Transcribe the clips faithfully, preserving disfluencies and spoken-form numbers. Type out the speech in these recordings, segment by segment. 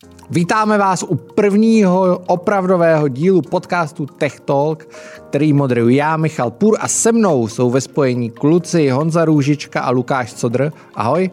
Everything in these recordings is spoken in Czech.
Vítáme vás u prvního opravdového dílu podcastu Tech Talk, který moderuji já, Michal Půr, a se mnou jsou ve spojení kluci Honza Růžička a Lukáš Codr. Ahoj.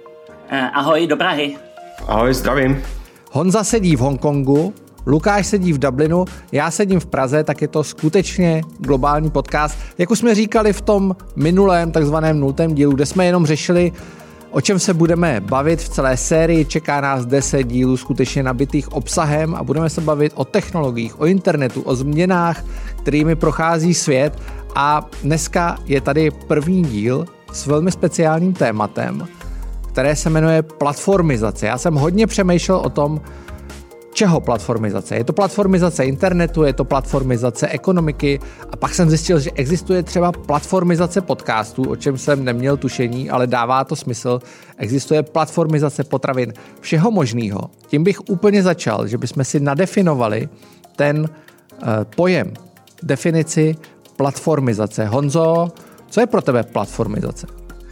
Ahoj, do Prahy. Ahoj, zdravím. Honza sedí v Hongkongu, Lukáš sedí v Dublinu, já sedím v Praze, tak je to skutečně globální podcast. Jak už jsme říkali v tom minulém takzvaném nultém dílu, kde jsme jenom řešili, o čem se budeme bavit v celé sérii. Čeká nás deset dílů skutečně nabitých obsahem a budeme se bavit o technologiích, o internetu, o změnách, kterými prochází svět. A dneska je tady první díl s velmi speciálním tématem, které se jmenuje platformizace. Já jsem hodně přemýšlel o tom, čeho platformizace. Je to platformizace internetu, je to platformizace ekonomiky a pak jsem zjistil, že existuje třeba platformizace podcastů, o čem jsem neměl tušení, ale dává to smysl. Existuje platformizace potravin, všeho možného. Tím bych úplně začal, že bychom si nadefinovali ten uh, pojem, definici platformizace. Honzo, co je pro tebe platformizace?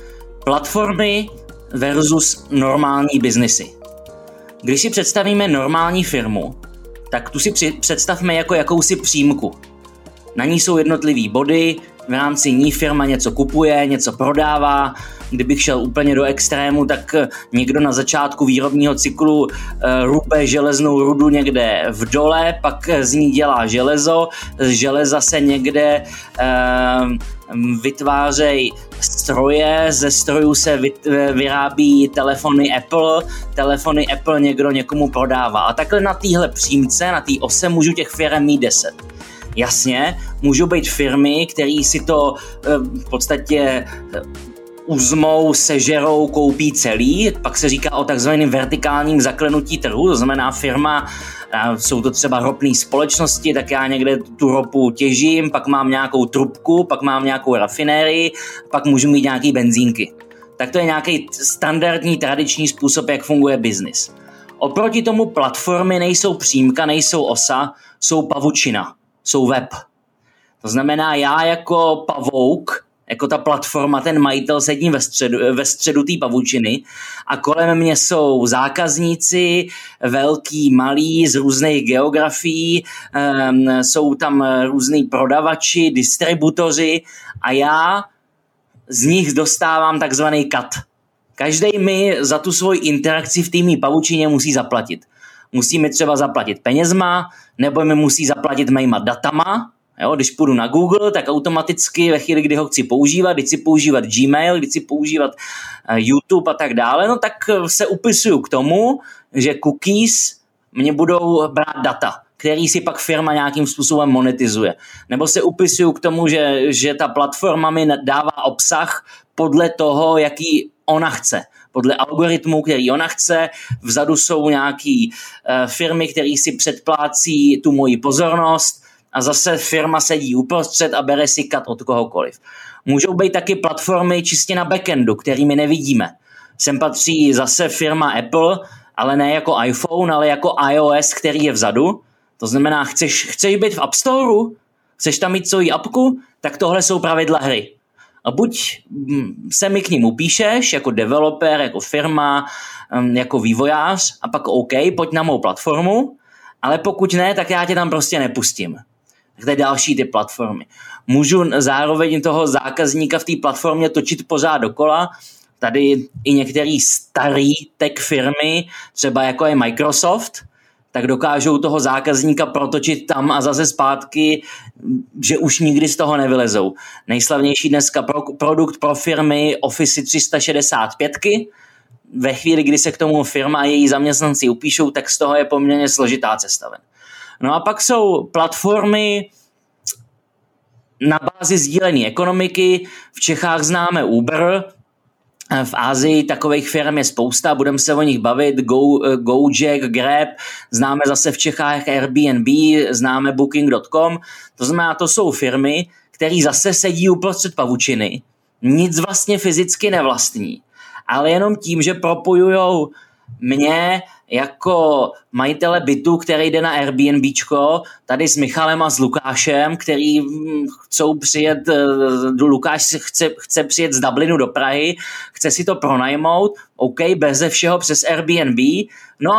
Platformy versus normální biznesy. Když si představíme normální firmu, tak tu si při- představme jako jakousi přímku. Na ní jsou jednotlivý body, v rámci ní firma něco kupuje, něco prodává. Kdybych šel úplně do extrému, tak někdo na začátku výrobního cyklu uh, rube železnou rudu někde v dole, pak z ní dělá železo, z železa se někde uh, vytvářejí stroje, ze strojů se vyrábí telefony Apple, telefony Apple někdo někomu prodává. A takhle na téhle přímce, na té ose můžu těch firm mít deset. Jasně, můžou být firmy, které si to v podstatě uzmou, sežerou, koupí celý, pak se říká o takzvaném vertikálním zaklenutí trhu, to znamená firma, jsou to třeba ropné společnosti, tak já někde tu ropu těžím, pak mám nějakou trubku, pak mám nějakou rafinérii, pak můžu mít nějaký benzínky. Tak to je nějaký standardní, tradiční způsob, jak funguje biznis. Oproti tomu platformy nejsou přímka, nejsou osa, jsou pavučina, jsou web. To znamená, já jako pavouk, jako ta platforma, ten majitel sedím ve středu, ve středu té pavučiny a kolem mě jsou zákazníci, velký, malí, z různých geografií, um, jsou tam různý prodavači, distributoři a já z nich dostávám takzvaný cut. Každý mi za tu svoji interakci v té mý pavučině musí zaplatit. Musí mi třeba zaplatit penězma, nebo mi musí zaplatit mýma datama. Jo, když půjdu na Google, tak automaticky ve chvíli, kdy ho chci používat, když chci používat Gmail, když chci používat YouTube a tak dále, no tak se upisuju k tomu, že cookies mě budou brát data, který si pak firma nějakým způsobem monetizuje. Nebo se upisuju k tomu, že, že ta platforma mi dává obsah podle toho, jaký ona chce. Podle algoritmů, který ona chce. Vzadu jsou nějaký uh, firmy, které si předplácí tu moji pozornost, a zase firma sedí uprostřed a bere si cut od kohokoliv. Můžou být taky platformy čistě na backendu, kterými nevidíme. Sem patří zase firma Apple, ale ne jako iPhone, ale jako iOS, který je vzadu. To znamená, chceš, chceš být v App Storeu, chceš tam mít svoji appku, tak tohle jsou pravidla hry. A buď se mi k ním upíšeš jako developer, jako firma, jako vývojář a pak OK, pojď na mou platformu, ale pokud ne, tak já tě tam prostě nepustím. Tak to je další ty platformy. Můžu zároveň toho zákazníka v té platformě točit pořád dokola. Tady i některé staré tech firmy, třeba jako je Microsoft, tak dokážou toho zákazníka protočit tam a zase zpátky, že už nikdy z toho nevylezou. Nejslavnější dneska pro, produkt pro firmy Office tři sta šedesát pět. Ve chvíli, kdy se k tomu firma a její zaměstnanci upíšou, tak z toho je poměrně složitá cesta ven. No a pak jsou platformy na bázi sdílené ekonomiky. V Čechách známe Uber, v Asii takových firm je spousta, budeme se o nich bavit, Go, Gojek, Grab, známe zase v Čechách Airbnb, známe Booking tečka com, to znamená, to jsou firmy, které zase sedí uprostřed pavučiny, nic vlastně fyzicky nevlastní, ale jenom tím, že propojujou mě jako majitele bytu, který jde na Airbnbčko, tady s Michalem a s Lukášem, který chcou přijet, Lukáš chce, chce přijet z Dublinu do Prahy, chce si to pronajmout, OK, beze všeho přes Airbnb, no ale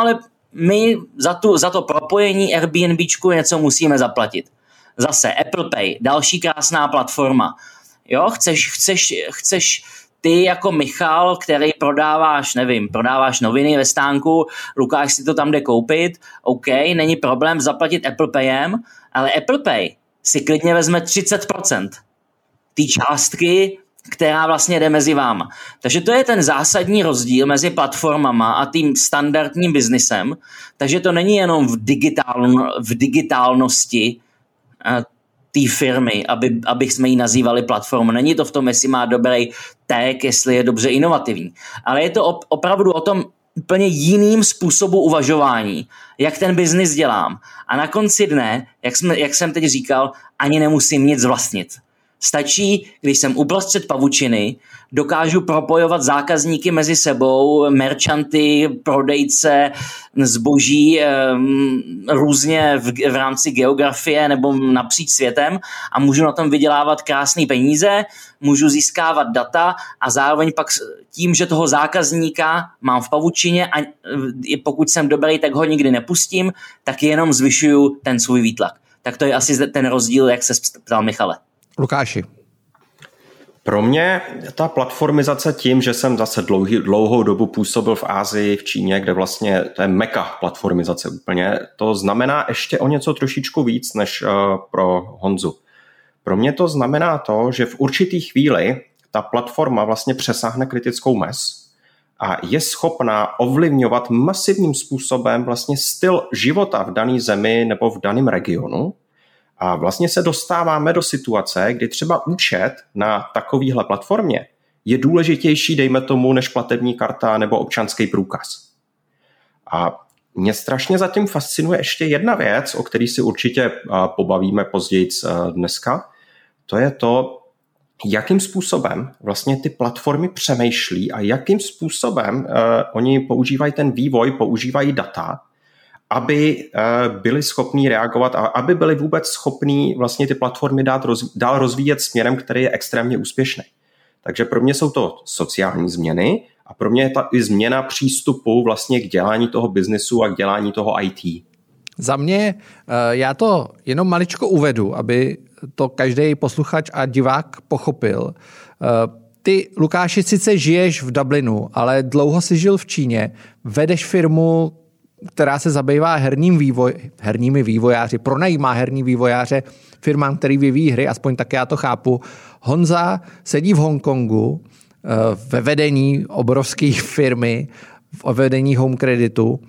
my za, tu, za to propojení Airbnbčku něco musíme zaplatit. Zase Apple Pay, další krásná platforma. Jo, chceš, chceš, chceš ty jako Michal, který prodáváš, nevím, prodáváš noviny ve stánku, Lukáš si to tam jde koupit, OK, není problém zaplatit Apple Payem, ale Apple Pay si klidně vezme třicet procent té částky, která vlastně jde mezi váma. Takže to je ten zásadní rozdíl mezi platformama a tím standardním biznisem. Takže to není jenom v, digitál, v digitálnosti té firmy, aby, aby jsme ji nazývali platformou. Není to v tom, jestli má dobrý tag, jestli je dobře inovativní. Ale je to op, opravdu o tom úplně jiným způsobu uvažování, jak ten biznis dělám. A na konci dne, jak, jsme, jak jsem teď říkal, ani nemusím nic vlastnit. Stačí, když jsem uprostřed pavučiny, dokážu propojovat zákazníky mezi sebou, merchanty, prodejce, zboží různě v, v rámci geografie nebo napříč světem a můžu na tom vydělávat krásné peníze, můžu získávat data a zároveň pak tím, že toho zákazníka mám v pavučině a pokud jsem dobrý, tak ho nikdy nepustím, tak jenom zvyšuju ten svůj výtlak. Tak to je asi ten rozdíl, jak se ptal Michale. Lukáši. Pro mě ta platformizace tím, že jsem zase dlouhý, dlouhou dobu působil v Asii, v Číně, kde vlastně to je meka platformizace úplně, to znamená ještě o něco trošičku víc než uh, pro Honzu. Pro mě to znamená to, že v určitý chvíli ta platforma vlastně přesáhne kritickou mez a je schopná ovlivňovat masivním způsobem vlastně styl života v dané zemi nebo v daném regionu. A vlastně se dostáváme do situace, kdy třeba účet na takovéhle platformě je důležitější, dejme tomu, než platební karta nebo občanský průkaz. A mě strašně zatím fascinuje ještě jedna věc, o které si určitě pobavíme později dneska. To je to, jakým způsobem vlastně ty platformy přemýšlí a jakým způsobem uh, oni používají ten vývoj, používají data, aby byli schopní reagovat a aby byli vůbec schopní vlastně ty platformy dát roz, dál rozvíjet směrem, který je extrémně úspěšný. Takže pro mě jsou to sociální změny a pro mě je ta i změna přístupu vlastně k dělání toho biznesu a k dělání toho í té. Za mě, já to jenom maličko uvedu, aby to každý posluchač a divák pochopil. Ty, Lukáši, sice žiješ v Dublinu, ale dlouho jsi žil v Číně, vedeš firmu, která se zabývá herním vývoj, herními vývojáři, pronajímá herní vývojáře firmám, který vyvíjí hry, aspoň tak já to chápu. Honza sedí v Hongkongu ve vedení obrovské firmy, v vedení Home Creditu,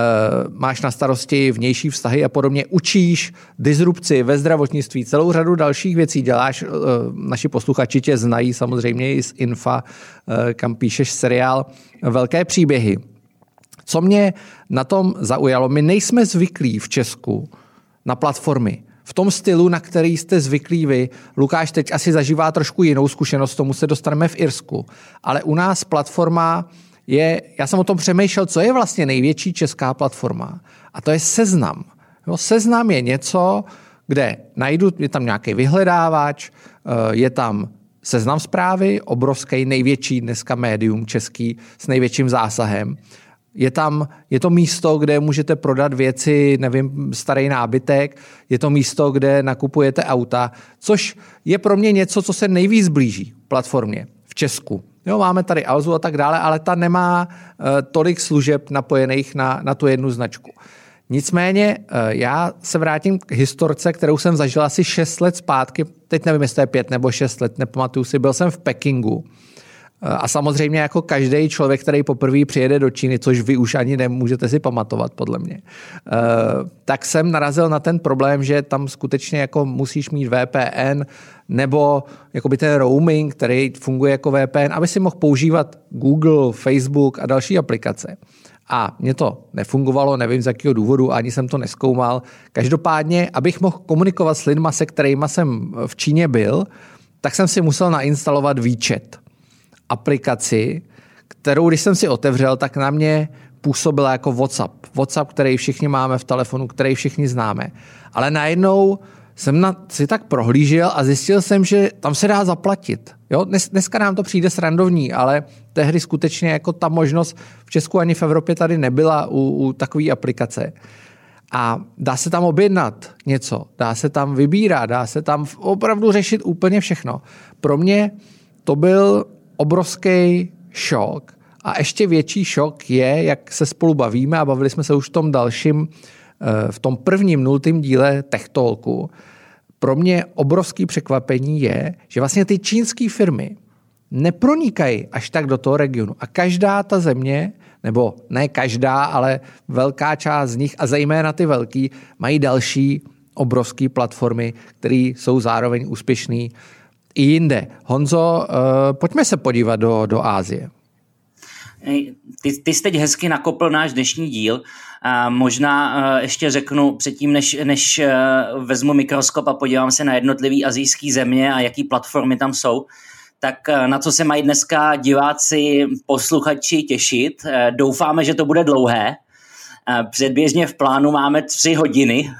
máš na starosti vnější vztahy a podobně, učíš disrupci ve zdravotnictví, celou řadu dalších věcí děláš, naši posluchači tě znají samozřejmě i z Infa, kam píšeš seriál Velké příběhy. Co mě na tom zaujalo, my nejsme zvyklí v Česku na platformy. V tom stylu, na který jste zvyklí vy. Lukáš teď asi zažívá trošku jinou zkušenost, tomu se dostaneme v Irsku. Ale u nás platforma je, já jsem o tom přemýšlel, co je vlastně největší česká platforma. A to je Seznam. Jo, Seznam je něco, kde najdu, je tam nějaký vyhledávač, je tam Seznam Zprávy, obrovský, největší dneska médium český s největším zásahem. Je tam, je to místo, kde můžete prodat věci, nevím, starý nábytek, je to místo, kde nakupujete auta, což je pro mě něco, co se nejvíc blíží platformě v Česku. Jo, máme tady Alzu a tak dále, ale ta nemá uh, tolik služeb napojených na, na tu jednu značku. Nicméně uh, já se vrátím k historce, kterou jsem zažil asi šest let zpátky, teď nevím, jestli to je pět nebo šest let, nepamatuju si, byl jsem v Pekingu. A samozřejmě jako každý člověk, který poprvé přijede do Číny, což vy už ani nemůžete si pamatovat, podle mě, tak jsem narazil na ten problém, že tam skutečně jako musíš mít V P N nebo jakoby ten roaming, který funguje jako V P N, aby si mohl používat Google, Facebook a další aplikace. A mně to nefungovalo, nevím z jakého důvodu, ani jsem to nezkoumal. Každopádně, abych mohl komunikovat s lidma, se kterýma jsem v Číně byl, tak jsem si musel nainstalovat WeChat. Aplikaci, kterou, když jsem si otevřel, tak na mě působila jako WhatsApp. WhatsApp, který všichni máme v telefonu, který všichni známe. Ale najednou jsem na, si tak prohlížel a zjistil jsem, že tam se dá zaplatit. Jo? Dnes, dneska nám to přijde srandovní, ale tehdy skutečně jako ta možnost v Česku ani v Evropě tady nebyla u, u takové aplikace. A dá se tam objednat něco, dá se tam vybírat, dá se tam opravdu řešit úplně všechno. Pro mě to byl obrovský šok. A ještě větší šok je, jak se spolu bavíme a bavili jsme se už v tom dalším, v tom prvním nultým díle Tech Talku. Pro mě obrovský překvapení je, že vlastně ty čínské firmy nepronikají až tak do toho regionu. A každá ta země, nebo ne každá, ale velká část z nich a zejména ty velký, mají další obrovské platformy, které jsou zároveň úspěšné i jinde. Honzo, pojďme se podívat do, do Asie. Ty, ty jsi teď hezky nakopl náš dnešní díl. A možná ještě řeknu předtím, než, než vezmu mikroskop a podívám se na jednotlivý asijský země a jaký platformy tam jsou, tak na co se mají dneska diváci, posluchači těšit. Doufáme, že to bude dlouhé. Předběžně v plánu máme tři hodiny,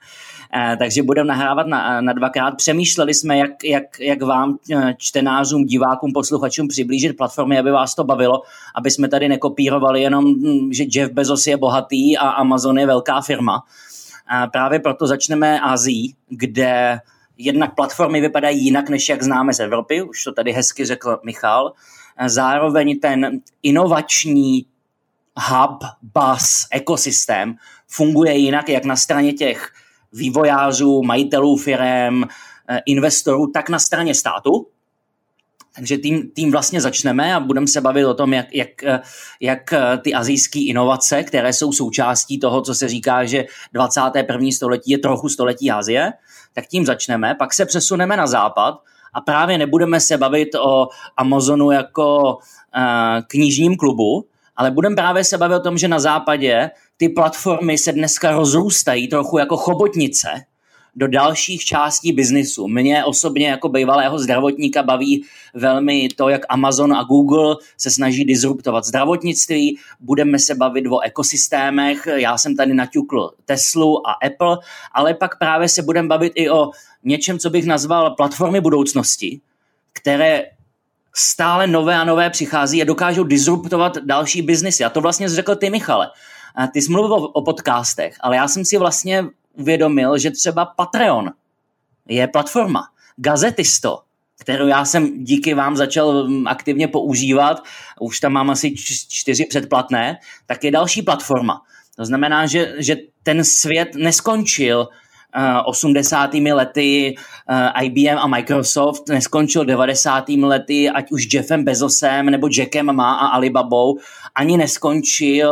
takže budeme nahrávat na, na dvakrát. Přemýšleli jsme, jak, jak, jak vám, čtenářům, divákům, posluchačům přiblížit platformy, aby vás to bavilo, aby jsme tady nekopírovali jenom, že Jeff Bezos je bohatý a Amazon je velká firma. A právě proto začneme Asií, kde jednak platformy vypadají jinak, než jak známe z Evropy, už to tady hezky řekl Michal. Zároveň ten inovační hub, buzz, ekosystém funguje jinak, jak na straně těch vývojářů, majitelů firem, investorů, tak na straně státu. Takže tím, tím vlastně začneme a budeme se bavit o tom, jak, jak, jak ty asijské inovace, které jsou součástí toho, co se říká, že dvacáté první století je trochu století Asie, tak tím začneme, pak se přesuneme na západ a právě nebudeme se bavit o Amazonu jako uh, knižním klubu, ale budeme právě se bavit o tom, že na západě ty platformy se dneska rozrůstají trochu jako chobotnice do dalších částí biznisu. Mě osobně jako bývalého zdravotníka baví velmi to, jak Amazon a Google se snaží disruptovat zdravotnictví. Budeme se bavit o ekosystémech. Já jsem tady naťukl Teslu a Apple, ale pak právě se budeme bavit i o něčem, co bych nazval platformy budoucnosti, které stále nové a nové přichází a dokážou disruptovat další biznisy. A to vlastně řekl ty, Michale. A ty jsi mluvil o, o podcastech, ale já jsem si vlastně uvědomil, že třeba Patreon je platforma. Gazetisto, kterou já jsem díky vám začal aktivně používat, už tam mám asi čtyři předplatné, tak je další platforma. To znamená, že, že ten svět neskončil osmdesátými lety I B M a Microsoft, neskončil devadesátými lety, ať už Jeffem Bezosem nebo Jackem Ma a Alibabou, ani neskončil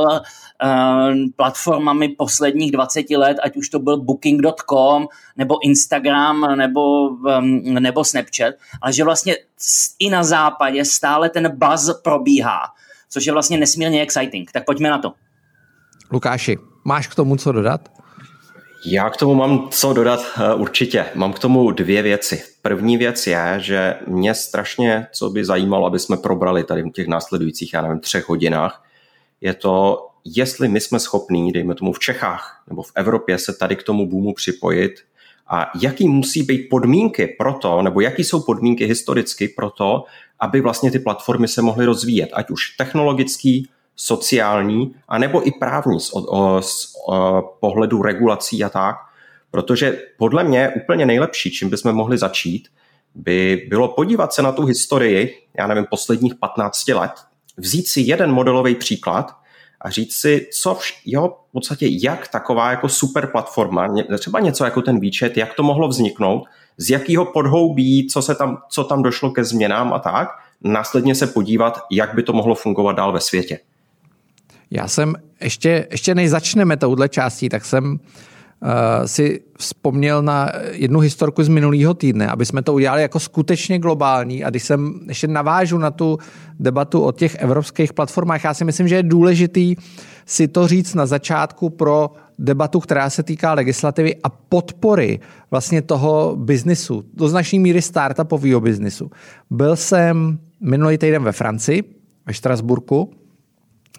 platformami posledních dvacet let, ať už to byl booking tečka com nebo Instagram nebo, nebo Snapchat, ale že vlastně i na západě stále ten buzz probíhá, což je vlastně nesmírně exciting. Tak pojďme na to. Lukáši, máš k tomu co dodat? Já k tomu mám co dodat určitě. Mám k tomu dvě věci. První věc je, že mě strašně, co by zajímalo, aby jsme probrali tady v těch následujících, já nevím, třech hodinách, je to, jestli my jsme schopní, dejme tomu v Čechách nebo v Evropě, se tady k tomu boomu připojit a jaký musí být podmínky pro to, nebo jaký jsou podmínky historicky pro to, aby vlastně ty platformy se mohly rozvíjet, ať už technologický, sociální, anebo i právní z, o, z o, pohledu regulací a tak. Protože podle mě úplně nejlepší, čím bychom mohli začít, by bylo podívat se na tu historii, já nevím, posledních patnáct let, vzít si jeden modelový příklad a říct si, co vš- jo, v podstatě jak taková jako super platforma, třeba něco jako ten výčet, jak to mohlo vzniknout, z jakého podhoubí, co, se tam, co tam došlo ke změnám a tak, následně se podívat, jak by to mohlo fungovat dál ve světě. Já jsem, ještě, ještě než začneme touhle částí, tak jsem uh, si vzpomněl na jednu historku z minulého týdne, aby jsme to udělali jako skutečně globální a když jsem ještě navážu na tu debatu o těch evropských platformách, já si myslím, že je důležitý si to říct na začátku pro debatu, která se týká legislativy a podpory vlastně toho biznisu, do značné míry startupového biznisu. Byl jsem minulý týden ve Francii, ve Štrasburku,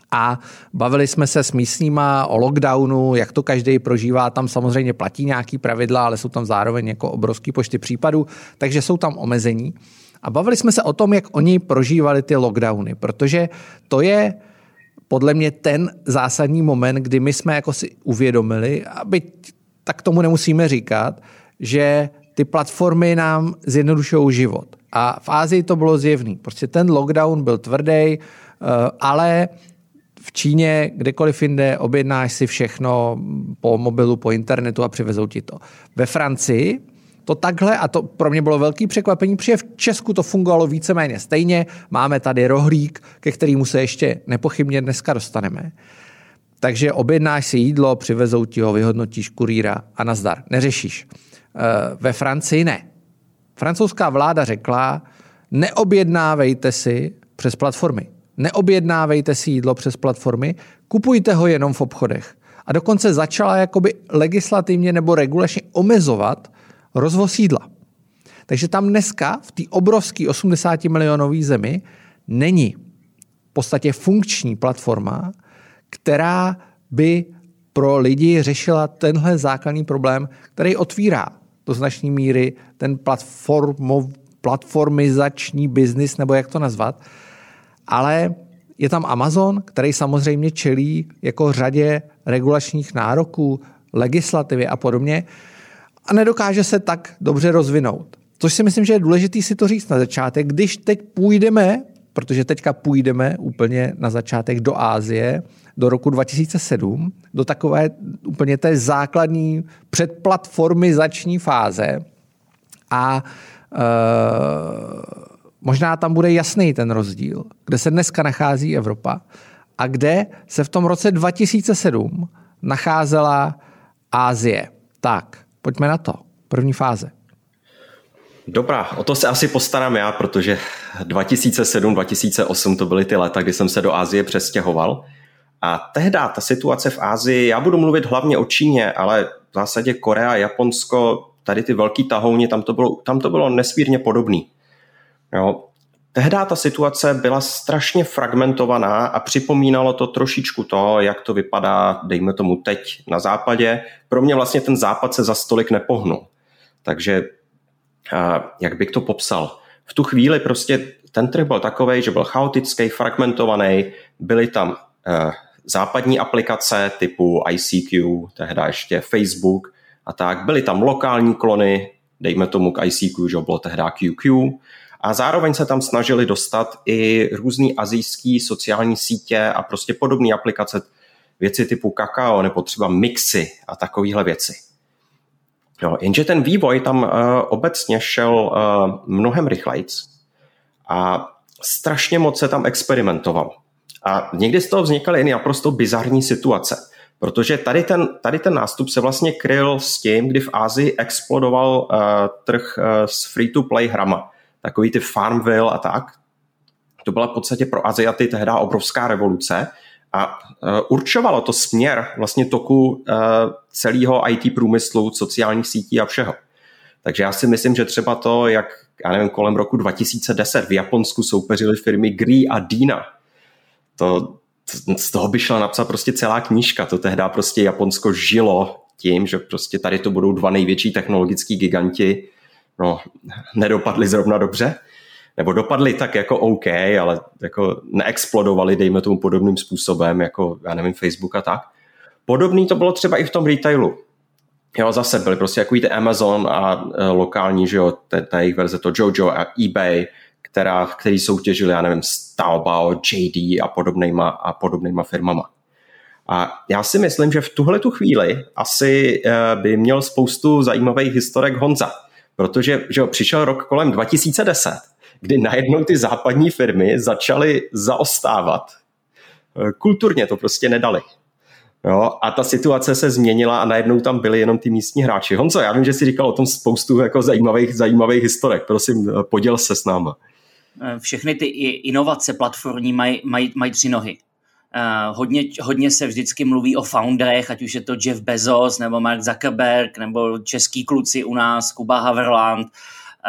A bavili jsme se s místníma o lockdownu, jak to každý prožívá. Tam samozřejmě platí nějaký pravidla, ale jsou tam zároveň jako obrovský počty případů, takže jsou tam omezení. A bavili jsme se o tom, jak oni prožívali ty lockdowny, protože to je podle mě ten zásadní moment, kdy my jsme jako si uvědomili, aby tak tomu nemusíme říkat, že ty platformy nám zjednodušují život. A v Asii to bylo zjevný. Prostě ten lockdown byl tvrdý, ale v Číně, kdekoliv jinde, objednáš si všechno po mobilu, po internetu a přivezou ti to. Ve Francii to takhle, a to pro mě bylo velký překvapení, protože v Česku to fungovalo víceméně stejně. Máme tady rohlík, ke kterému se ještě nepochybně dneska dostaneme. Takže objednáš si jídlo, přivezou ti ho, vyhodnotíš kurýra a nazdar. Neřešíš. Ve Francii ne. Francouzská vláda řekla, neobjednávejte si přes platformy. Neobjednávejte si jídlo přes platformy, kupujte ho jenom v obchodech. A dokonce začala jakoby legislativně nebo regulačně omezovat rozvoz jídla. Takže tam dneska v té obrovské osmdesátimilionové zemi není v podstatě funkční platforma, která by pro lidi řešila tenhle základní problém, který otvírá do značné míry ten platformov, platformizační biznis, nebo jak to nazvat. Ale je tam Amazon, který samozřejmě čelí jako řadě regulačních nároků, legislativy a podobně a nedokáže se tak dobře rozvinout. Což si myslím, že je důležité si to říct na začátek. Když teď půjdeme, protože teďka půjdeme úplně na začátek do Asie, do roku dva tisíce sedm, do takové úplně té základní předplatformizační fáze a e, možná tam bude jasný ten rozdíl, kde se dneska nachází Evropa a kde se v tom roce dva tisíce sedm nacházela Asie. Tak, pojďme na to. První fáze. Dobrá, o to se asi postarám já, protože dva tisíce sedm dva tisíce osm to byly ty léta, kdy jsem se do Asie přestěhoval. A tehdy ta situace v Asii, já budu mluvit hlavně o Číně, ale v zásadě Korea, Japonsko, tady ty velký tahouni, tam to bylo, tam to bylo nesmírně podobný. Jo. Tehdy ta situace byla strašně fragmentovaná a připomínalo to trošičku to, jak to vypadá, dejme tomu teď na západě. Pro mě vlastně ten západ se za stolik nepohnul. Takže jak bych to popsal? V tu chvíli prostě ten trh byl takovej, že byl chaotický, fragmentovaný, byly tam eh, západní aplikace typu I C Q, tehdy ještě Facebook a tak, byly tam lokální klony, dejme tomu k I C Q, že bylo tehdy Q Q, a zároveň se tam snažili dostat i různý asijský sociální sítě a prostě podobné aplikace, věci typu Kakao nebo třeba Mixy a takovéhle věci. Jo, jenže ten vývoj tam uh, obecně šel uh, mnohem rychlejc a strašně moc se tam experimentoval. A někdy z toho vznikaly i naprosto bizarní situace, protože tady ten, tady ten nástup se vlastně kryl s tím, kdy v Asii explodoval uh, trh uh, s free-to-play hrama. Takový ty Farmville a tak. To byla v podstatě pro Aziaty tehdy obrovská revoluce a určovalo to směr vlastně toku celého í té průmyslu, sociálních sítí a všeho. Takže já si myslím, že třeba to, jak já nevím, kolem roku dva tisíce deset v Japonsku soupeřily firmy Gree a Dina, to, z toho by šla napsat prostě celá knížka. To tehdy prostě Japonsko žilo tím, že prostě tady to budou dva největší technologický giganti. No, nedopadli zrovna dobře. Nebo dopadli tak jako OK, ale jako neexplodovali, dejme tomu podobným způsobem, jako, já nevím, Facebook a tak. Podobný to bylo třeba i v tom retailu. Jo, zase byly prostě jako ty Amazon a e, lokální, že jo, ta jejich verze, to Jojo a eBay, která, který soutěžili, já nevím, s Taobao, J D a podobnejma, a podobnejma firmama. A já si myslím, že v tuhletu chvíli asi e, by měl spoustu zajímavých historek Honza, protože že jo, přišel rok kolem dva tisíce deset, kdy najednou ty západní firmy začaly zaostávat. Kulturně to prostě nedali. Jo, a ta situace se změnila a najednou tam byli jenom ty místní hráči. Honzo, já vím, že jsi říkal o tom spoustu jako zajímavých, zajímavých historek. Prosím, poděl se s náma. Všechny ty inovace platformní mají, mají, mají tři nohy. Uh, hodně, hodně se vždycky mluví o founderech, ať už je to Jeff Bezos, nebo Mark Zuckerberg, nebo český kluci u nás, Kuba Haverland, uh,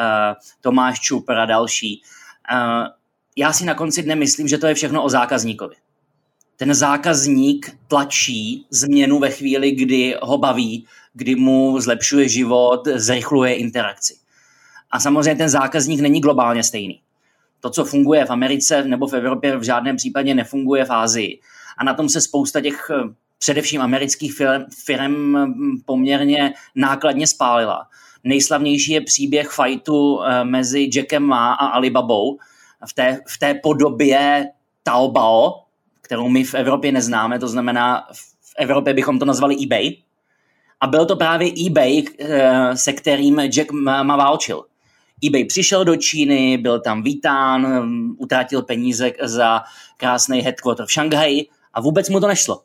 Tomáš Čupr a další. Uh, já si na konci dne myslím, že to je všechno o zákazníkovi. ten zákazník tlačí změnu ve chvíli, kdy ho baví, kdy mu zlepšuje život, zrychluje interakci. A samozřejmě ten zákazník není globálně stejný. To, co funguje v Americe nebo v Evropě, v žádném případě nefunguje v Asii. A na tom se spousta těch především amerických firm poměrně nákladně spálila. Nejslavnější je příběh fightu mezi Jackem Ma a Alibabou v té, v té podobě Taobao, kterou my v Evropě neznáme, to znamená v Evropě bychom to nazvali eBay. A byl to právě eBay, se kterým Jack Ma válčil. eBay přišel do Číny, byl tam vítán, utratil peníze za krásný headquarter v Šanghaji a vůbec mu to nešlo.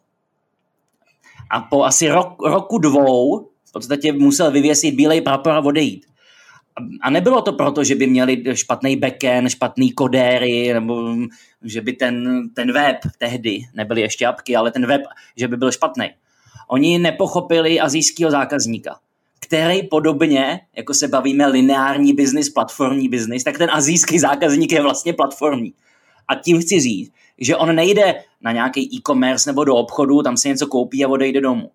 A po asi rok, roku dvou v podstatě musel vyvěsit bílej prapor a odejít. A nebylo to proto, že by měli špatný backend, špatný kodéry, nebo že by ten, ten web tehdy, nebyly ještě apky, ale ten web, že by byl špatný. Oni nepochopili asijského zákazníka, který podobně, jako se bavíme lineární biznis, platformní biznis, tak ten asijský zákazník je vlastně platformní. A tím chci říct, že on nejde na nějaký e-commerce nebo do obchodu, tam se něco koupí a odejde domů.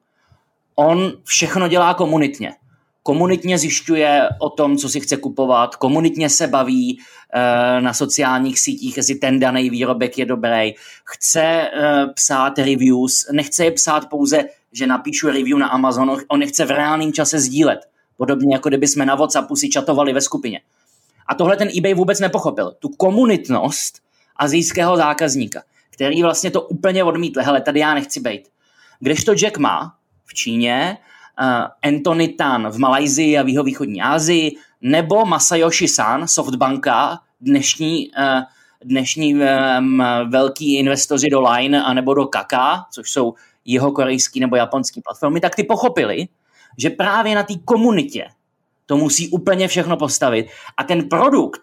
On všechno dělá komunitně. Komunitně zjišťuje o tom, co si chce kupovat, komunitně se baví e, na sociálních sítích, jestli ten daný výrobek je dobrý, chce e, psát reviews, nechce je psát pouze, že napíšu review na Amazonu, on nechce v reálném čase sdílet. Podobně jako kdyby jsme na WhatsAppu si chatovali ve skupině. A tohle ten eBay vůbec nepochopil. Tu komunitnost asijského zákazníka, který vlastně to úplně odmítl. Hele, tady já nechci bejt. Kdežto Jack Ma v Číně, uh, Anthony Tan v Malajsii a v jihovýchodní Asii, nebo Masayoshi Son, Softbanka, dnešní, uh, dnešní um, velký investoři do Line a nebo do Kaka, což jsou jihokorejský nebo japonský platformy, tak ty pochopili, že právě na té komunitě to musí úplně všechno postavit. A ten produkt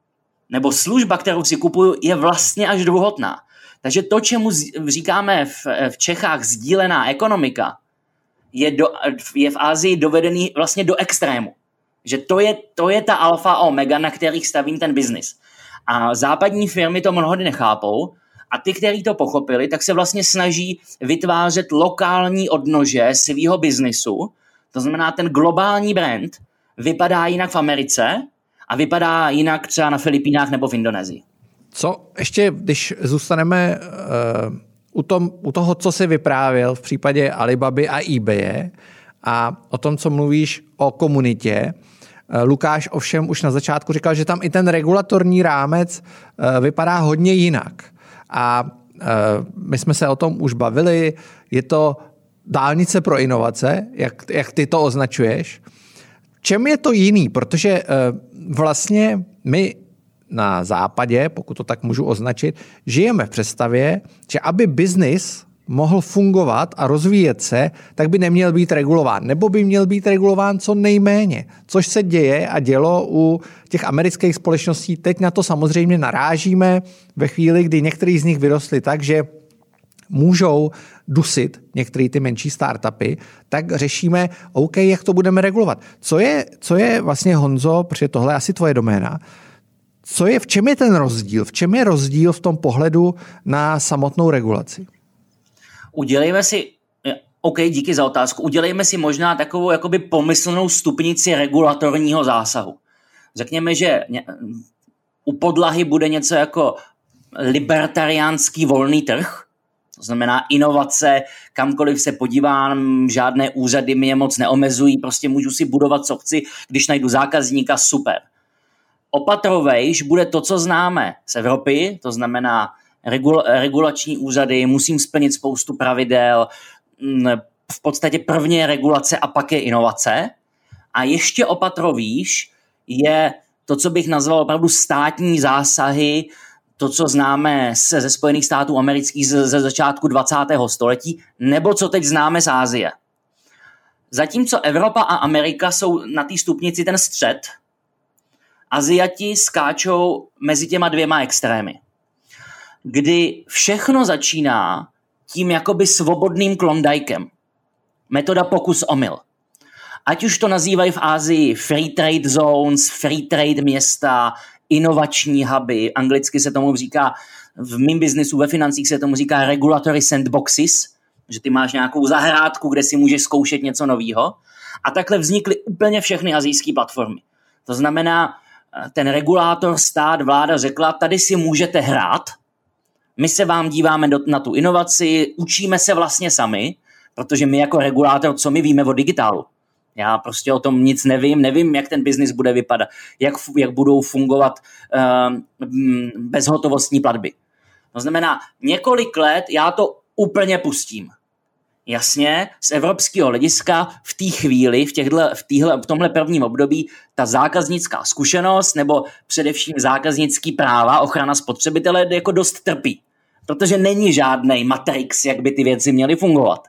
nebo služba, kterou si kupuju, je vlastně až druhotná. Takže to, čemu říkáme v, v Čechách sdílená ekonomika, je, do, je v Asii dovedený vlastně do extrému. Že to je, to je ta alfa a omega, na kterých stavím ten biznis. A západní firmy to mnohdy nechápou a ty, kteří to pochopili, tak se vlastně snaží vytvářet lokální odnože svýho biznisu. To znamená, ten globální brand vypadá jinak v Americe a vypadá jinak třeba na Filipínách nebo v Indonésii. Co ještě, když zůstaneme uh, u, tom, u toho, co jsi vyprávěl v případě Alibaby a eBaye a o tom, co mluvíš o komunitě, uh, Lukáš ovšem už na začátku říkal, že tam i ten regulatorní rámec uh, vypadá hodně jinak. A uh, my jsme se o tom už bavili, je to dálnice pro inovace, jak, jak ty to označuješ. Čem je to jiný? Protože uh, vlastně my na západě, pokud to tak můžu označit, žijeme v představě, že aby biznis mohl fungovat a rozvíjet se, tak by neměl být regulován. Nebo by měl být regulován co nejméně. Což se děje a dělo u těch amerických společností. Teď na to samozřejmě narážíme ve chvíli, kdy některý z nich vyrostli tak, že můžou dusit některé ty menší startupy, tak řešíme, OK, jak to budeme regulovat. Co je, co je vlastně, Honzo, protože tohle je asi tvoje doména, co je, v čem je ten rozdíl? V čem je rozdíl v tom pohledu na samotnou regulaci? Udělejme si, OK, díky za otázku, udělejme si možná takovou jakoby pomyslnou stupnici regulatorního zásahu. Řekněme, že u podlahy bude něco jako libertariánský volný trh, to znamená inovace, kamkoliv se podívám, žádné úřady mě moc neomezují, prostě můžu si budovat, co chci, když najdu zákazníka, super. Opatrovejš bude to, co známe z Evropy, to znamená regul, regulační úřady, musím splnit spoustu pravidel, v podstatě první je regulace a pak je inovace. A ještě opatrovýš je to, co bych nazval opravdu státní zásahy, to, co známe ze Spojených států amerických ze začátku dvacátého století, nebo co teď známe z Asie. Zatímco Evropa a Amerika jsou na té stupnici ten střed, Aziati skáčou mezi těma dvěma extrémy, kdy všechno začíná tím jakoby svobodným klondajkem. Metoda pokus omyl. Ať už to nazývají v Asii free trade zones, free trade města, inovační huby, anglicky se tomu říká, v mým biznisu, ve financích se tomu říká regulatory sandboxes, že ty máš nějakou zahrádku, kde si můžeš zkoušet něco nového. A takhle vznikly úplně všechny asijské platformy. To znamená, ten regulátor, stát, vláda řekla, tady si můžete hrát, my se vám díváme do, na tu inovaci, učíme se vlastně sami, protože my jako regulátor, co my víme o digitálu? Já prostě o tom nic nevím, nevím, jak ten biznis bude vypadat, jak, jak budou fungovat uh, bezhotovostní platby. To znamená, několik let já to úplně pustím. Jasně, z evropského hlediska v té chvíli, v, těchto, v, týhle, v tomhle prvním období, ta zákaznická zkušenost nebo především zákaznický práva, ochrana spotřebitele jako dost trpí. Protože není žádnej matrix, jak by ty věci měly fungovat.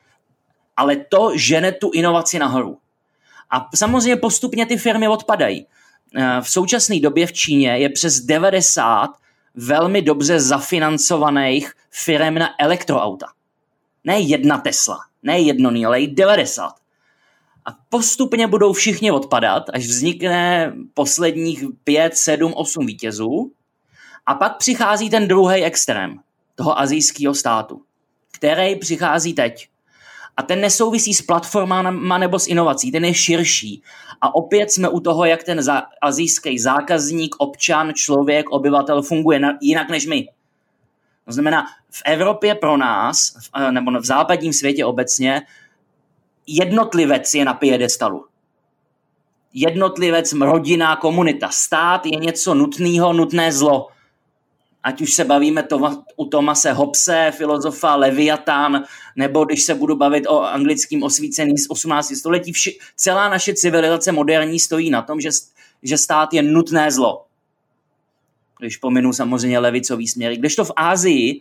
Ale to žene tu inovaci nahoru. A samozřejmě postupně ty firmy odpadají. V současné době v Číně je přes devadesát velmi dobře zafinancovaných firm na elektroauta. Ne jedna Tesla, ne jedno Nio, ale i devadesát. A postupně budou všichni odpadat, až vznikne posledních pět, sedm, osm vítězů. A pak přichází ten druhý extrém toho asijského státu, který přichází teď. A ten nesouvisí s platformama nebo s inovací, ten je širší. A opět jsme u toho, jak ten za- asijský zákazník, občan, člověk, obyvatel funguje na- jinak než my. To znamená, v Evropě pro nás, nebo v západním světě obecně, jednotlivec je na piedestalu. Jednotlivec, rodina, komunita. Stát je něco nutného, nutné zlo. Ať už se bavíme to, u Thomase Hobbese, filozofa Leviatán, nebo když se budu bavit o anglickém osvícení z osmnáctého století, vši, celá naše civilizace moderní stojí na tom, že, že stát je nutné zlo. Když pominu samozřejmě levicový směry. Kdežto v Asii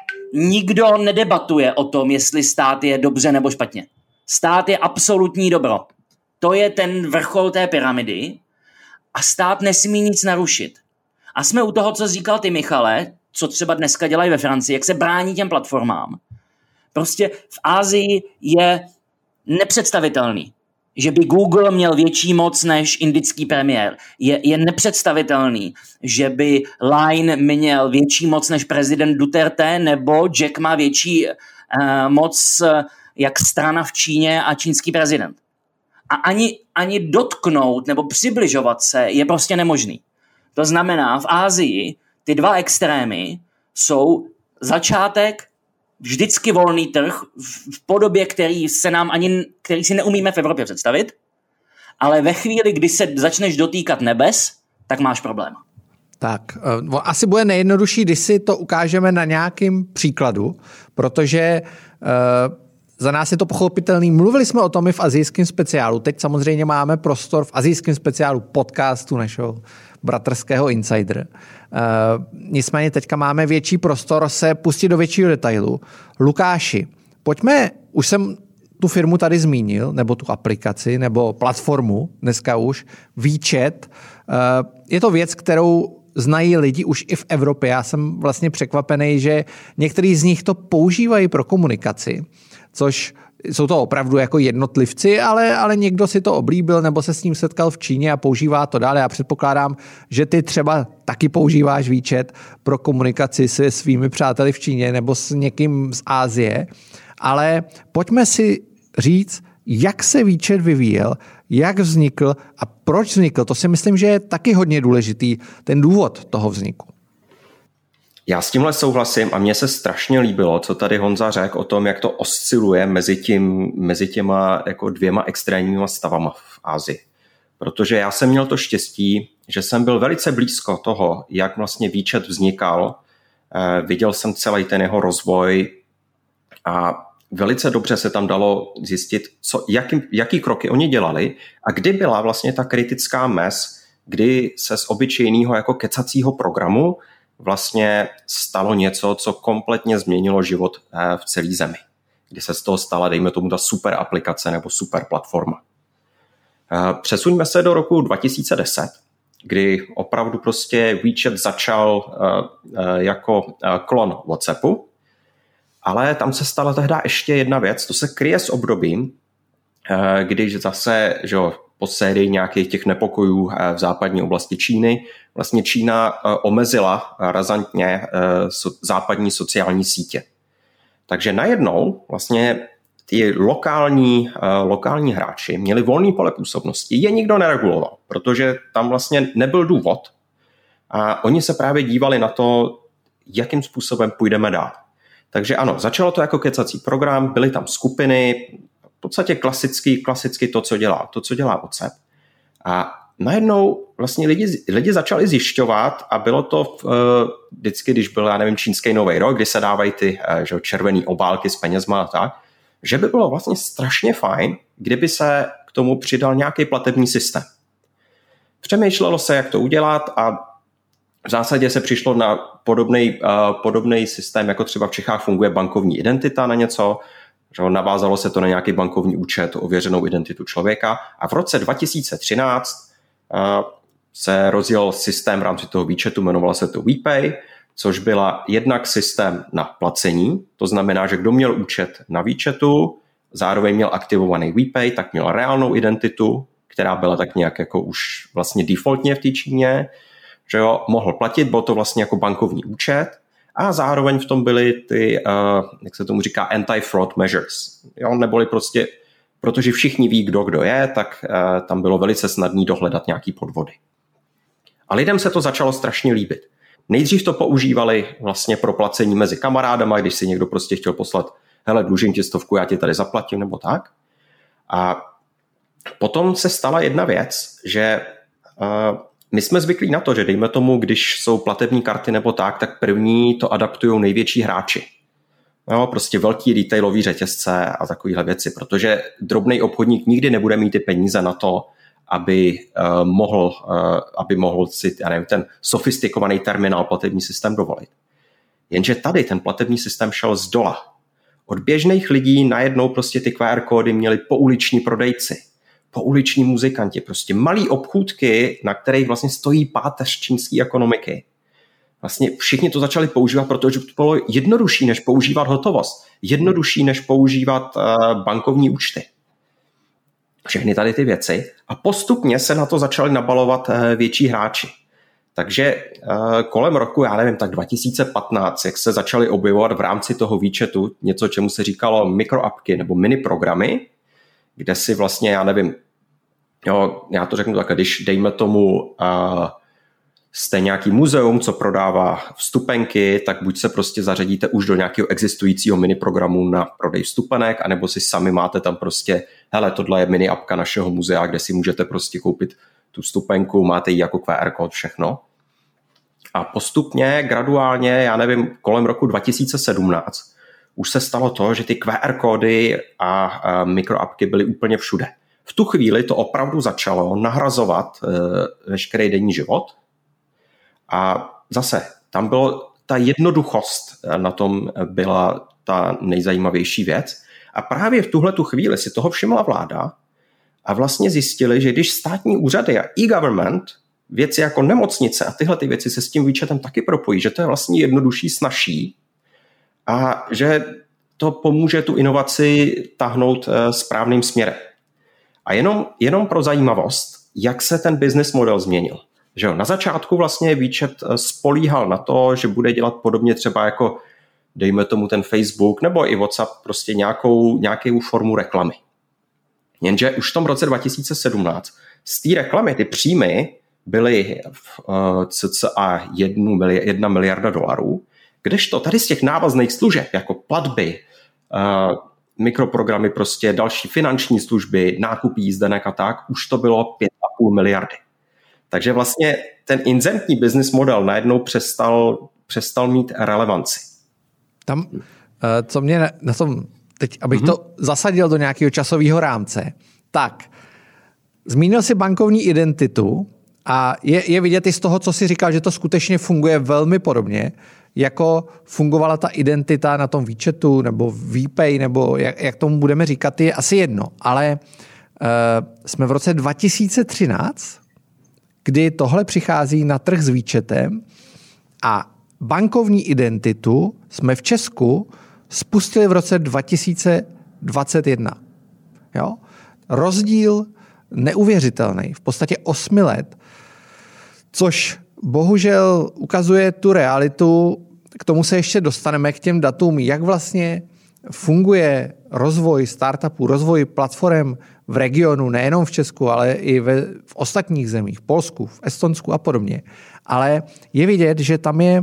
nikdo nedebatuje o tom, jestli stát je dobře nebo špatně. Stát je absolutní dobro. To je ten vrchol té pyramidy a stát nesmí nic narušit. A jsme u toho, co říkal ty, Michale, co třeba dneska dělají ve Francii, jak se brání těm platformám. Prostě v Asii je nepředstavitelný, že by Google měl větší moc než indický premiér. Je, je nepředstavitelný, že by Line měl větší moc než prezident Duterte, nebo Jack má větší uh, moc uh, jak strana v Číně a čínský prezident. A ani, ani dotknout nebo přibližovat se je prostě nemožný. To znamená, v Asii ty dva extrémy jsou začátek, vždycky volný trh v podobě, který se nám ani, který si neumíme v Evropě představit, ale ve chvíli, kdy se začneš dotýkat nebes, tak máš problém. Tak, asi bude nejjednodušší, když si to ukážeme na nějakým příkladu, protože uh, za nás je to pochopitelný. Mluvili jsme o tom i v asijském speciálu. Teď samozřejmě máme prostor v asijském speciálu podcastu našeho bratrského Insider. Uh, nicméně teďka máme větší prostor se pustit do většího detailu. Lukáši, pojďme, už jsem tu firmu tady zmínil, nebo tu aplikaci, nebo platformu, dneska už, WeChat. Uh, je to věc, kterou znají lidi už i v Evropě. Já jsem vlastně překvapený, že některý z nich to používají pro komunikaci, což jsou to opravdu jako jednotlivci, ale, ale někdo si to oblíbil nebo se s ním setkal v Číně a používá to dále. Já předpokládám, že ty třeba taky používáš WeChat pro komunikaci se svými přáteli v Číně nebo s někým z Asie. Ale pojďme si říct, jak se WeChat vyvíjel, jak vznikl a proč vznikl. To si myslím, že je taky hodně důležitý, ten důvod toho vzniku. Já s tímhle souhlasím a mně se strašně líbilo, co tady Honza řekl o tom, jak to osciluje mezi, tím, mezi těma jako dvěma extrémníma stavama v Asii. Protože já jsem měl to štěstí, že jsem byl velice blízko toho, jak vlastně WeChat vznikal. Eh, viděl jsem celý ten jeho rozvoj a velice dobře se tam dalo zjistit, co, jaký, jaký kroky oni dělali a kdy byla vlastně ta kritická mez, kdy se z obyčejného jako kecacího programu vlastně stalo něco, co kompletně změnilo život v celé zemi. Kdy se z toho stala, dejme tomu, ta super aplikace nebo super platforma. Přesuňme se do roku dva tisíce deset, kdy opravdu prostě WeChat začal jako klon WhatsAppu, ale tam se stala tehdy ještě jedna věc, to se kryje s obdobím, když zase že po sérii nějakých těch nepokojů v západní oblasti Číny vlastně Čína omezila razantně západní sociální sítě. Takže najednou vlastně ty lokální, lokální hráči měli volný pole působnosti, je nikdo nereguloval, protože tam vlastně nebyl důvod a oni se právě dívali na to, jakým způsobem půjdeme dál. Takže ano, začalo to jako kecací program, byly tam skupiny, v podstatě klasicky, klasicky to, co dělá, to, co dělá WhatsApp. A najednou vlastně lidi, lidi začali zjišťovat a bylo to v, vždycky, když byl, já nevím, čínský nový rok, kdy se dávají ty že, červený obálky s penězma a tak, že by bylo vlastně strašně fajn, kdyby se k tomu přidal nějaký platební systém. Přemýšlelo se, jak to udělat a v zásadě se přišlo na podobný, uh, podobný systém, jako třeba v Čechách funguje bankovní identita na něco, že navázalo se to na nějaký bankovní účet, ověřenou identitu člověka a v roce dva tisíce třináct uh, se rozjel systém v rámci toho výčetu, jmenovalo se to WePay, což byla jednak systém na placení, to znamená, že kdo měl účet na výčetu, zároveň měl aktivovaný WePay, tak měl reálnou identitu, která byla tak nějak jako už vlastně defaultně v té Číně, že jo, mohl platit, bylo to vlastně jako bankovní účet a zároveň v tom byly ty, uh, jak se tomu říká, anti-fraud measures. Jo, neboli prostě, protože všichni ví, kdo kdo je, tak uh, tam bylo velice snadné dohledat nějaký podvody. A lidem se to začalo strašně líbit. Nejdřív to používali vlastně pro placení mezi kamarádama, když si někdo prostě chtěl poslat, hele, dlužím ti stovku, já ti tady zaplatím, nebo tak. A potom se stala jedna věc, že uh, my jsme zvyklí na to, že dejme tomu, když jsou platební karty nebo tak, tak první to adaptují největší hráči. No, prostě velký retailový řetězce a takovéhle věci, protože drobný obchodník nikdy nebude mít ty peníze na to, aby uh, mohl, uh, aby mohl si, já nevím, ten sofistikovaný terminál platební systém dovolit. Jenže tady ten platební systém šel z dola. Od běžných lidí najednou prostě ty Q R kódy měli pouliční prodejci, pouliční muzikanti, prostě malý obchůdky, na kterých vlastně stojí páteř čínské ekonomiky. Vlastně všichni to začali používat, protože to bylo jednodušší, než používat hotovost. Jednodušší, než používat uh, bankovní účty. Všechny tady ty věci. A postupně se na to začali nabalovat uh, větší hráči. Takže uh, kolem roku, já nevím, tak dva tisíce patnáct, jak se začaly objevovat v rámci toho výčetu něco, čemu se říkalo mikroapky nebo mini programy, kde si vlastně, já nevím, jo, já to řeknu tak, když dejme tomu uh, jste nějaký muzeum, co prodává vstupenky, tak buď se prostě zařadíte už do nějakého existujícího mini programu na prodej vstupenek, anebo si sami máte tam prostě, hele, tohle je mini apka našeho muzea, kde si můžete prostě koupit tu vstupenku, máte ji jako Q R kód, všechno. A postupně, graduálně, já nevím, kolem roku dva tisíce sedmnáct už se stalo to, že ty Q R kódy a, a mikroapky byly úplně všude. V tu chvíli to opravdu začalo nahrazovat e, veškerý denní život. A zase, tam bylo ta jednoduchost, na tom byla ta nejzajímavější věc. A právě v tuhletu chvíli si toho všimla vláda a vlastně zjistili, že když státní úřady a e-government, věci jako nemocnice a tyhle ty věci se s tím výčetem taky propojí, že to je vlastně jednodušší, snazší a že to pomůže tu inovaci tahnout správným směrem. A jenom, jenom pro zajímavost, jak se ten business model změnil. Že jo, na začátku vlastně výčet spolíhal na to, že bude dělat podobně třeba jako dejme tomu ten Facebook nebo i WhatsApp prostě nějakou, nějakou formu reklamy. Jenže už v tom roce dva tisíce sedmnáct z té reklamy ty příjmy byly uh, cca jedna miliarda dolarů, kdežto tady z těch návazných služeb jako platby, uh, mikroprogramy, prostě další finanční služby, nákupy jízdenek a tak, už to bylo pět a půl miliardy. Takže vlastně ten inzentní business model najednou přestal, přestal mít relevanci. Tam, co mě na, na tom, teď abych mm-hmm. to zasadil do nějakého časového rámce, tak zmínil si bankovní identitu a je, je vidět i z toho, co jsi říkal, že to skutečně funguje velmi podobně, jako fungovala ta identita na tom výčetu nebo WePay, nebo jak, jak tomu budeme říkat, je asi jedno. Ale uh, jsme v roce dva tisíce třináct, kdy tohle přichází na trh s výčetem a bankovní identitu jsme v Česku spustili v roce dva tisíce dvacet jedna. Jo? Rozdíl neuvěřitelný, v podstatě osmi let, což bohužel ukazuje tu realitu, k tomu se ještě dostaneme k těm datům, jak vlastně funguje rozvoj startupů, rozvoj platform v regionu, nejenom v Česku, ale i ve, v ostatních zemích, v Polsku, v Estonsku a podobně. Ale je vidět, že tam je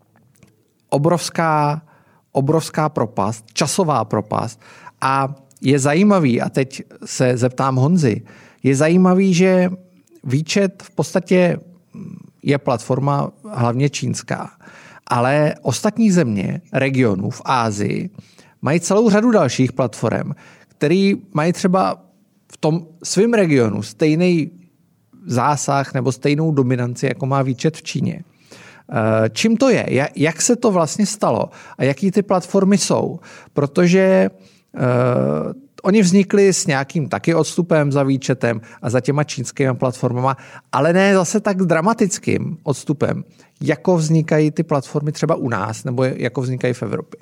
obrovská, obrovská propast, časová propast a je zajímavý, a teď se zeptám Honzy, je zajímavý, že WeChat v podstatě je platforma hlavně čínská, ale ostatní země, regionů v Asii mají celou řadu dalších platform, které mají třeba v tom svém regionu stejný zásah nebo stejnou dominanci, jako má WeChat v Číně. Čím to je? Jak se to vlastně stalo? A jaký ty platformy jsou? Protože uh, oni vznikli s nějakým taky odstupem za WeChatem a za těma čínskými platformama, ale ne zase tak dramatickým odstupem, jako vznikají ty platformy třeba u nás nebo jako vznikají v Evropě.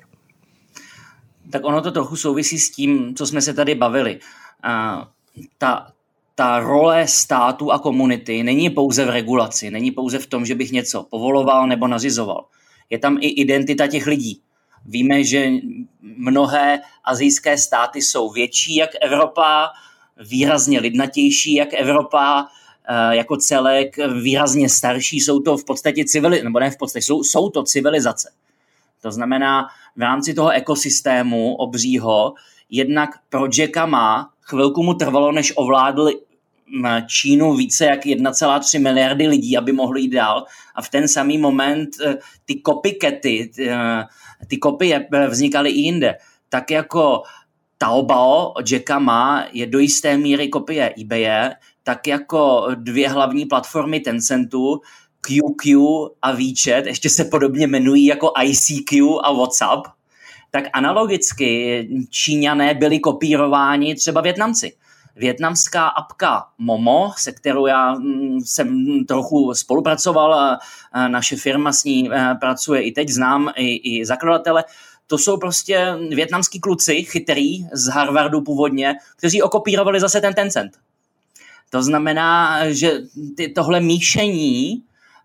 Tak ono to trochu souvisí s tím, co jsme se tady bavili. Uh, ta, ta role státu a komunity není pouze v regulaci, není pouze v tom, že bych něco povoloval nebo nařizoval. Je tam i identita těch lidí. Víme, že mnohé asijské státy jsou větší jak Evropa, výrazně lidnatější jak Evropa, jako celek, výrazně starší, jsou to v podstatě civilizace, nebo ne v podstatě, jsou, jsou to civilizace. To znamená, v rámci toho ekosystému obřího, jednak pro Jacka Ma chvilku mu trvalo, než ovládl Čínu více jak jedna celá tři miliardy lidí, aby mohli jít dál. A v ten samý moment ty copycaty, ty kopie vznikaly i jinde. Tak jako Taobao od Jacka Ma je do jisté míry kopie eBaye, tak jako dvě hlavní platformy Tencentu, Q Q a WeChat, ještě se podobně jmenují jako I C Q a WhatsApp, tak analogicky Číňané byli kopírováni třeba Vietnamci. Vietnamská apka Momo, se kterou já jsem trochu spolupracoval, naše firma s ní pracuje i teď, znám i, i zakladatele, to jsou prostě vietnamský kluci, chytrý, z Harvardu původně, kteří okopírovali zase ten Tencent. To znamená, že ty, tohle míšení,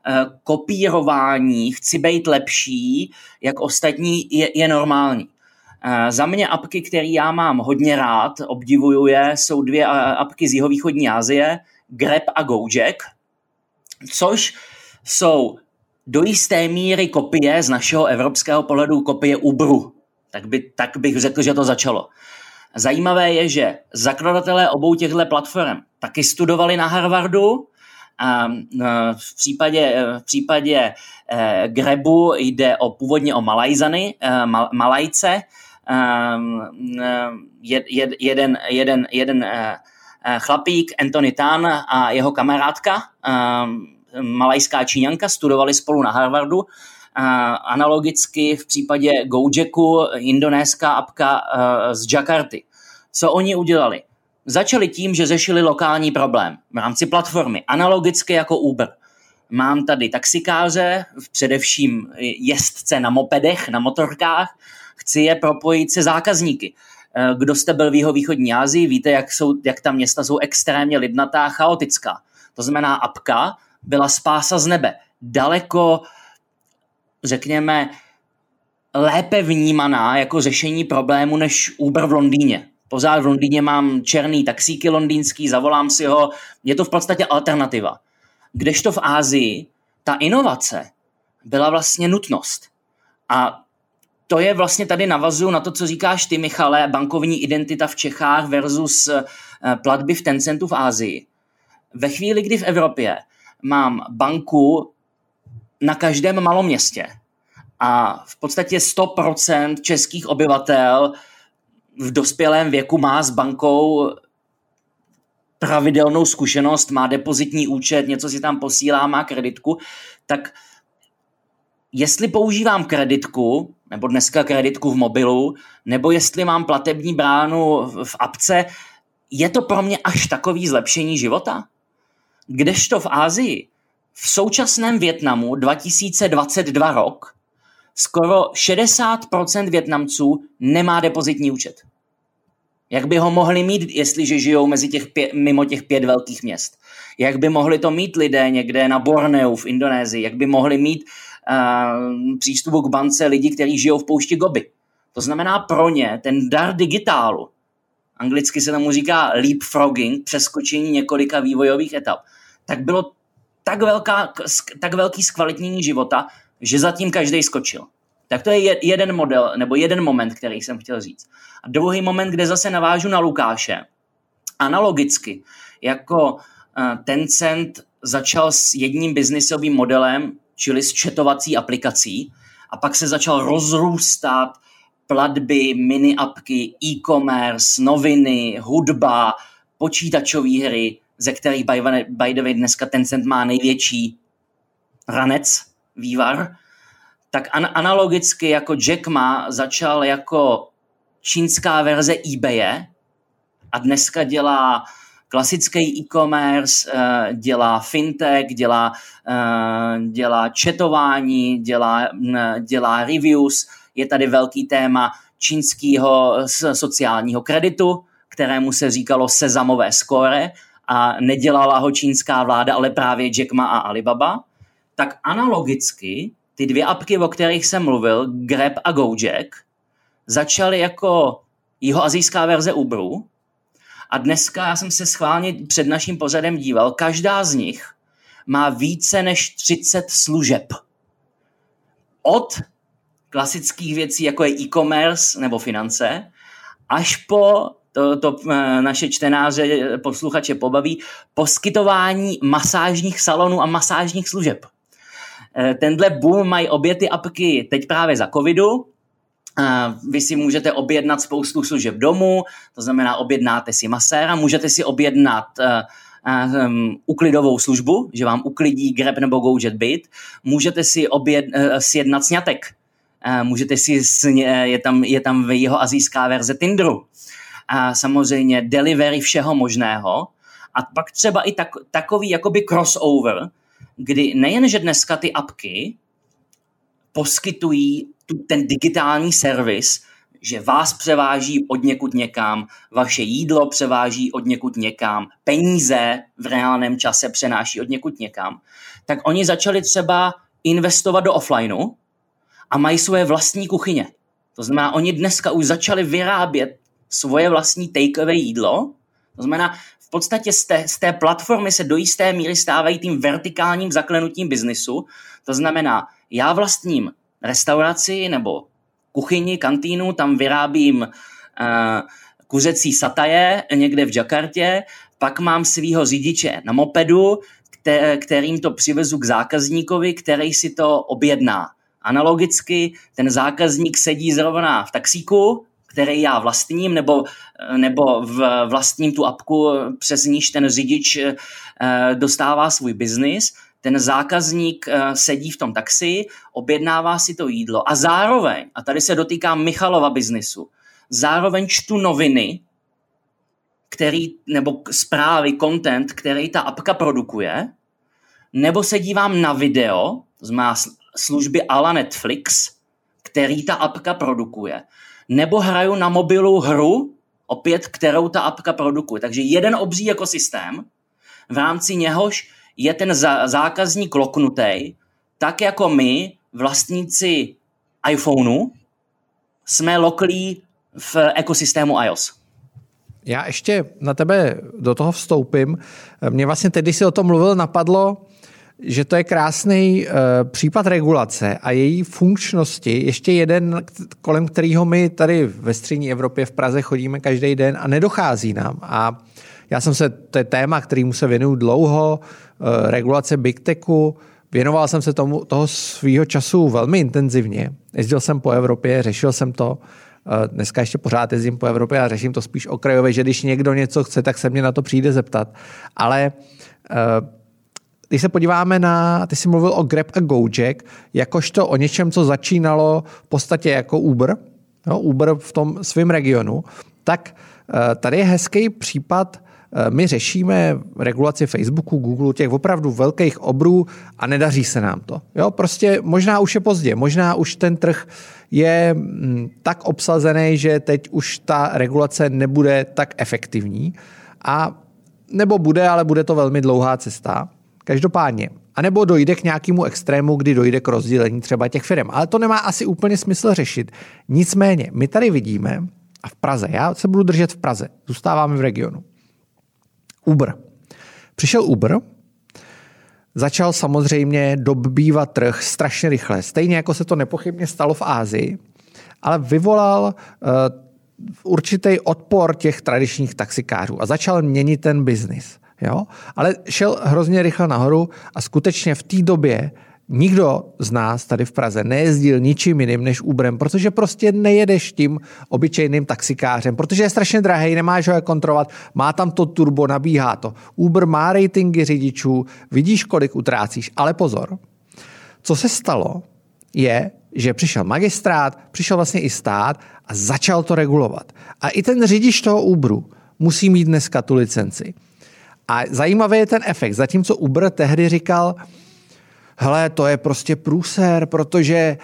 kopírování, chci být lepší, jak ostatní, je, je normální. Za mě apky, které já mám hodně rád, obdivuju je, jsou dvě apky z jihovýchodní Asie, Grab a Gojek, což jsou do jisté míry kopie z našeho evropského pohledu kopie Uberu. Tak, by, tak bych řekl, že to začalo. Zajímavé je, že zakladatelé obou těchto platform taky studovali na Harvardu. A v případě, v případě Grabu jde o, původně o Malajzany, Malajce. Jed, jed, jeden, jeden, jeden chlapík, Anthony Tan a jeho kamarádka, malajská Číňanka, studovali spolu na Harvardu. Analogicky v případě Gojeku, indonéská apka z Jakarty. Co oni udělali? Začali tím, že řešili lokální problém v rámci platformy, analogicky jako Uber. Mám tady taxikáře, především jezdce na mopedech, na motorkách, chci je propojit se zákazníky. Kdo jste byl v jihovýchodní Asii, víte, jak, jsou, jak ta města jsou extrémně lidnatá, chaotická. To znamená, apka byla spása z nebe. Daleko, řekněme, lépe vnímaná jako řešení problému než Uber v Londýně. Pořád v Londýně mám černý taxíky londýnský, zavolám si ho, je to v podstatě alternativa. Kdežto v Asii ta inovace byla vlastně nutnost. A to je vlastně tady navazuju na to, co říkáš ty, Michale, bankovní identita v Čechách versus platby v Tencentu v Asii. Ve chvíli, kdy v Evropě mám banku na každém malom městě a v podstatě sto procent českých obyvatel v dospělém věku má s bankou pravidelnou zkušenost, má depozitní účet, něco si tam posílá, má kreditku, tak jestli používám kreditku, nebo dneska kreditku v mobilu, nebo jestli mám platební bránu v apce, je to pro mě až takový zlepšení života? Kdežto v Asii, v současném Vietnamu dva tisíce dvacet dva rok, skoro šedesát procent Vietnamců nemá depozitní účet. Jak by ho mohli mít, jestliže žijou mezi těch pě- mimo těch pět velkých měst? Jak by mohli to mít lidé někde na Borneu v Indonésii? Jak by mohli mít uh, přístupu k bance lidi, kteří žijou v poušti Gobi? To znamená pro ně ten dar digitálu, anglicky se tomu říká leapfrogging, přeskočení několika vývojových etap, tak bylo tak, velká, tak velký zkvalitnění života, že zatím každej skočil. Tak to je jeden model, nebo jeden moment, který jsem chtěl říct. A druhý moment, kde zase navážu na Lukáše. Analogicky, jako Tencent začal s jedním biznisovým modelem, čili s chatovací aplikací, a pak se začal rozrůstat platby, mini-apky, e-commerce, noviny, hudba, počítačové hry, ze kterých by the way dneska Tencent má největší ranec, vývar, tak an- analogicky jako Jack Ma začal jako čínská verze eBaye a dneska dělá klasický e-commerce, dělá fintech, dělá, dělá chatování, dělá, dělá reviews. Je tady velký téma čínského sociálního kreditu, kterému se říkalo sezamové score a nedělala ho čínská vláda, ale právě Jack Ma a Alibaba. Tak analogicky ty dvě apky, o kterých jsem mluvil, Grab a Gojek, začaly jako jihoasijská verze Uberu. A dneska já jsem se schválně před naším pořadem díval, každá z nich má více než třicet služeb. Od klasických věcí, jako je e-commerce nebo finance, až po, to, to naše čtenáře, posluchače pobaví, poskytování masážních salonů a masážních služeb. Tenhle boom mají obě ty apky teď právě za covidu. Vy si můžete objednat spoustu služeb domů, to znamená objednáte si maséra, můžete si objednat uh, um, uklidovou službu, že vám uklidí Grab nebo Gojek byt, můžete si objed, uh, sjednat sňatek, uh, můžete si, sně, je tam, je tam jihoasijská verze Tinderu, a samozřejmě delivery všeho možného a pak třeba i tak, takový jakoby crossover, kdy nejenže dneska ty apky poskytují tu, ten digitální servis, že vás převáží od někud někam, vaše jídlo převáží od někud někam, peníze v reálném čase přenáší od někud někam, tak oni začali třeba investovat do offlineu a mají svoje vlastní kuchyně. To znamená, oni dneska už začali vyrábět svoje vlastní takeaway jídlo, to znamená, v podstatě z té, z té platformy se do jisté míry stávají tím vertikálním zaklenutím biznisu. To znamená, já vlastním restauraci nebo kuchyni, kantýnu, tam vyrábím uh, kuřecí sataje někde v Jakartě, pak mám svýho řidiče na mopedu, kter- kterým to přivezu k zákazníkovi, který si to objedná. Analogicky ten zákazník sedí zrovna v taxíku, který já vlastním, nebo, nebo v vlastním tu apku, přes níž ten řidič dostává svůj biznis. Ten zákazník sedí v tom taxi, objednává si to jídlo a zároveň, a tady se dotýká Michalova biznisu, zároveň čtu noviny, který, nebo zprávy, content, který ta apka produkuje, nebo se dívám na video, to znamená služby a la Netflix, který ta apka produkuje. Nebo hraju na mobilu hru, opět, kterou ta apka produkuje. Takže jeden obří ekosystém, v rámci něhož je ten zákazník loknutý, tak jako my, vlastníci iPhoneu, jsme loklí v ekosystému iOS. Já ještě na tebe do toho vstoupím. Mě vlastně teď, když jsi o tom mluvil, napadlo, že to je krásný uh, případ regulace a její funkčnosti. Ještě jeden, kolem kterého my tady ve střední Evropě v Praze chodíme každý den a nedochází nám. A já jsem se, to je téma, kterému se věnuju dlouho, uh, regulace Big Techu. Věnoval jsem se tomu, toho svýho času velmi intenzivně. Jezdil jsem po Evropě, řešil jsem to. Uh, dneska ještě pořád jezdím po Evropě a řeším to spíš okrajově, že když někdo něco chce, tak se mě na to přijde zeptat. Ale uh, když se podíváme na, ty jsi mluvil o Grab a Gojek, jakožto o něčem, co začínalo v podstatě jako Uber, no, Uber v tom svém regionu, tak tady je hezký případ my řešíme regulaci Facebooku, Google, těch opravdu velkých obrů a nedaří se nám to. Jo, prostě možná už je pozdě, možná už ten trh je tak obsazený, že teď už ta regulace nebude tak efektivní a nebo bude, ale bude to velmi dlouhá cesta. Každopádně. A nebo dojde k nějakému extrému, kdy dojde k rozdělení třeba těch firm. Ale to nemá asi úplně smysl řešit. Nicméně, my tady vidíme, a v Praze, já se budu držet v Praze, zůstáváme v regionu. Uber. Přišel Uber, začal samozřejmě dobývat trh strašně rychle. Stejně jako se to nepochybně stalo v Asii, ale vyvolal uh, určitý odpor těch tradičních taxikářů a začal měnit ten biznis. Jo? Ale šel hrozně rychle nahoru a skutečně v té době nikdo z nás tady v Praze nejezdil ničím jiným než Uberem, protože prostě nejedeš tím obyčejným taxikářem, protože je strašně drahý, nemáš ho jak kontrolovat, má tam to turbo, nabíhá to. Uber má ratingy řidičů, vidíš, kolik utrácíš, ale pozor. Co se stalo, je, že přišel magistrát, přišel vlastně i stát a začal to regulovat. A i ten řidič toho Uberu musí mít dneska tu licenci. A zajímavý je ten efekt. Zatímco Uber tehdy říkal, hele, to je prostě průser, protože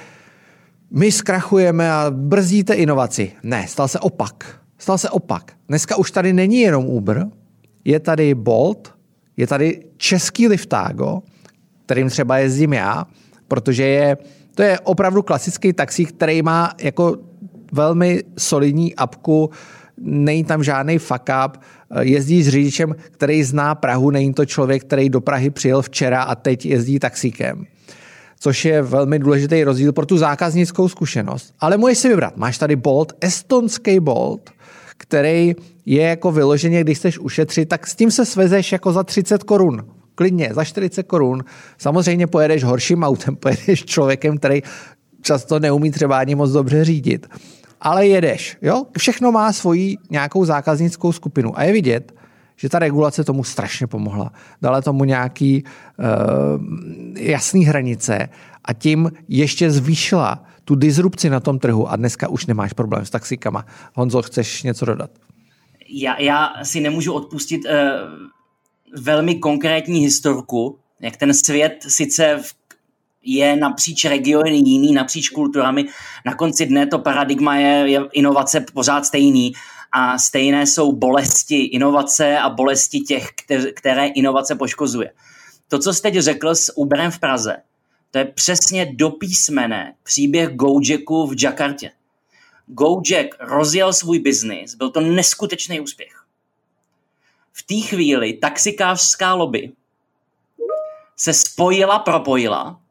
my zkrachujeme a brzdíte inovaci. Ne, stal se opak. Stal se opak. Dneska už tady není jenom Uber, je tady Bolt, je tady český Liftago, kterým třeba jezdím já, protože je, to je opravdu klasický taxík, který má jako velmi solidní apku, není tam žádný fuck up, jezdí s řidičem, který zná Prahu, není to člověk, který do Prahy přijel včera a teď jezdí taxíkem. Což je velmi důležitý rozdíl pro tu zákaznickou zkušenost. Ale můžeš si vybrat. Máš tady Bolt, estonský Bolt, který je jako vyloženě, když chceš ušetřit, tak s tím se svezeš jako za třicet korun. Klidně, za čtyřicet korun. Samozřejmě pojedeš horším autem, pojedeš člověkem, který často neumí třeba ani moc dobře řídit. Ale jedeš, jo? Všechno má svoji nějakou zákaznickou skupinu a je vidět, že ta regulace tomu strašně pomohla. Dala tomu nějaký uh, jasný hranice a tím ještě zvýšila tu disrupci na tom trhu a dneska už nemáš problém s taxikama. Honzo, chceš něco dodat? Já, já si nemůžu odpustit uh, velmi konkrétní historku, jak ten svět sice v je napříč regiony jiný, napříč kulturami. Na konci dne to paradigma je, je inovace pořád stejný a stejné jsou bolesti inovace a bolesti těch, které inovace poškozuje. To, co jste teď řekl s Uberem v Praze, to je přesně do písmene příběh Gojecku v Jakartě. Gojek rozjel svůj biznis, byl to neskutečný úspěch. V té chvíli taxikářská lobby se spojila, propojila,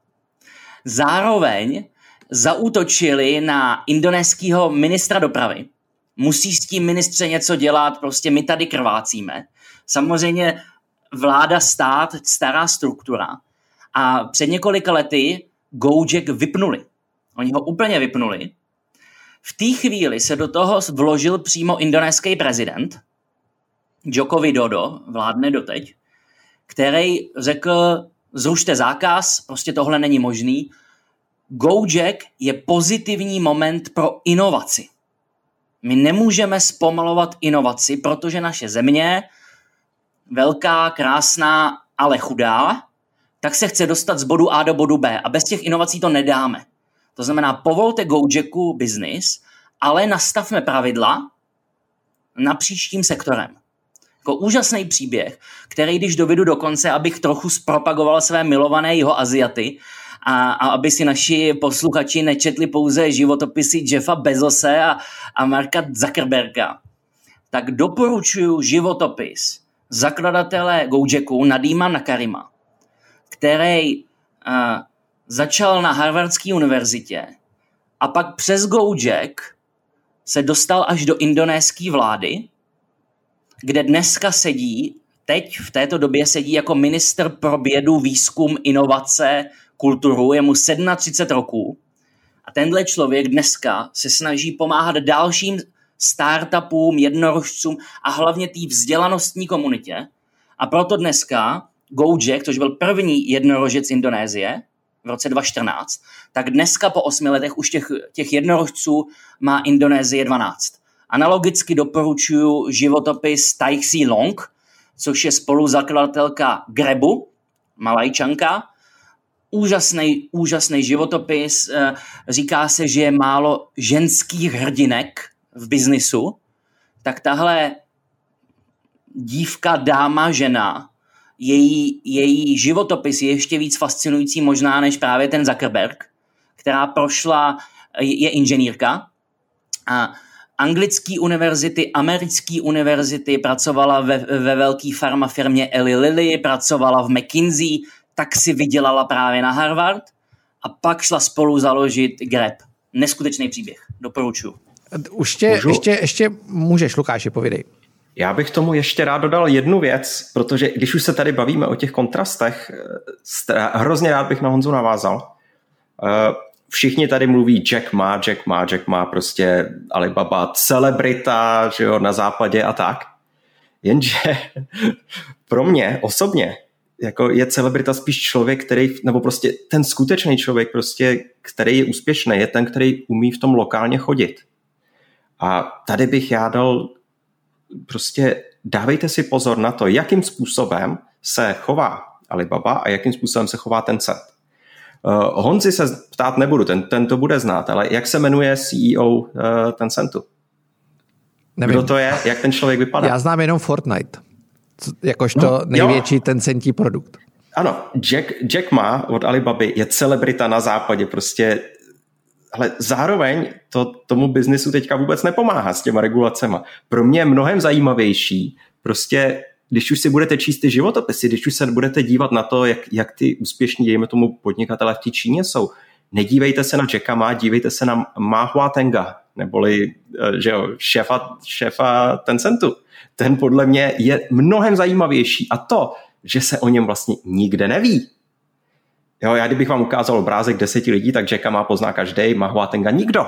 zároveň zaútočili na indonéského ministra dopravy. Musí s tím ministře něco dělat, prostě my tady krvácíme. Samozřejmě vláda, stát, stará struktura. A před několika lety Gojek vypnuli. Oni ho úplně vypnuli. V té chvíli se do toho vložil přímo indonéský prezident, Joko Widodo, vládne doteď, který řekl, zrušte zákaz, prostě tohle není možný. Gojek je pozitivní moment pro inovaci. My nemůžeme zpomalovat inovaci, protože naše země, velká, krásná, ale chudá, tak se chce dostat z bodu A do bodu B a bez těch inovací to nedáme. To znamená, povolte Gojecku biznis, ale nastavme pravidla napříč tím sektorem. Jako úžasný příběh, který když dovedu do konce, abych trochu zpropagoval své milované Jihoaziaty a, a aby si naši posluchači nečetli pouze životopisy Jeffa Bezose a, a Marka Zuckerberga, tak doporučuji životopis zakladatele Gojecku Nadima Nakarima, který uh, začal na Harvardské univerzitě a pak přes Gojek se dostal až do indonéské vlády, kde dneska sedí, teď v této době sedí jako ministr pro vědu, výzkum, inovace, kulturu, je mu třicet sedm roků a tenhle člověk dneska se snaží pomáhat dalším startupům, jednorožcům a hlavně té vzdělanostní komunitě a proto dneska Gojek, což byl první jednorožec Indonésie v roce dva tisíce čtrnáct, tak dneska po osmi letech už těch, těch jednorožců má Indonésie dvanáct. Analogicky doporučuji životopis Tai Tse Long, což je spoluzakladatelka Grabu, Malajčanka. Úžasný, úžasný životopis. Říká se, že je málo ženských hrdinek v biznisu. Tak tahle dívka, dáma, žena, její, její životopis je ještě víc fascinující možná než právě ten Zuckerberg, která prošla, je inženýrka a anglické univerzity, americké univerzity, pracovala ve, ve velké farmafirmě Eli Lilly, pracovala v McKinsey, tak si vydělala právě na Harvard a pak šla spolu založit Grab. Neskutečný příběh, doporučuji. Už tě, ještě, ještě můžeš, Lukáši, povídej. Já bych tomu ještě rád dodal jednu věc, protože když už se tady bavíme o těch kontrastech, hrozně rád bych na Honzu navázal. Všichni tady mluví Jack Ma, Jack Ma, Jack Ma, prostě Alibaba, celebrita, že jo, na západě a tak. Jenže pro mě osobně jako je celebrita spíš člověk, který, nebo prostě ten skutečný člověk, prostě, který je úspěšný, je ten, který umí v tom lokálně chodit. A tady bych já dal prostě dávejte si pozor na to, jakým způsobem se chová Alibaba a jakým způsobem se chová Tencent. Uh, Honzi se ptát nebudu, ten, ten to bude znát, ale jak se jmenuje C E O uh, Tencentu? Nevím. Kdo to je? Jak ten člověk vypadá? Já znám jenom Fortnite, jakožto no, největší jo. Tencentí produkt. Ano, Jack, Jack Ma od Alibaby je celebrita na západě, prostě, ale zároveň to tomu biznisu teďka vůbec nepomáhá s těma regulacema. Pro mě je mnohem zajímavější, prostě když už si budete číst ty životopisy, když už se budete dívat na to, jak, jak ty úspěšní, dejme tomu, podnikatelé v té Číně jsou, nedívejte se na Jacka Ma, dívejte se na Ma Huatenga, neboli že jo, šéfa, šéfa Tencentu. Ten podle mě je mnohem zajímavější a to, že se o něm vlastně nikde neví. Jo, já kdybych vám ukázal obrázek deseti lidí, tak Jacka Ma pozná každej, Ma Huatenga nikdo.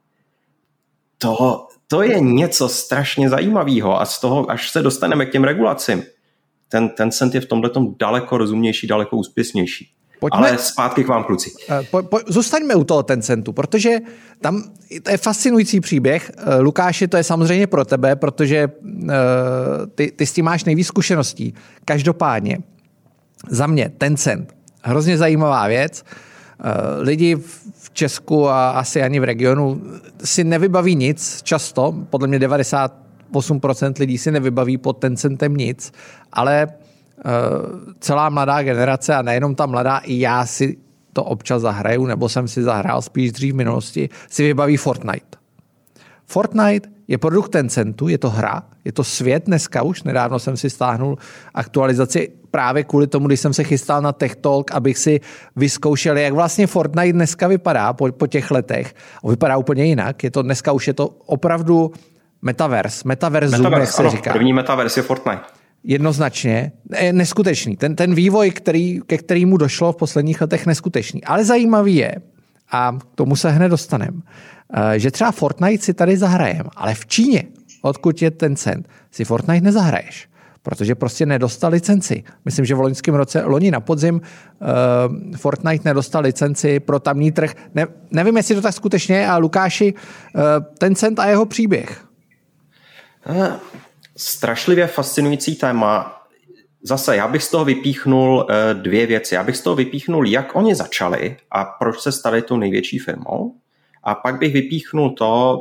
To, to je něco strašně zajímavého a z toho, až se dostaneme k těm regulacím, ten Tencent je v tomhletom daleko rozumnější, daleko úspěšnější. Pojďme, ale zpátky k vám, kluci. Po, po, zůstaňme u toho Tencentu, protože tam to je fascinující příběh. Lukáši, to je samozřejmě pro tebe, protože uh, ty, ty s tím máš nejvíc zkušeností. Každopádně, za mě Tencent, hrozně zajímavá věc. Uh, lidi v Česku a asi ani v regionu si nevybaví nic často, podle mě devadesát osm procent lidí si nevybaví pod Tencentem nic, ale celá mladá generace a nejenom ta mladá, i já si to občas zahraju, nebo jsem si zahrál spíš dřív v minulosti, si vybaví Fortnite. Fortnite je produkt Tencentu, je to hra, je to svět dneska už, nedávno jsem si stáhnul aktualizaci právě kvůli tomu, když jsem se chystal na Tech Talk, abych si vyzkoušel, jak vlastně Fortnite dneska vypadá po, po těch letech. A vypadá úplně jinak, je to dneska už je to opravdu metaverse, metaverzum, metaverse, jak se ano, říká. První metaverse je Fortnite. Jednoznačně. Neskutečný. Ten, ten vývoj, který, ke kterému došlo v posledních letech, neskutečný. Ale zajímavý je, a k tomu se hned dostaneme, že třeba Fortnite si tady zahrajem, ale v Číně, odkud je Tencent, si Fortnite nezahraješ, protože prostě nedostal licenci. Myslím, že v loňském roce, loni na podzim, uh, Fortnite nedostal licenci pro tamní trh. Ne, nevím, jestli to tak skutečně je, a Lukáši, uh, Tencent a jeho příběh. Uh. Strašlivě fascinující téma. Zase já bych z toho vypíchnul dvě věci. Já bych z toho vypíchnul, jak oni začali a proč se stali tou největší firmou. A pak bych vypíchnul to,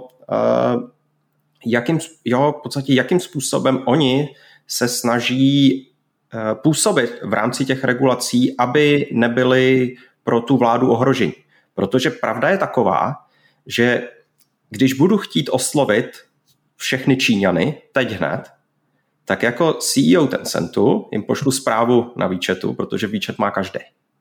jakým, jo, v podstatě, jakým způsobem oni se snaží působit v rámci těch regulací, aby nebyly pro tu vládu ohrožení. Protože pravda je taková, že když budu chtít oslovit všechny Číňany, teď hned, tak jako C E O Tencentu jim pošlu zprávu na WeChatu, protože WeChat má každý.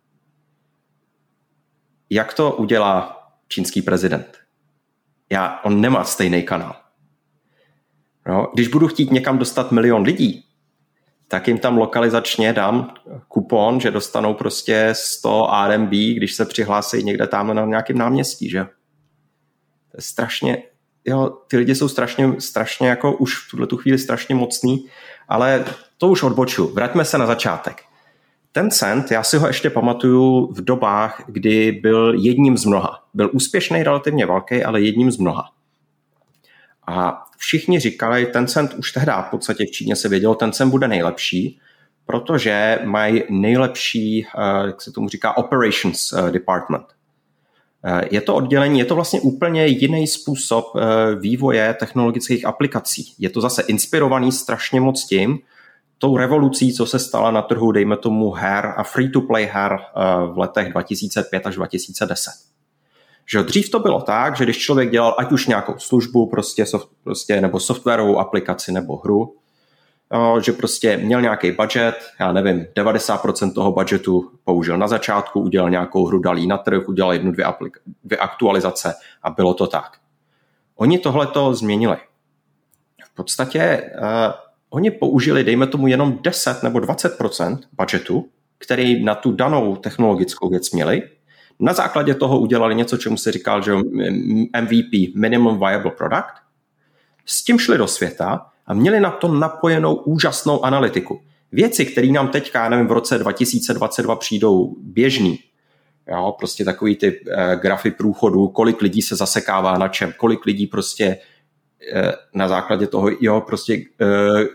Jak to udělá čínský prezident? Já, on nemá stejný kanál. No, když budu chtít někam dostat milion lidí, tak jim tam lokalizačně dám kupon, že dostanou prostě sto R M B, když se přihlásí někde tamhle na nějakém náměstí, že? To je strašně... Jo, ty lidi jsou strašně, strašně jako už v tuhletu chvíli strašně mocný, ale to už odbočuju. Vraťme se na začátek. Tencent, já si ho ještě pamatuju v dobách, kdy byl jedním z mnoha. Byl úspěšný, relativně velký, ale jedním z mnoha. A všichni říkali, Tencent už tehdy v podstatě v Číně se vědělo, Tencent bude nejlepší, protože mají nejlepší, jak se tomu říká, operations department. Je to oddělení, je to vlastně úplně jiný způsob vývoje technologických aplikací. Je to zase inspirovaný strašně moc tím, tou revolucí, co se stala na trhu, dejme tomu her a free-to-play her v letech dva tisíce pět až dva tisíce deset. Že dřív to bylo tak, že když člověk dělal ať už nějakou službu, prostě, soft, prostě nebo softwarovou aplikaci nebo hru, že prostě měl nějaký budget, já nevím, devadesát procent toho budgetu použil na začátku, udělal nějakou hru, dal jí na trh, udělal jednu, dvě, aplika- dvě aktualizace a bylo to tak. Oni tohleto změnili. V podstatě uh, oni použili, dejme tomu, jenom deset nebo dvacet procent budgetu, který na tu danou technologickou věc měli. Na základě toho udělali něco, čemu se říkal, že M V P, Minimum Viable Product. S tím šli do světa a měli na to napojenou úžasnou analytiku. Věci, které nám teďka, nevím, v roce dva tisíce dvacet dva přijdou běžný. Jo, prostě takový ty eh, grafy průchodu, kolik lidí se zasekává na čem, kolik lidí prostě eh, na základě toho, jo, prostě eh,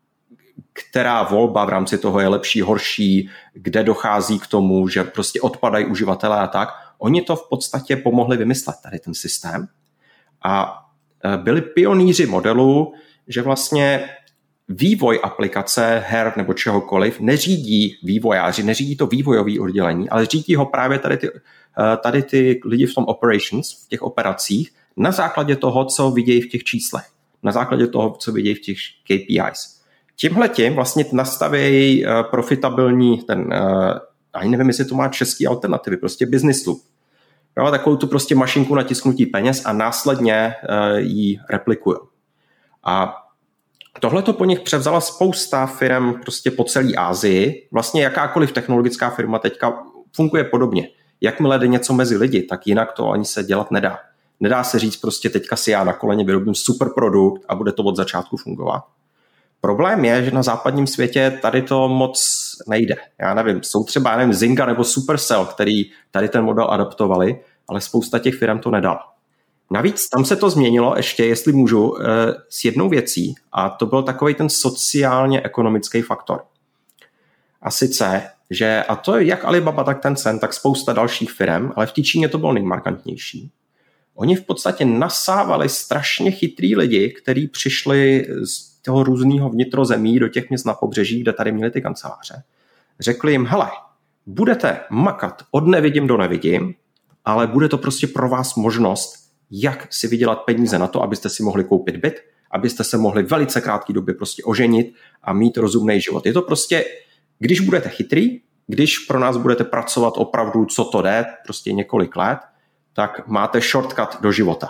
která volba v rámci toho je lepší, horší, kde dochází k tomu, že prostě odpadají uživatelé a tak. Oni to v podstatě pomohli vymyslet, tady ten systém. A byli pionýři modelu, že vlastně vývoj aplikace, her nebo čehokoliv neřídí vývojáři, neřídí to vývojové oddělení, ale řídí ho právě tady ty, tady ty lidi v tom operations, v těch operacích, na základě toho, co vidějí v těch číslech, na základě toho, co vidějí v těch K P Is. Tímhletím vlastně nastavějí profitabilní ten, ani nevím, jestli to má český alternativy, prostě business loop. Jo, takovou tu prostě mašinku na tisknutí peněz a následně ji replikují. A tohle to po nich převzala spousta firm prostě po celé Asii. Vlastně jakákoliv technologická firma teďka funguje podobně. Jakmile jde něco mezi lidi, tak jinak to ani se dělat nedá. Nedá se říct prostě teďka si já na koleně vyrobím super produkt a bude to od začátku fungovat. Problém je, že na západním světě tady to moc nejde. Já nevím, jsou třeba, já nevím, Zynga nebo Supercell, který tady ten model adaptovali, ale spousta těch firm to nedala. Navíc tam se to změnilo ještě, jestli můžu, s jednou věcí a to byl takový ten sociálně-ekonomický faktor. A sice, že, a to je jak Alibaba, tak Tencent, tak spousta dalších firm, ale v té Číně to bylo nejmarkantnější. Oni v podstatě nasávali strašně chytrý lidi, kteří přišli z toho různého vnitrozemí do těch měst na pobřeží, kde tady měli ty kanceláře. Řekli jim, hele, budete makat od nevidím do nevidím, ale bude to prostě pro vás možnost, jak si vydělat peníze na to, abyste si mohli koupit byt, abyste se mohli v velice krátké době prostě oženit a mít rozumný život. Je to prostě, když budete chytrý, když pro nás budete pracovat opravdu, co to jde, prostě několik let, tak máte shortcut do života.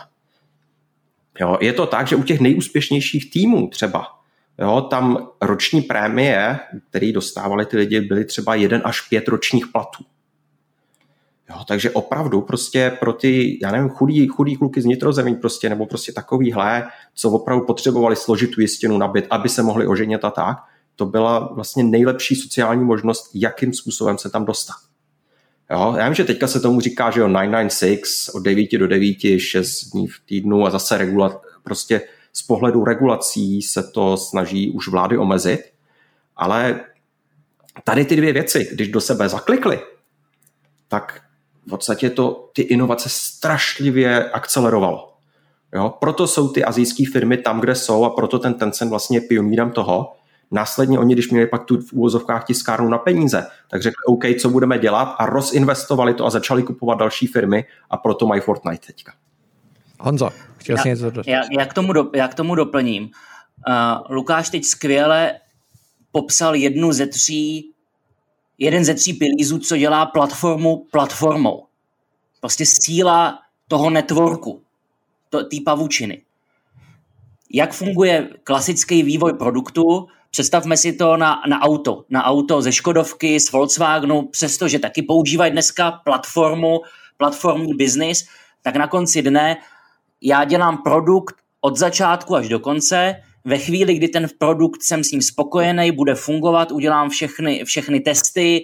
Jo, je to tak, že u těch nejúspěšnějších týmů třeba, jo, tam roční prémie, které dostávali ty lidi, byly třeba jeden až pět ročních platů. Jo, takže opravdu prostě pro ty, já nevím, chudý, chudý kluky z vnitrozemí prostě, nebo prostě takovýhle, co opravdu potřebovali složit tu jistinu na byt, aby se mohli oženit a tak, to byla vlastně nejlepší sociální možnost, jakým způsobem se tam dostat. Jo, já vím, že teďka se tomu říká, že jo, devět devět šest, od devíti do devíti, šest dní v týdnu a zase regula, prostě z pohledu regulací se to snaží už vlády omezit, ale tady ty dvě věci, když do sebe zaklikly, tak v podstatě to ty inovace strašlivě akcelerovalo. Jo, proto jsou ty asijské firmy tam, kde jsou a proto ten Tencent vlastně je pionýrem toho. Následně oni, když měli pak tu v úvozovkách tiskárnu na peníze, tak řekli, OK, co budeme dělat a rozinvestovali to a začali kupovat další firmy a proto mají Fortnite teďka. Honzo, chtěl jsi něco dodat? Já, já, k tomu do, já k tomu doplním. Uh, Lukáš teď skvěle popsal jednu ze tří, jeden ze tří pilířů, co dělá platformu platformou. Prostě síla toho networku, to, té pavučiny. Jak funguje klasický vývoj produktu? Představme si to na, na auto. Na auto ze Škodovky, z Volkswagenu, přestože taky používají dneska platformu, platformní biznis, tak na konci dne já dělám produkt od začátku až do konce. Ve chvíli, kdy ten produkt jsem s ním spokojený, bude fungovat, udělám všechny, všechny testy,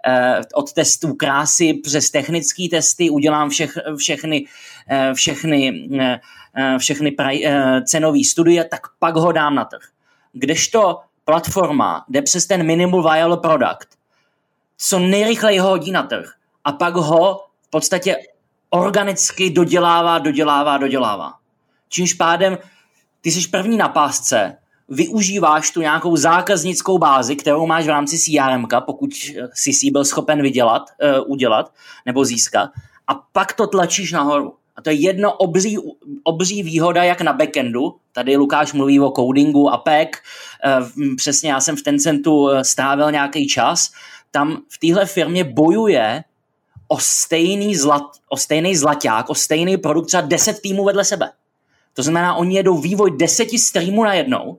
od testů krásy přes technické testy, udělám všech, všechny, všechny, všechny praj, cenové studie, tak pak ho dám na trh. Kdežto platforma jde přes ten minimal viable product, co nejrychleji ho hodí na trh a pak ho v podstatě organicky dodělává, dodělává, dodělává. Čímž pádem ty jsi první na pásce, využíváš tu nějakou zákaznickou bázi, kterou máš v rámci C R M ka, pokud jsi si byl schopen vydělat, uh, udělat nebo získat, a pak to tlačíš nahoru. A to je jedno obří, obří výhoda, jak na backendu. Tady Lukáš mluví o codingu a P E C. Uh, přesně já jsem v Tencentu strávil nějaký čas. Tam v téhle firmě bojuje o stejný, zlat, o stejný zlaťák, o stejný produkt, třeba deset týmů vedle sebe. To znamená, oni jedou vývoj deseti streamů najednou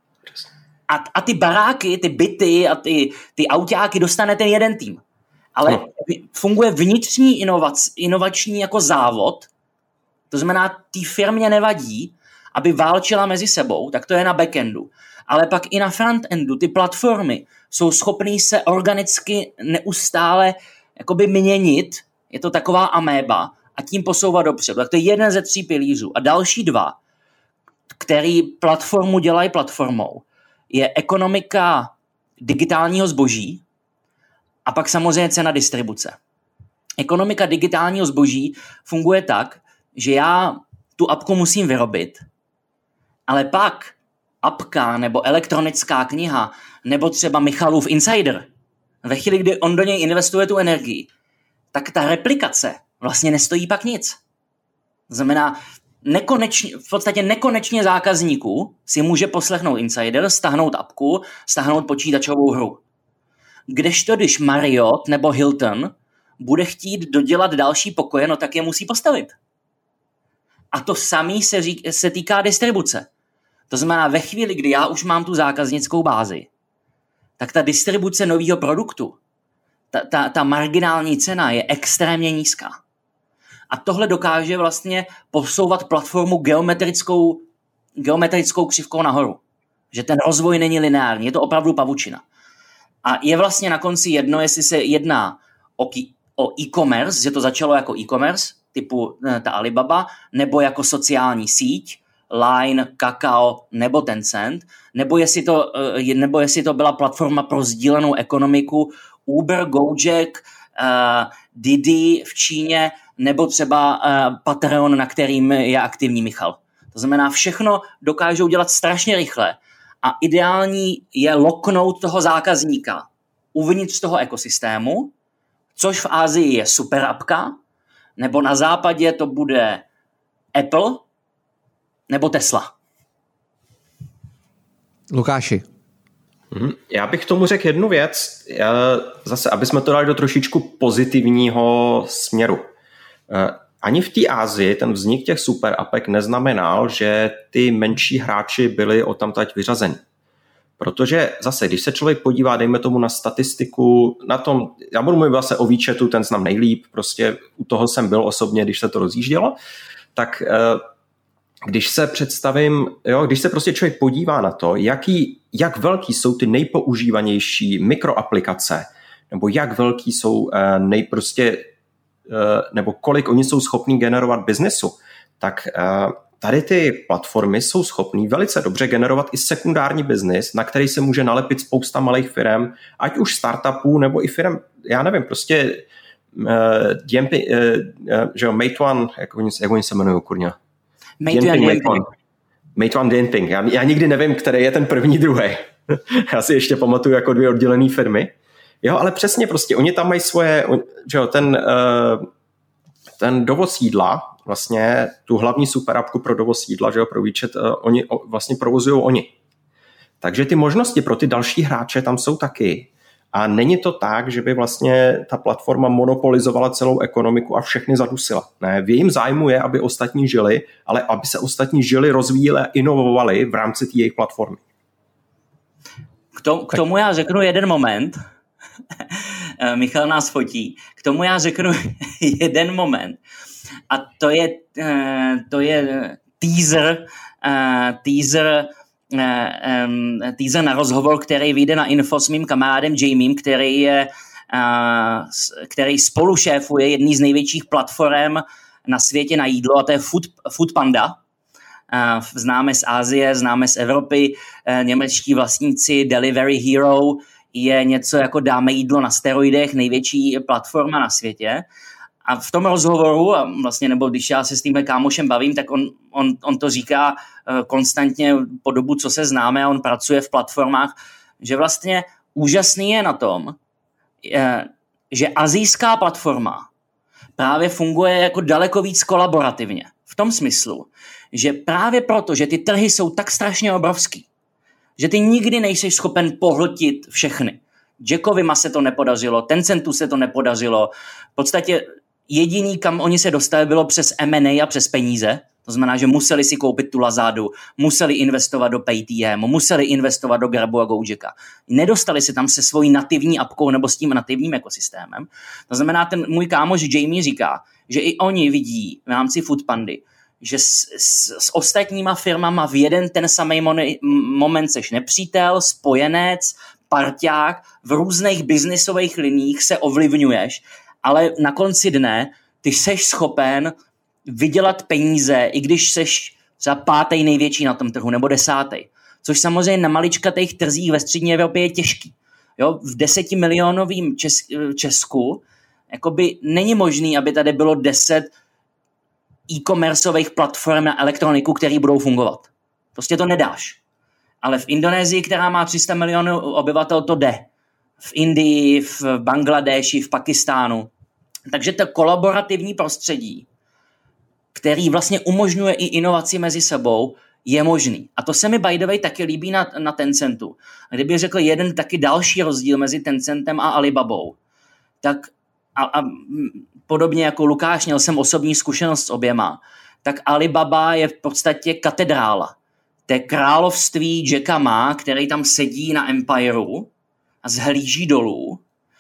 a, a ty baráky, ty byty a ty, ty autáky dostane ten jeden tým. Ale no. Funguje vnitřní inovac, inovační jako závod, to znamená, té firmě nevadí, aby válčila mezi sebou, tak to je na backendu. Ale pak i na frontendu ty platformy jsou schopný se organicky neustále jakoby měnit, je to taková améba, a tím posouvat dopředu. Tak to je jeden ze tří pilířů. A další dva, který platformu dělají platformou, je ekonomika digitálního zboží a pak samozřejmě cena distribuce. Ekonomika digitálního zboží funguje tak, že já tu apku musím vyrobit, ale pak apka nebo elektronická kniha nebo třeba Michalův Insider, ve chvíli, kdy on do něj investuje tu energii, tak ta replikace vlastně nestojí pak nic. To znamená, nekonečně, v podstatě nekonečně zákazníků si může poslechnout Insider, stáhnout apku, stáhnout počítačovou hru. Kdežto, když Marriott nebo Hilton bude chtít dodělat další pokoje, no tak je musí postavit. A to samé se, řík, se týká distribuce. To znamená, ve chvíli, kdy já už mám tu zákaznickou bázi, tak ta distribuce nového produktu, ta, ta, ta marginální cena je extrémně nízká. A tohle dokáže vlastně posouvat platformu geometrickou, geometrickou křivkou nahoru. Že ten rozvoj není lineární, je to opravdu pavučina. A je vlastně na konci jedno, jestli se jedná o, o e-commerce, že to začalo jako e-commerce, typu ta Alibaba, nebo jako sociální síť, Line, Kakao nebo Tencent, nebo jestli to, nebo jestli to byla platforma pro sdílenou ekonomiku Uber, Gojek, uh, Didi v Číně, nebo třeba uh, Patreon, na kterým je aktivní Michal. To znamená, všechno dokážou dělat strašně rychle a ideální je loknout toho zákazníka uvnitř toho ekosystému, což v Asii je super apka, nebo na západě to bude Apple nebo Tesla. Lukáši. Já bych tomu řekl jednu věc, já, zase, aby jsme to dali do trošičku pozitivního směru. Ani v té Asii ten vznik těch super apek neznamenal, že ty menší hráči byli odtamtať vyřazeni. Protože zase, když se člověk podívá, dejme tomu na statistiku, na tom, já budu mluvit vlastně o WeChatu, ten znám nejlíp, prostě u toho jsem byl osobně, když se to rozjíždělo, tak když se představím, jo, když se prostě člověk podívá na to, jaký, jak velký jsou ty nejpoužívanější mikroaplikace, nebo jak velký jsou nejprostě, nebo kolik oni jsou schopní generovat biznesu, tak tady ty platformy jsou schopný velice dobře generovat i sekundární biznis, na který se může nalepit spousta malých firm, ať už startupů, nebo i firm, já nevím, prostě uh, Diempi, uh, uh, že jo, Meituan, jak oni, jak oni se jmenují, kurňa? Meituan, Meituan. Meituan Dianping. Já, já nikdy nevím, který je ten první, druhý. Já si ještě pamatuju jako dvě oddělené firmy. Jo, ale přesně prostě, oni tam mají svoje, že jo, ten, uh, ten dovoz jídla, vlastně tu hlavní superapku pro dovoz jídla, že jo, pro WeChat, uh, oni o, vlastně provozují oni. Takže ty možnosti pro ty další hráče tam jsou taky. A není to tak, že by vlastně ta platforma monopolizovala celou ekonomiku a všechny zadusila. Ne, v jejím zájmu je, aby ostatní žili, ale aby se ostatní žili, rozvíjeli a inovovali v rámci té jejich platformy. K tomu, k tomu já řeknu jeden moment. Michal nás fotí. K tomu já řeknu jeden moment. A to je, to je teaser, teaser, teaser na rozhovor, který vyjde na Info s mým kamarádem Jamiem, který je který spolu šéfuje jedný z největších platform na světě na jídlo, a to je Food, Foodpanda. Známe z Asie, známe z Evropy, němečtí vlastníci Delivery Hero je něco jako dáme jídlo na steroidech, největší platforma na světě. A v tom rozhovoru, a vlastně, nebo když já se s tím kámošem bavím, tak on, on, on to říká uh, konstantně po dobu, co se známe, a on pracuje v platformách, že vlastně úžasný je na tom, je, že asijská platforma právě funguje jako daleko víc kolaborativně. V tom smyslu, že právě proto, že ty trhy jsou tak strašně obrovský, že ty nikdy nejsi schopen pohltit všechny. Jackovi Ma se to nepodařilo, Tencentu se to nepodařilo. V podstatě jediný, kam oni se dostali, bylo přes M and A a přes peníze. To znamená, že museli si koupit tu Lazadu, museli investovat do Paytm, museli investovat do Grabu a Gojeka. Nedostali se tam se svojí nativní apkou nebo s tím nativním ekosystémem. To znamená, ten můj kámoš Jamie říká, že i oni vidí v rámci Foodpandy, že s, s, s ostatníma firmama v jeden ten samý moment seš nepřítel, spojenec, parťák, v různých biznisových liních se ovlivňuješ, ale na konci dne ty seš schopen vydělat peníze, i když seš za pátý největší na tom trhu, nebo desátý. Což samozřejmě na maličkatých trzích ve střední Evropě je těžký. Jo? V desetimilionovém Čes- Česku jakoby není možný, aby tady bylo deset e-commerceových platform na elektroniku, které budou fungovat. Prostě to nedáš. Ale v Indonésii, která má tři sta milionů obyvatel, to jde. V Indii, v Bangladeši, v Pakistánu. Takže to kolaborativní prostředí, který vlastně umožňuje i inovaci mezi sebou, je možný. A to se mi by the way taky líbí na, na Tencentu. A kdybych řekl jeden taky další rozdíl mezi Tencentem a Alibabou, tak a, a podobně jako Lukáš, měl jsem osobní zkušenost s oběma, tak Alibaba je v podstatě katedrála. To je království Jacka Ma, který tam sedí na Empireu a zhlíží dolů.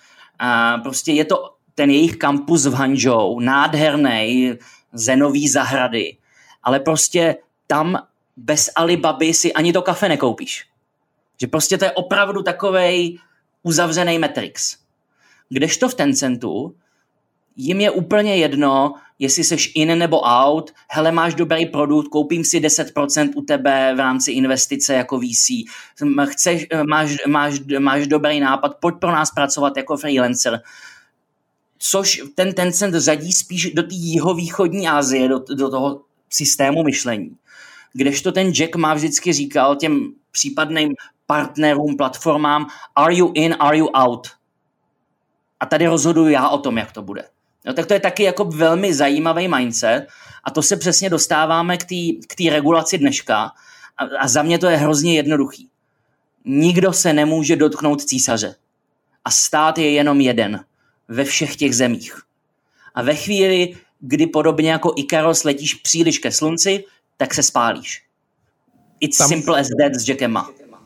A prostě je to ten jejich kampus v Hangzhou, nádherný, zenový zahrady, ale prostě tam bez Alibaby si ani to kafe nekoupíš. Že prostě to je opravdu takovej uzavřený Matrix. Kdežto v Tencentu jim je úplně jedno, jestli seš in nebo out, hele, máš dobrý produkt, koupím si deset procent u tebe v rámci investice jako V C, chceš, máš, máš, máš dobrý nápad, pojď pro nás pracovat jako freelancer. Což ten Tencent řadí spíš do té jihovýchodní Asie, do, do toho systému myšlení. Kdežto ten Jack Ma vždycky říkal těm případným partnerům, platformám, are you in, are you out? A tady rozhoduju já o tom, jak to bude. No, tak to je taky jako velmi zajímavý mindset a to se přesně dostáváme k té k té regulaci dneška a, a za mě to je hrozně jednoduchý. Nikdo se nemůže dotknout císaře a stát je jenom jeden ve všech těch zemích. A ve chvíli, kdy podobně jako Ikaros letíš příliš ke slunci, tak se spálíš. It's Tam... simple as that s Jackem Ma. Uh,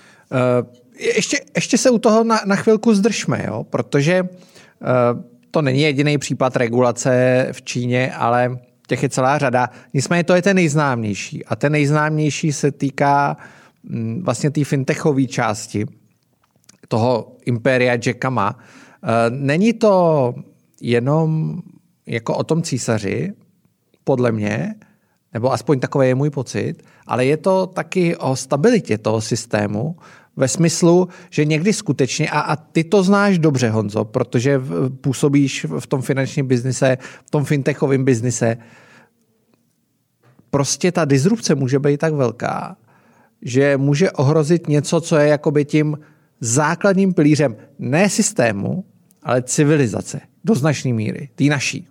ještě, ještě se u toho na, na chvilku zdržme, jo? Protože uh, to není jediný případ regulace v Číně, ale těch je celá řada. Nicméně to je ten nejznámější. A ten nejznámější se týká mm, vlastně té fintechové části toho impéria Jacka Ma. Není to jenom jako o tom císaři, podle mě, nebo aspoň takový je můj pocit, ale je to taky o stabilitě toho systému ve smyslu, že někdy skutečně, a, a ty to znáš dobře, Honzo, protože působíš v tom finančním biznise, v tom fintechovém biznise, prostě ta disrupce může být tak velká, že může ohrozit něco, co je jakoby tím základním pilířem ne systému, ale civilizace do značné míry, tý naší.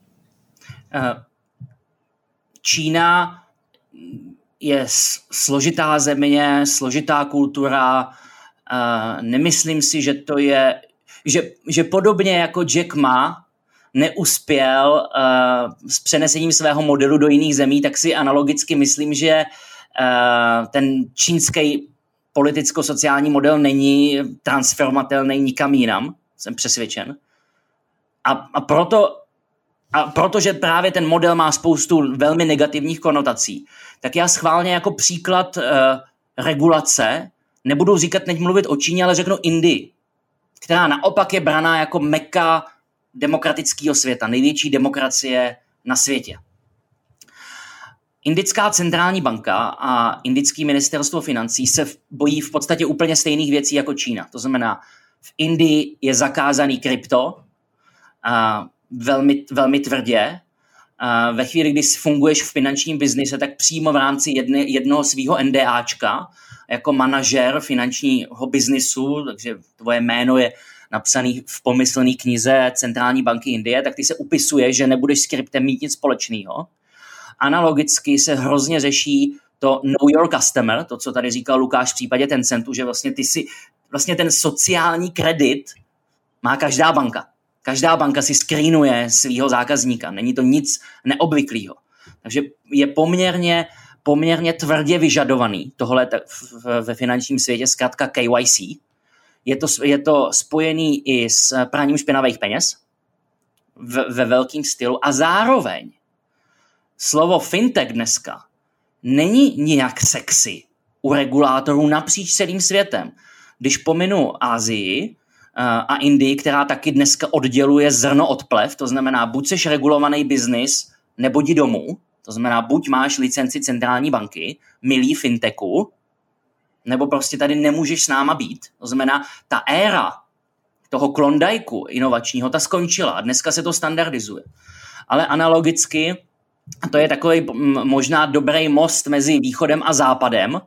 Čína je složitá země, složitá kultura. Nemyslím si, že to je, že, že podobně jako Jack Ma neuspěl s přenesením svého modelu do jiných zemí, tak si analogicky myslím, že ten čínský politicko-sociální model není transformatelný nikam jinam, jsem přesvědčen. A, a proto, a protože právě ten model má spoustu velmi negativních konotací, tak já schválně jako příklad uh, regulace nebudu říkat, neď mluvit o Číně, ale řeknu Indii. která naopak je braná jako meka demokratického světa, největší demokracie na světě. Indická centrální banka a indické ministerstvo financí se bojí v podstatě úplně stejných věcí jako Čína. To znamená, v Indii je zakázaný krypto a velmi, velmi tvrdě. A ve chvíli, kdy funguješ v finančním biznise, tak přímo v rámci jedne, jednoho svého NDAčka jako manažer finančního biznisu, takže tvoje jméno je napsané v pomyslné knize Centrální banky Indie, tak ty se upisuje, že nebudeš s kryptem mít nic společného. Analogicky se hrozně řeší to know your customer, to, co tady říkal Lukáš v případě Tencentu, že vlastně ty si, vlastně ten sociální kredit má každá banka. Každá banka si screenuje svýho zákazníka. Není to nic neobvyklého. Takže je poměrně, poměrně tvrdě vyžadovaný tohle ve finančním světě, zkrátka K Y C. Je to, je to spojený i s praním špinavých peněz ve, ve velkém stylu a zároveň slovo fintech dneska není nijak sexy u regulátorů napříč celým světem. Když pominu Asii a Indii, která taky dneska odděluje zrno od plev, to znamená, buď seš regulovaný biznis, nebo jdi domů, to znamená, buď máš licenci centrální banky, milý fintechu, nebo prostě tady nemůžeš s náma být. To znamená, ta éra toho klondajku inovačního, ta skončila a dneska se to standardizuje. Ale analogicky, a to je takový možná dobrý most mezi východem a západem,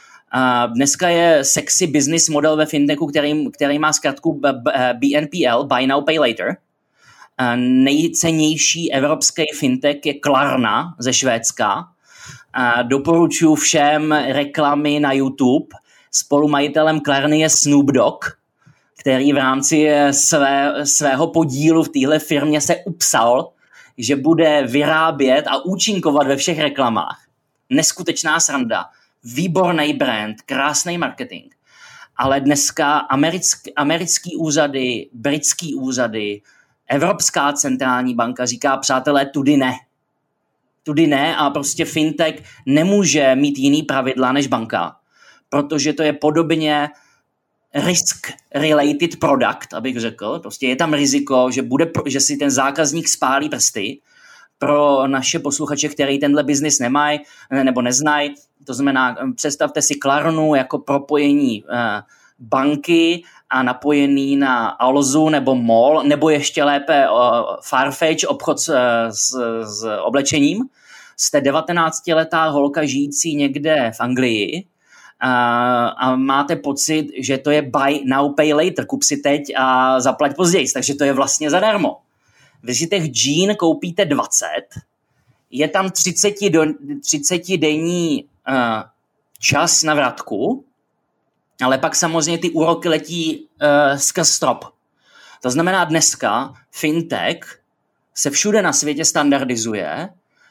a dneska je sexy business model ve fintechu, který, který má zkrátku B N P L, Buy Now Pay Later. A nejcennější evropský fintech je Klarna ze Švédska. A doporučuji všem reklamy na YouTube. Spolumajitelem Klarny je Snoop Dogg, který v rámci své, svého podílu v téhle firmě se upsal, že bude vyrábět a účinkovat ve všech reklamách. Neskutečná sranda. Výborný brand, krásný marketing, ale dneska americký, americký úřady, britský úřady, Evropská centrální banka říká, přátelé, tudy ne. Tudy ne a prostě fintech nemůže mít jiný pravidla než banka, protože to je podobně risk-related product, abych řekl. Prostě je tam riziko, že, bude, že si ten zákazník spálí prsty. Pro naše posluchače, který tenhle biznis nemají nebo neznají, to znamená, představte si Klarnu jako propojení uh, banky a napojený na Alzu nebo Mall, nebo ještě lépe uh, Farfetch, obchod s, s, s oblečením. Jste devatenáctiletá holka žijící někde v Anglii uh, a máte pocit, že to je buy now, pay later, kup si teď a zaplať později, takže to je vlastně zadarmo. Vy si těch džín koupíte dvacet, je tam třicetidenní uh, čas na vratku, ale pak samozřejmě ty úroky letí uh, skrz strop. To znamená dneska fintech se všude na světě standardizuje,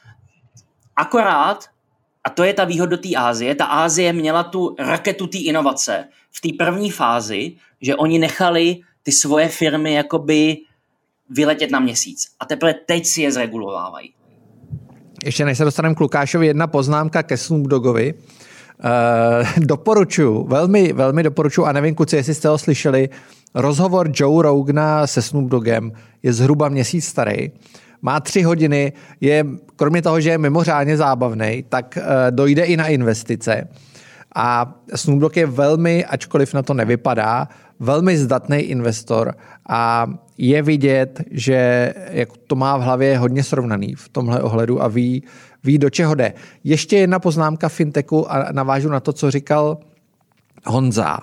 akorát, a to je ta výhoda té Asie, ta Asie měla tu raketu té inovace v té první fázi, že oni nechali ty svoje firmy jakoby vyletět na měsíc. A teprve teď si je zregulovávají. Ještě než se dostaneme k Lukášovi, jedna poznámka ke Snoop Doggovi. Uh, doporučuji, velmi, velmi doporučuji, a nevím, kluci, jestli jste ho slyšeli, rozhovor Joe Rogana se Snoop Doggem je zhruba měsíc starý. Má tři hodiny, je, kromě toho, že je mimořádně zábavný, tak uh, dojde i na investice. A Snoop Dogg je velmi, ačkoliv na to nevypadá, velmi zdatný investor a je vidět, že jak to má v hlavě hodně srovnaný v tomhle ohledu a ví, ví, do čeho jde. Ještě jedna poznámka fintechu a navážu na to, co říkal Honza.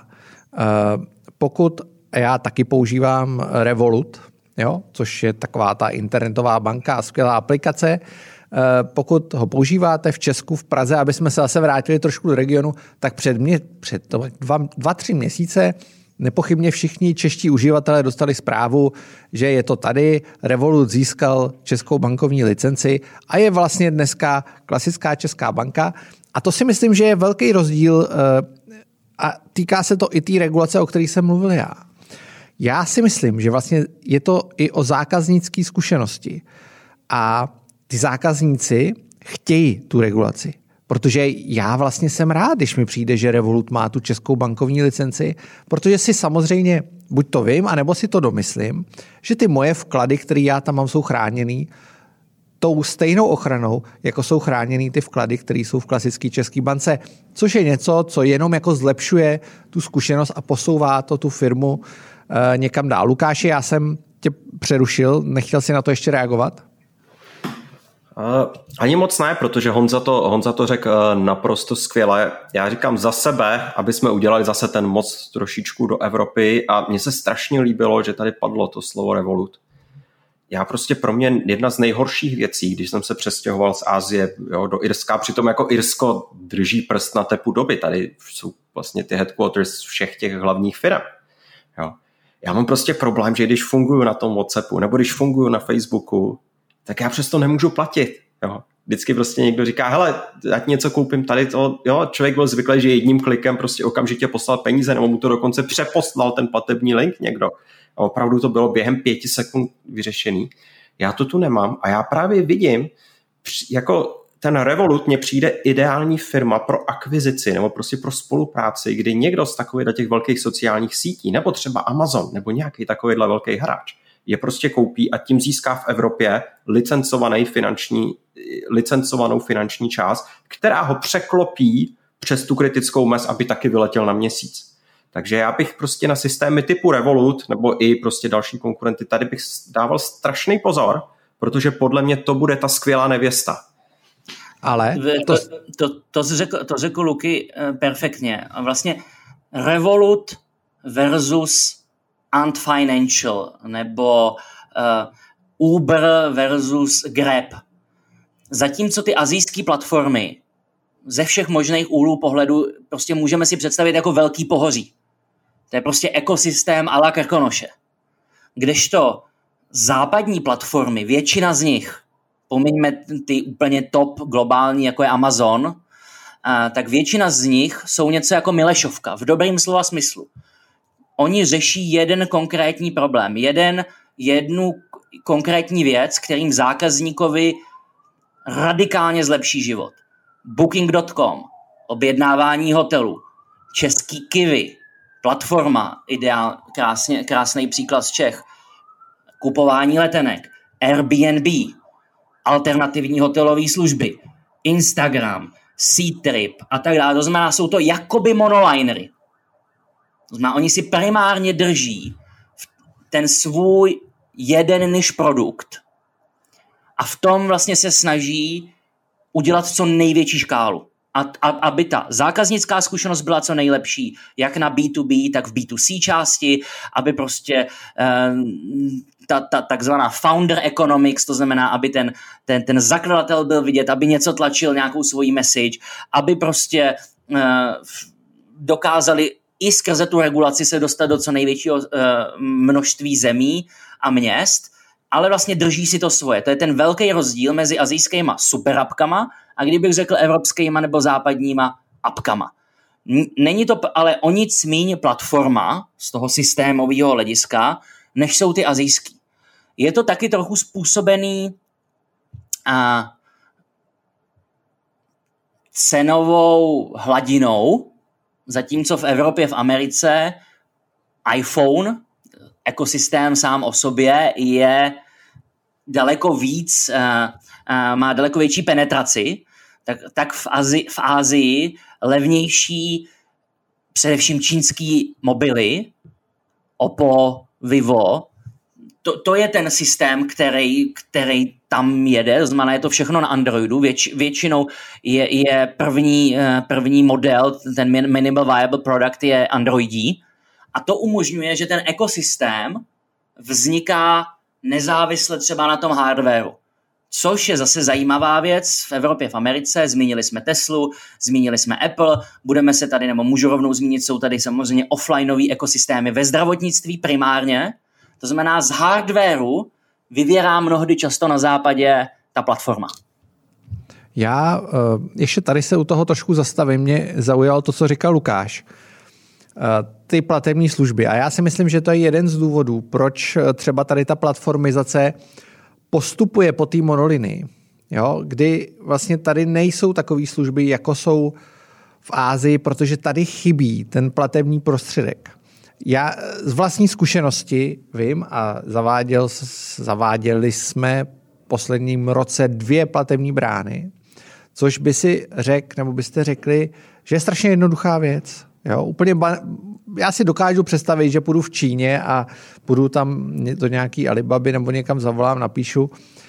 Pokud já taky používám Revolut, jo, což je taková ta internetová banka a skvělá aplikace, pokud ho používáte v Česku, v Praze, aby jsme se zase vrátili trošku do regionu, tak před, mě, před to, dva, dva, tři měsíce nepochybně všichni čeští uživatelé dostali zprávu, že je to tady, Revolut získal českou bankovní licenci a je vlastně dneska klasická česká banka. A to si myslím, že je velký rozdíl a týká se to i té regulace, o které jsem mluvil já. Já si myslím, že vlastně je to i o zákaznické zkušenosti. A ty zákazníci chtějí tu regulaci. Protože já vlastně jsem rád, když mi přijde, že Revolut má tu českou bankovní licenci, protože si samozřejmě buď to vím, anebo si to domyslím, že ty moje vklady, které já tam mám, jsou chráněný tou stejnou ochranou, jako jsou chráněný ty vklady, které jsou v klasické české bance, což je něco, co jenom jako zlepšuje tu zkušenost a posouvá to tu firmu e, někam dál. Lukáši, já jsem tě přerušil, nechtěl jsi na to ještě reagovat? Uh, ani moc ne, protože Honza to, Honza to řekl uh, naprosto skvěle. Já říkám za sebe, aby jsme udělali zase ten moc trošičku do Evropy a mně se strašně líbilo, že tady padlo to slovo Revolut. Já prostě pro mě jedna z nejhorších věcí, když jsem se přestěhoval z Asie jo, do Irska, přitom jako Irsko drží prst na tepu doby, tady jsou vlastně ty headquarters všech těch hlavních firm. Jo. Já mám prostě problém, že když funguju na tom WhatsAppu nebo když funguju na Facebooku, tak já přesto nemůžu platit. Jo. Vždycky prostě někdo říká, hele, já ti něco koupím tady, to, jo, člověk byl zvyklý, že jedním klikem prostě okamžitě poslal peníze, nebo mu to dokonce přeposlal ten platební link někdo. A opravdu to bylo během pěti sekund vyřešený. Já to tu nemám a já právě vidím, jako ten Revolut mně přijde ideální firma pro akvizici nebo prostě pro spolupráci, kdy někdo z takových těch velkých sociálních sítí, nebo třeba Amazon, nebo nějaký takovýhle velký hráč, je prostě koupí a tím získá v Evropě licencovaný finanční, licencovanou finanční část, která ho překlopí přes tu kritickou mez, aby taky vyletěl na měsíc. Takže já bych prostě na systémy typu Revolut nebo i prostě další konkurenty tady bych dával strašný pozor, protože podle mě to bude ta skvělá nevěsta. Ale to, to, to, to, řekl, to řekl Luky perfektně. Vlastně Revolut versus Ant Financial nebo uh, Uber versus Grab. Zatímco ty asijské platformy ze všech možných úhlů pohledu prostě můžeme si představit jako velký pohoří. To je prostě ekosystém a la Krkonoše. Kdežto západní platformy, většina z nich, pomiňme ty úplně top globální, jako je Amazon, tak většina z nich jsou něco jako Milešovka, v dobrým slova smyslu. Oni řeší jeden konkrétní problém, jeden, jednu konkrétní věc, kterým zákazníkovi radikálně zlepší život. Booking tečka com, objednávání hotelu, český Kiwi, platforma, ideál, krásně, krásný příklad z Čech, kupování letenek, Airbnb, alternativní hotelové služby, Instagram, Ctrip a tak dále. To znamená, jsou to jakoby monolinery. To znamená, oni si primárně drží ten svůj jeden niž produkt a v tom vlastně se snaží udělat co největší škálu. A, a, aby ta zákaznická zkušenost byla co nejlepší, jak na bé dvě bé, tak v bé dvě cé části, aby prostě eh, ta, ta takzvaná founder economics, to znamená, aby ten, ten, ten zakladatel byl vidět, aby něco tlačil, nějakou svoji message, aby prostě eh, dokázali i skrze tu regulaci se dostat do co největšího eh, množství zemí a měst, ale vlastně drží si to svoje. To je ten velký rozdíl mezi asijskýma superapkama a kdybych řekl evropskýma nebo západníma apkama. Není to ale o nic míň platforma z toho systémového hlediska, než jsou ty asijský. Je to taky trochu způsobený a, cenovou hladinou, zatímco v Evropě, v Americe iPhone, ekosystém sám o sobě, je daleko víc, uh, uh, má daleko větší penetraci, tak, tak v, Azii, v Asii levnější především čínský mobily, Oppo, Vivo, to, to je ten systém, který, který tam jede, to znamená, je to všechno na Androidu, Věč, většinou je, je první, první model, ten minimal viable product je Androidí a to umožňuje, že ten ekosystém vzniká nezávisle třeba na tom hardwareu. Což je zase zajímavá věc v Evropě, v Americe, zmínili jsme Teslu, zmínili jsme Apple, budeme se tady, nebo můžu rovnou zmínit, jsou tady samozřejmě offlineový ekosystémy ve zdravotnictví primárně, to znamená z hardwareu vyvěrá mnohdy často na západě ta platforma. Já uh, ještě tady se u toho trošku zastavím, mě zaujalo to, co říkal Lukáš. Uh, ty platební služby. A já si myslím, že to je jeden z důvodů, proč třeba tady ta platformizace postupuje po té monolinii. jo, kdy vlastně tady nejsou takové služby, jako jsou v Ásii, protože tady chybí ten platební prostředek. Já z vlastní zkušenosti vím a zaváděl, zaváděli jsme v posledním roce dvě platební brány, což by si řekl, nebo byste řekli, že je strašně jednoduchá věc. Jo, úplně ba- já si dokážu představit, že půjdu v Číně a půjdu tam do nějaký Alibaby nebo někam zavolám, napíšu uh,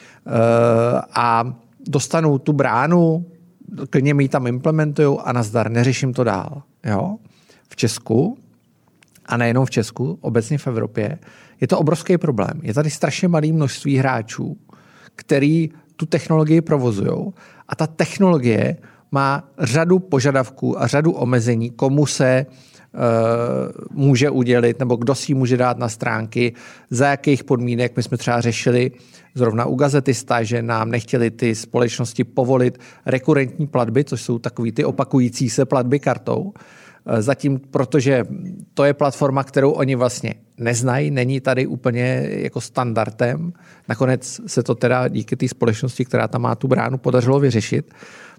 a dostanu tu bránu, klidně mi ji tam implementuju a nazdar, neřeším to dál. Jo? V Česku, a nejenom v Česku, obecně v Evropě, je to obrovský problém. Je tady strašně malé množství hráčů, který tu technologii provozují a ta technologie má řadu požadavků a řadu omezení, komu se uh, může udělit nebo kdo si ji může dát na stránky, za jakých podmínek. My jsme třeba řešili zrovna u Gazetista, že nám nechtěli ty společnosti povolit rekurentní platby, což jsou takový ty opakující se platby kartou. Zatím, protože to je platforma, kterou oni vlastně neznají, není tady úplně jako standardem. Nakonec se to teda díky té společnosti, která tam má tu bránu, podařilo vyřešit.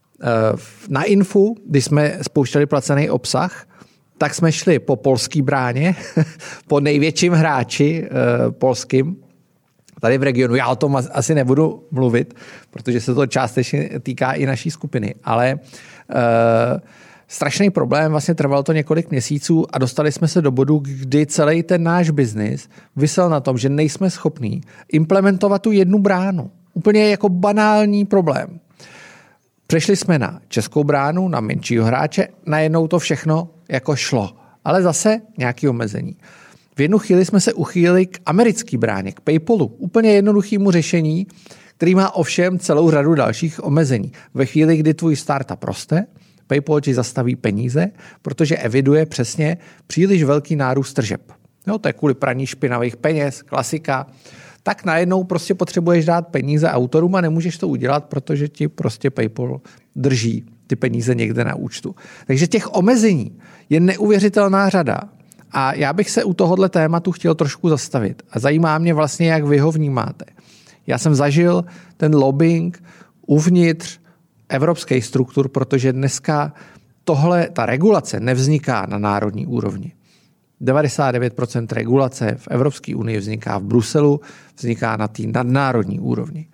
Na Infu, když jsme spouštěli placený obsah, tak jsme šli po polský bráně, po největším hráči polským, tady v regionu. Já o tom asi nebudu mluvit, protože se to částečně týká i naší skupiny, ale uh, strašný problém, vlastně trvalo to několik měsíců a dostali jsme se do bodu, kdy celý ten náš biznis visel na tom, že nejsme schopní implementovat tu jednu bránu. Úplně jako banální problém. Přešli jsme na českou bránu, na menšího hráče, najednou to všechno jako šlo. Ale zase nějaké omezení. V jednu chvíli jsme se uchýlili k americký bráně, k PayPalu. Úplně jednoduchému řešení, který má ovšem celou řadu dalších omezení. Ve chvíli, kdy tvůj startup roste, PayPal ti zastaví peníze, protože eviduje přesně příliš velký nárůst tržeb. Jo, to je kvůli praní špinavých peněz, klasika. Tak najednou prostě potřebuješ dát peníze autorům a nemůžeš to udělat, protože ti prostě PayPal drží ty peníze někde na účtu. Takže těch omezení je neuvěřitelná řada. A já bych se u tohohle tématu chtěl trošku zastavit. A zajímá mě vlastně, jak vy ho vnímáte. Já jsem zažil ten lobbying uvnitř evropských struktur, protože dneska tohle, ta regulace nevzniká na národní úrovni. devadesát devět procent regulace v Evropské unii vzniká v Bruselu, vzniká na té nadnárodní úrovni.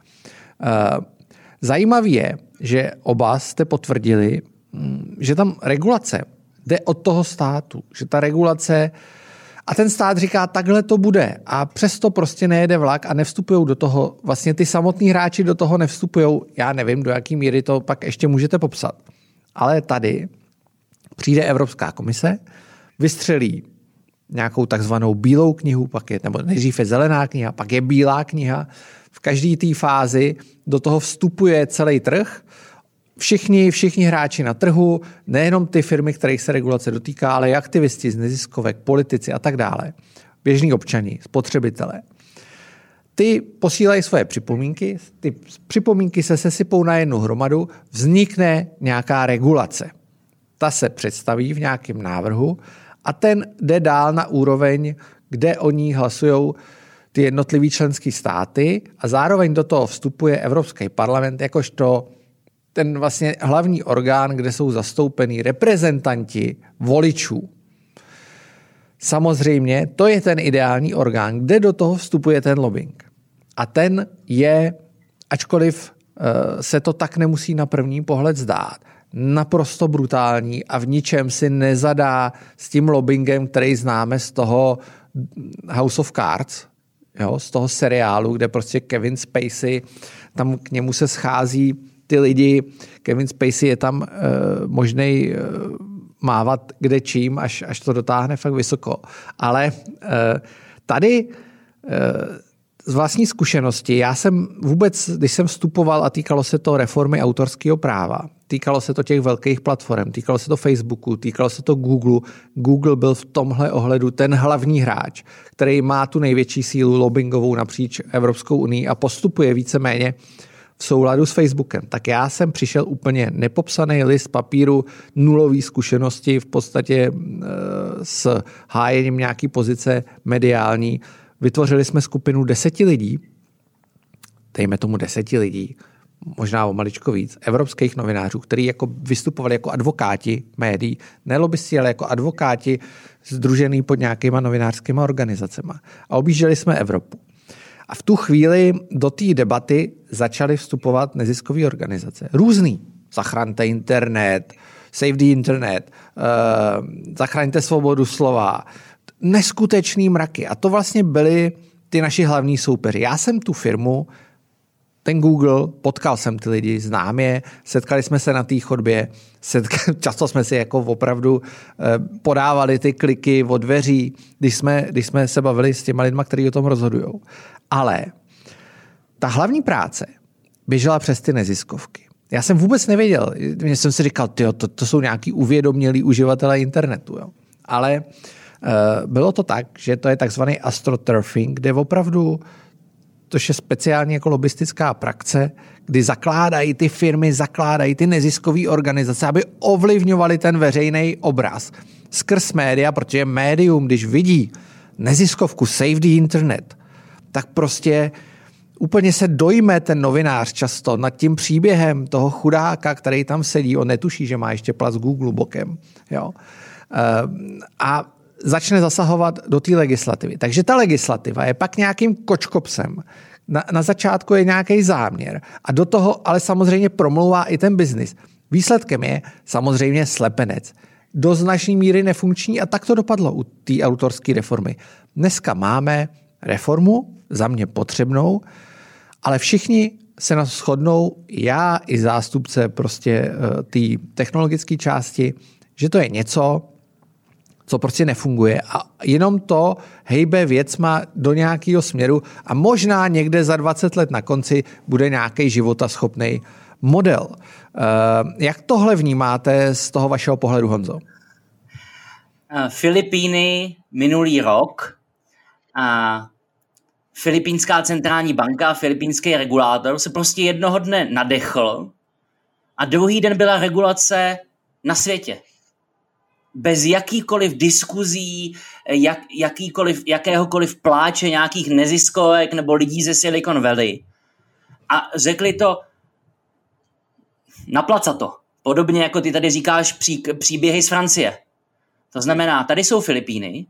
Zajímavé je, že oba jste potvrdili, že tam regulace jde od toho státu, že ta regulace a ten stát říká, takhle to bude a přesto prostě nejede vlak a nevstupují do toho, vlastně ty samotní hráči do toho nevstupují, já nevím, do jaký míry to pak ještě můžete popsat. Ale tady přijde Evropská komise, vystřelí nějakou takzvanou bílou knihu, pak je, nebo nejdřív je zelená kniha, pak je bílá kniha. V každé té fázi do toho vstupuje celý trh, Všichni, všichni hráči na trhu, nejenom ty firmy, kterých se regulace dotýká, ale i aktivisti z neziskovek, politici a tak dále. Běžní občani, spotřebitelé. Ty posílají svoje připomínky, ty připomínky se sesypou na jednu hromadu, vznikne nějaká regulace. Ta se představí v nějakém návrhu a ten jde dál na úroveň, kde o ní hlasují ty jednotlivý členské státy a zároveň do toho vstupuje Evropský parlament jakožto ten vlastně hlavní orgán, kde jsou zastoupení reprezentanti voličů. Samozřejmě to je ten ideální orgán, kde do toho vstupuje ten lobbying. A ten je, ačkoliv se to tak nemusí na první pohled zdát, naprosto brutální a v ničem si nezadá s tím lobbyingem, který známe z toho House of Cards, jo, z toho seriálu, kde prostě Kevin Spacey, tam k němu se schází ty lidi, Kevin Spacey je tam uh, možnej uh, mávat kde čím, až, až to dotáhne fakt vysoko. Ale uh, tady uh, z vlastní zkušenosti, já jsem vůbec, když jsem vstupoval a týkalo se to reformy autorského práva, týkalo se to těch velkých platform, týkalo se to Facebooku, týkalo se to Google. Google byl v tomhle ohledu ten hlavní hráč, který má tu největší sílu lobbingovou napříč Evropskou unii a postupuje víceméně v souladu s Facebookem. Tak já jsem přišel úplně nepopsaný list papíru, nulový zkušenosti, v podstatě e, s hájením nějaký pozice mediální. Vytvořili jsme skupinu deseti lidí, dejme tomu deseti lidí, možná o maličko víc, evropských novinářů, kteří jako vystupovali jako advokáti médií, ne lobbysti, ale jako advokáti sdružený pod nějakýma novinářskýma organizacemi. A objížděli jsme Evropu. A v tu chvíli do té debaty začaly vstupovat neziskové organizace. Různý. Zachraňte internet, save the internet, uh, zachraňte svobodu slova. Neskutečný mraky. A to vlastně byly ty naši hlavní soupeři. Já jsem tu firmu, ten Google, potkal jsem ty lidi, znám je, setkali jsme se na té chodbě, setka, často jsme si jako opravdu eh, podávali ty kliky od dveří, když jsme, když jsme se bavili s těma lidma, kteří o tom rozhodují. Ale ta hlavní práce běžela přes ty neziskovky. Já jsem vůbec nevěděl, mě jsem si říkal, tyjo, to, to jsou nějaký uvědomělí uživatelé internetu. Jo. Ale uh, bylo to tak, že to je takzvaný astroturfing, kde opravdu to je speciálně jako lobistická praxe, kdy zakládají ty firmy, zakládají ty neziskové organizace, aby ovlivňovali ten veřejný obraz skrz média, protože médium, když vidí neziskovku Save the Internet, tak prostě úplně se dojme ten novinář často nad tím příběhem toho chudáka, který tam sedí, on netuší, že má ještě plac Google bokem. Jo? A začne zasahovat do té legislativy. Takže ta legislativa je pak nějakým kočkopsem. Na, na začátku je nějaký záměr a do toho ale samozřejmě promlouvá i ten biznis. Výsledkem je samozřejmě slepenec. Do značné míry nefunkční a tak to dopadlo u té autorské reformy. Dneska máme reformu, za mě potřebnou, ale všichni se nás shodnou, já i zástupce prostě té technologické části, že to je něco, co prostě nefunguje a jenom to hejbe věcma do nějakého směru a možná někde za dvacet let na konci bude nějaký životaschopný model. Jak tohle vnímáte z toho vašeho pohledu, Honzo? Filipíny minulý rok a Filipínská centrální banka, filipínský regulátor se prostě jednoho dne nadechl a druhý den byla regulace na světě. Bez jakýkoliv diskuzí, jak, jakýkoliv, jakéhokoliv pláče nějakých neziskovek nebo lidí ze Silicon Valley. A řekli to, naplaca to. Podobně jako ty tady říkáš pří, příběhy z Francie. To znamená, tady jsou Filipíny,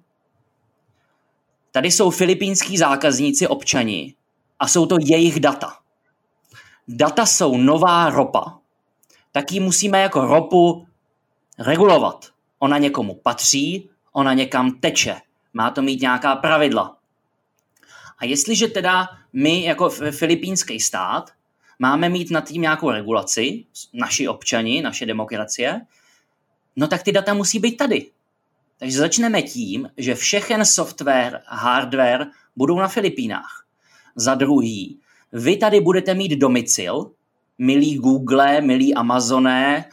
tady jsou filipínský zákazníci, občani a jsou to jejich data. Data jsou nová ropa. Tak ji musíme jako ropu regulovat. Ona někomu patří, ona někam teče. Má to mít nějaká pravidla. A jestliže teda my jako filipínský stát máme mít nad tím nějakou regulaci, naši občani, naše demokracie, no tak ty data musí být tady. Takže začneme tím, že všechen software, hardware budou na Filipínách. Za druhý, vy tady budete mít domicil, milí Google, milí Amazone,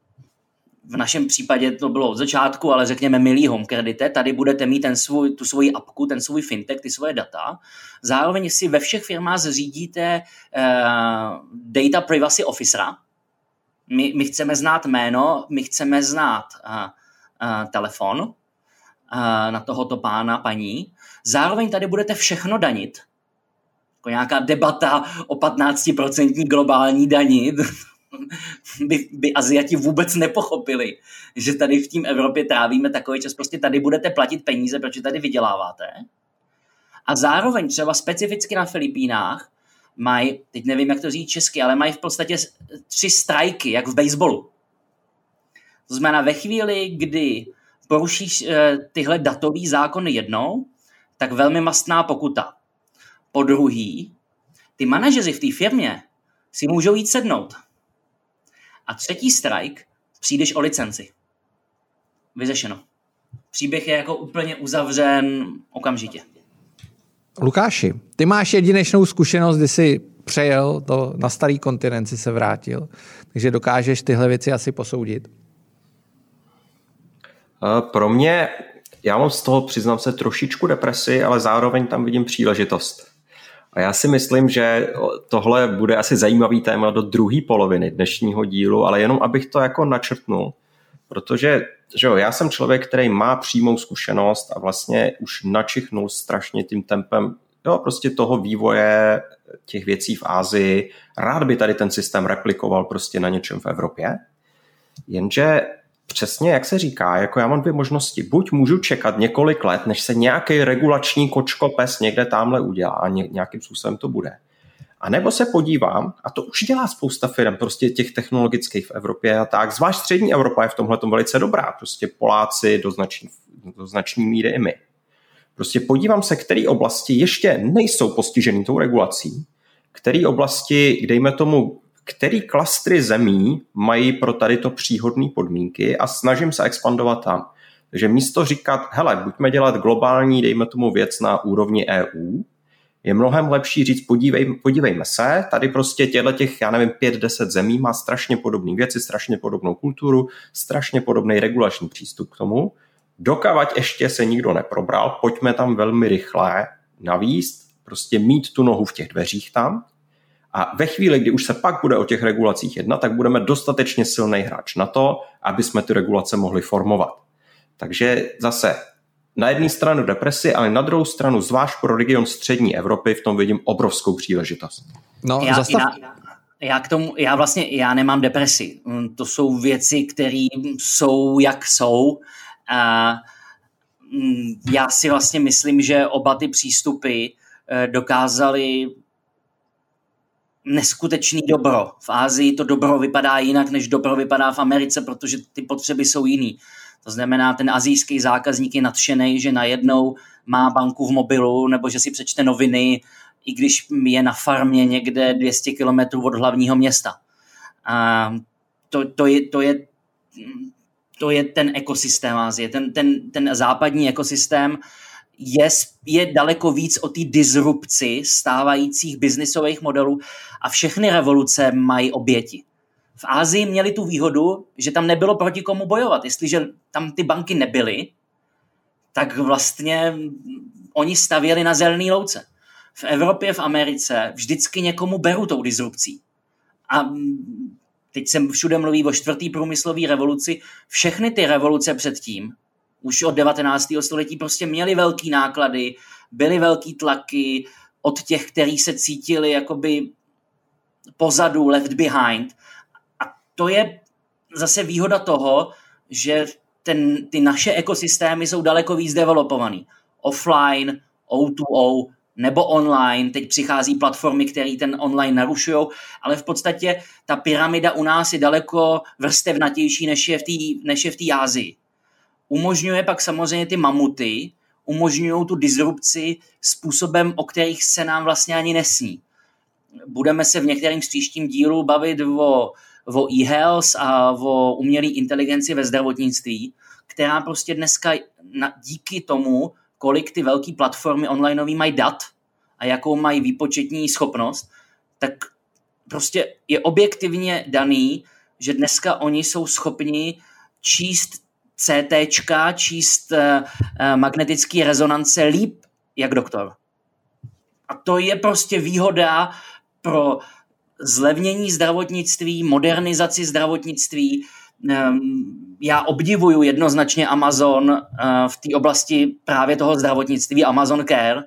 v našem případě to bylo od začátku, ale řekněme milí HomeCredite, tady budete mít ten svůj, tu svoji apku, ten svůj fintech, ty svoje data. Zároveň si ve všech firmách zřídíte uh, Data Privacy Officera. My, my chceme znát jméno, my chceme znát uh, uh, telefon uh, na tohoto pána, paní. Zároveň tady budete všechno danit. Jako nějaká debata o patnáct procent globální daní. By, by Aziati vůbec nepochopili, že tady v tím Evropě trávíme takový čas. Prostě tady budete platit peníze, protože tady vyděláváte. A zároveň třeba specificky na Filipínách mají, teď nevím, jak to říct česky, ale mají v podstatě tři strajky, jak v baseballu. To znamená, ve chvíli, kdy porušíš e, tyhle datový zákony jednou, tak velmi mastná pokuta. Po druhý, ty manažeři v té firmě si můžou jít sednout. A třetí strike, přijdeš o licenci. Vyřešeno. Příběh je jako úplně uzavřen okamžitě. Lukáši, ty máš jedinečnou zkušenost, kdy jsi přejel to, na starý kontinent, si se vrátil, takže dokážeš tyhle věci asi posoudit. Pro mě, já mám z toho, přiznám se, trošičku depresi, ale zároveň tam vidím příležitost. A já si myslím, že tohle bude asi zajímavý téma do druhé poloviny dnešního dílu, ale jenom abych to jako načrtnul, protože že jo, já jsem člověk, který má přímou zkušenost a vlastně už načichnul strašně tím tempem jo, prostě toho vývoje těch věcí v Asii, rád by tady ten systém replikoval prostě na něčem v Evropě, jenže přesně jak se říká, jako já mám dvě možnosti. Buď můžu čekat několik let, než se nějaký regulační kočkopes někde tamhle udělá a nějakým způsobem to bude. A nebo se podívám, a to už dělá spousta firm, prostě těch technologických v Evropě a tak, zvlášť střední Evropa je v tomhletom velice dobrá, prostě Poláci do značný, do značný míry i my. Prostě podívám se, které oblasti ještě nejsou postižený tou regulací, které oblasti, dejme tomu, který klastry zemí mají pro tady to příhodné podmínky a snažím se expandovat tam. Takže místo říkat, hele, buďme dělat globální, dejme tomu věc na úrovni E U, je mnohem lepší říct, podívej, podívejme se, tady prostě těchto těch, já nevím, pět deset zemí má strašně podobné věci, strašně podobnou kulturu, strašně podobný regulační přístup k tomu. Dokavať ještě se nikdo neprobral, pojďme tam velmi rychle navíst, prostě mít tu nohu v těch dveřích tam. A ve chvíli, kdy už se pak bude o těch regulacích jednat, tak budeme dostatečně silný hráč na to, aby jsme ty regulace mohli formovat. Takže zase na jedné stranu depresi, ale na druhou stranu, zvlášť pro region střední Evropy, v tom vidím obrovskou příležitost. No, já, zastav... já, já k tomu, já vlastně, já nemám depresi. To jsou věci, které jsou, jak jsou. A já si vlastně myslím, že oba ty přístupy dokázaly neskutečný dobro. V Asii to dobro vypadá jinak, než dobro vypadá v Americe, protože ty potřeby jsou jiný. To znamená, ten asijský zákazník je nadšený, že najednou má banku v mobilu, nebo že si přečte noviny, i když je na farmě někde dvě stě kilometrů od hlavního města. A to, to, je, to, je, to je ten ekosystém Asie. Ten, ten, ten západní ekosystém je, je daleko víc o té disrupci stávajících biznisových modelů a všechny revoluce mají oběti. V Asii měli tu výhodu, že tam nebylo proti komu bojovat. Jestliže tam ty banky nebyly, tak vlastně oni stavěli na zelený louce. V Evropě, v Americe vždycky někomu berou tou disrupcí. A teď se všude mluví o čtvrtý průmyslové revoluci. Všechny ty revoluce předtím, už od devatenáctého století, prostě měly velký náklady, byly velký tlaky od těch, kteří se cítili jakoby pozadu, left behind. To je zase výhoda toho, že ten, ty naše ekosystémy jsou daleko víc developovaný. Offline, O dva O nebo online. Teď přichází platformy, které ten online narušují, ale v podstatě ta pyramida u nás je daleko vrstevnatější, než je v té, než je v té Asii. Umožňuje pak samozřejmě ty mamuty, umožňují tu disrupci způsobem, o kterých se nám vlastně ani nesní. Budeme se v některém z příštím dílu bavit o o e-health a o umělé inteligenci ve zdravotnictví, která prostě dneska na, díky tomu, kolik ty velké platformy onlineové mají dat a jakou mají výpočetní schopnost, tak prostě je objektivně daný, že dneska oni jsou schopni číst CTčka, číst uh, magnetické rezonance líp jak doktor. A to je prostě výhoda pro zlevnění zdravotnictví, modernizaci zdravotnictví. Já obdivuju jednoznačně Amazon v té oblasti právě toho zdravotnictví, Amazon Care,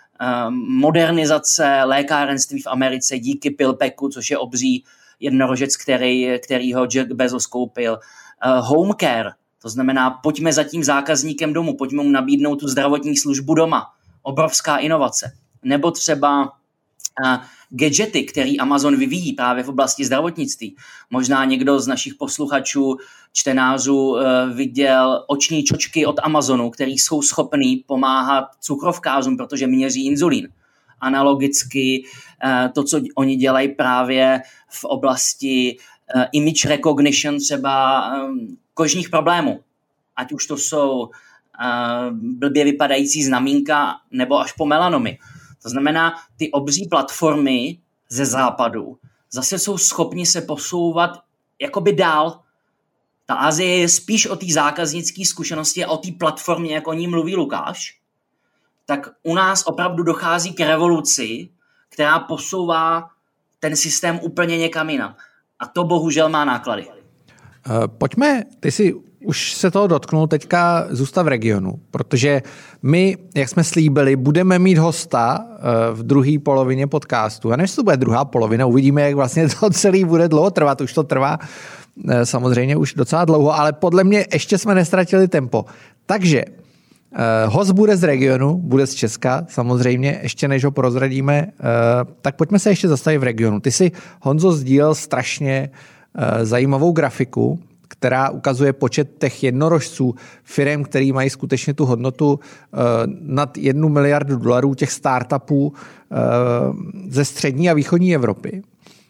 modernizace lékárenství v Americe díky PillPacku, což je obří jednorožec, který, který ho Jeff Bezos koupil. Home Care, to znamená, pojďme za tím zákazníkem domů, pojďme mu nabídnout tu zdravotní službu doma. Obrovská inovace. Nebo třeba gadgety, který Amazon vyvíjí právě v oblasti zdravotnictví. Možná někdo z našich posluchačů, čtenářů viděl oční čočky od Amazonu, který jsou schopný pomáhat cukrovkářům, protože měří inzulín. Analogicky to, co oni dělají právě v oblasti image recognition, třeba kožních problémů. Ať už to jsou blbě vypadající znamínka nebo až po melanomy. To znamená, ty obří platformy ze západu zase jsou schopni se posouvat jakoby dál. Ta Asie je spíš o té zákaznické zkušenosti a o té platformě, jak o ní mluví Lukáš. Tak u nás opravdu dochází k revoluci, která posouvá ten systém úplně někam jinam. A to bohužel má náklady. Pojďme, ty jsi už se toho dotknul, teďka zůstav v regionu, protože my, jak jsme slíbili, budeme mít hosta v druhé polovině podcastu. A než to bude druhá polovina, uvidíme, jak vlastně to celý bude dlouho trvat. Už to trvá samozřejmě už docela dlouho, ale podle mě ještě jsme nestratili tempo. Takže Uh, host bude z regionu, bude z Česka, samozřejmě, ještě než ho prozradíme, uh, tak pojďme se ještě zastavit v regionu. Ty jsi, Honzo, sdílel strašně uh, zajímavou grafiku, která ukazuje počet těch jednorožců, firem, který mají skutečně tu hodnotu uh, nad jednu miliardu dolarů, těch startupů uh, ze střední a východní Evropy.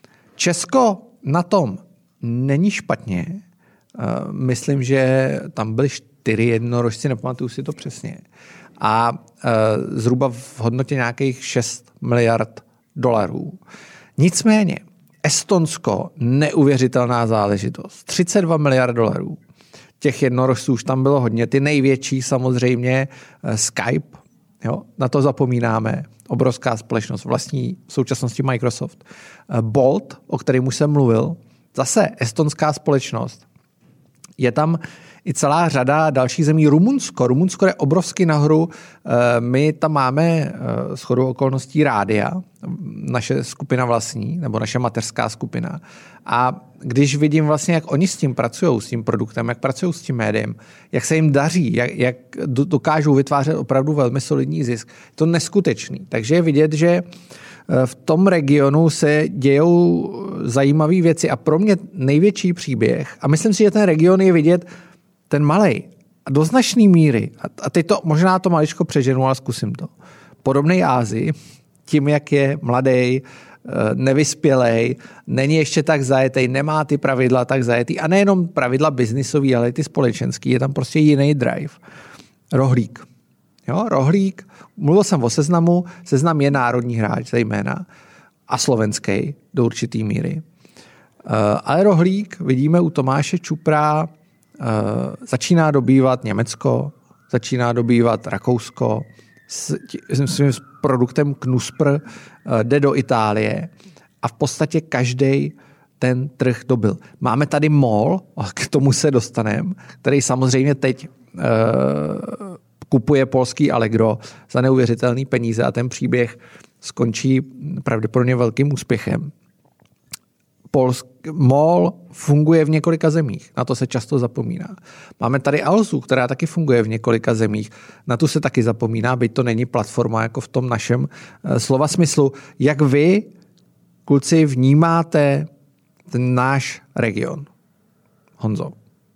Česko na tom není špatně. Uh, myslím, že tam byly čtyři jednorožci, nepamatuju si to přesně. A uh, zhruba v hodnotě nějakých šest miliard dolarů. Nicméně, Estonsko, neuvěřitelná záležitost. třicet dva miliard dolarů. Těch jednorožců už tam bylo hodně. Ty největší samozřejmě uh, Skype, jo, na to zapomínáme. Obrovská společnost, vlastní v současnosti Microsoft. Uh, Bolt, o kterém už jsem mluvil, zase estonská společnost. Je tam i celá řada dalších zemí. Rumunsko. Rumunsko je obrovsky nahoru. My tam máme shodou okolností Rádia, naše skupina vlastní, nebo naše mateřská skupina. A když vidím vlastně, jak oni s tím pracují, s tím produktem, jak pracují s tím médiem, jak se jim daří, jak, jak dokážou vytvářet opravdu velmi solidní zisk, je to neskutečný. Takže je vidět, že v tom regionu se dějou zajímavé věci a pro mě největší příběh, a myslím si, že ten region je vidět ten malej a do značné míry, a teď to možná to maličko přeženu, ale zkusím to, podobnej Ázii, tím, jak je mladý, nevyspělej, není ještě tak zajetý, nemá ty pravidla tak zajetý, a nejenom pravidla biznisový, ale i ty společenský, je tam prostě jiný drive. Rohlík. Jo, Rohlík, mluvil jsem o Seznamu, Seznam je národní hráč zejména a slovenský do určitý míry. Uh, ale Rohlík, vidíme u Tomáše Čupra, uh, začíná dobývat Německo, začíná dobývat Rakousko, s, s, s produktem Knuspr uh, jde do Itálie a v podstatě každý ten trh dobil. Máme tady MOL, k tomu se dostaneme, který samozřejmě teď uh, kupuje polský Allegro za neuvěřitelný peníze a ten příběh skončí pravděpodobně velkým úspěchem. Polsk, MOL funguje v několika zemích, na to se často zapomíná. Máme tady Alzu, která taky funguje v několika zemích, na tu se taky zapomíná, byť to není platforma jako v tom našem slova smyslu. Jak vy, kluci, vnímáte ten náš region? Honzo.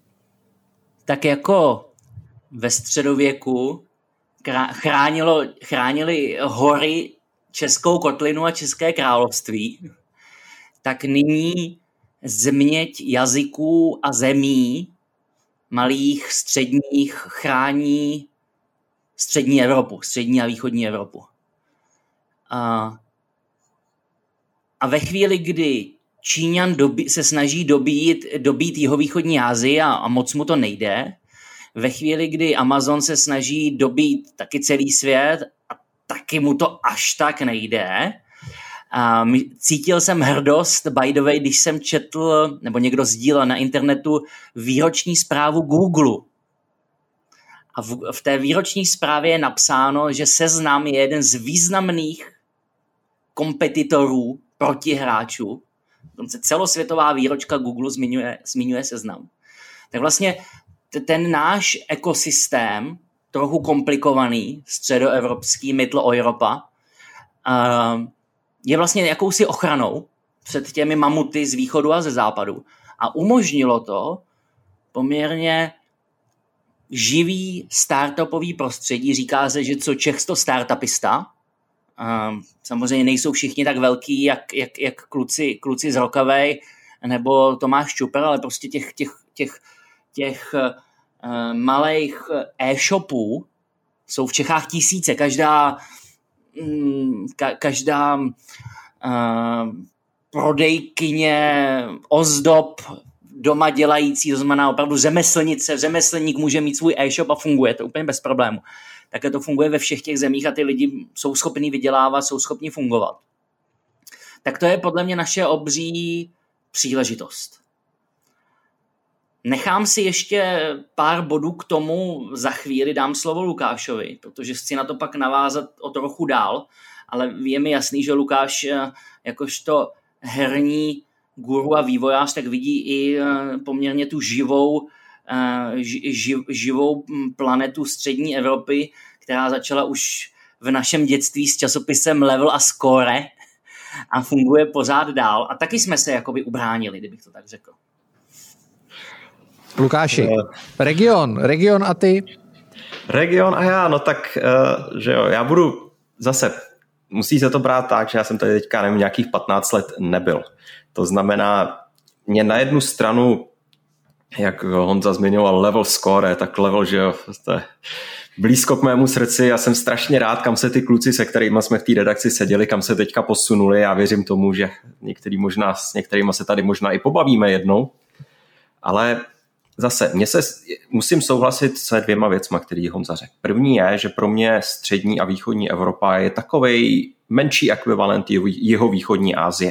Tak jako ve středověku chránilo, chránili hory Českou kotlinu a České království, tak nyní změť jazyků a zemí malých, středních chrání střední Evropu, střední a východní Evropu. A, a ve chvíli, kdy Číňan dobí, se snaží dobít, dobít jihovýchodní Asii a, a moc mu to nejde, ve chvíli, kdy Amazon se snaží dobít taky celý svět a taky mu to až tak nejde. A cítil jsem hrdost, by the way, když jsem četl, nebo někdo sdílel na internetu výroční zprávu Google. A v, v té výroční zprávě je napsáno, že Seznam je jeden z významných kompetitorů protihráčů. Dokonce celosvětová výročka Google zmiňuje, zmiňuje Seznam. Tak vlastně ten náš ekosystém, trochu komplikovaný, středoevropský, Middle Europa, je vlastně jakousi ochranou před těmi mamuty z východu a ze západu. A umožnilo to poměrně živý startupový prostředí. Říká se, že co Čech sto startupista. Samozřejmě nejsou všichni tak velký, jak, jak, jak kluci, kluci z Rokavej nebo Tomáš Čupr, ale prostě těch, těch, těch, těch uh, malých e-shopů jsou v Čechách tisíce. Každá, mm, ka, každá uh, prodejkyně ozdob doma dělající, to znamená opravdu řemeslnice, řemeslník může mít svůj e-shop a funguje to úplně bez problému. Také to funguje ve všech těch zemích a ty lidi jsou schopní vydělávat, jsou schopni fungovat. Tak to je podle mě naše obří příležitost. Nechám si ještě pár bodů k tomu, za chvíli dám slovo Lukášovi, protože chci na to pak navázat o trochu dál, ale je mi jasný, že Lukáš jakožto herní guru a vývojář tak vidí i poměrně tu živou, živ, živou planetu střední Evropy, která začala už v našem dětství s časopisem Level a Score a funguje pořád dál. A taky jsme se jakoby ubránili, kdybych to tak řekl. Lukáši, region, region a ty? Region a já, no tak, že jo, já budu zase, musí se to brát tak, že já jsem tady teďka, nevím, nějakých patnáct let nebyl. To znamená, mě na jednu stranu, jak Honza zmiňoval, Level Score, tak Level, že jo, to je blízko k mému srdci. Já jsem strašně rád, kam se ty kluci, se kterými jsme v té redakci seděli, kam se teďka posunuli. Já věřím tomu, že některý možná, s některými se tady možná i pobavíme jednou. Ale zase, mě se, musím souhlasit se dvěma věcma, který Honza řekl. První je, že pro mě střední a východní Evropa je takovej menší ekvivalent jeho východní Asie.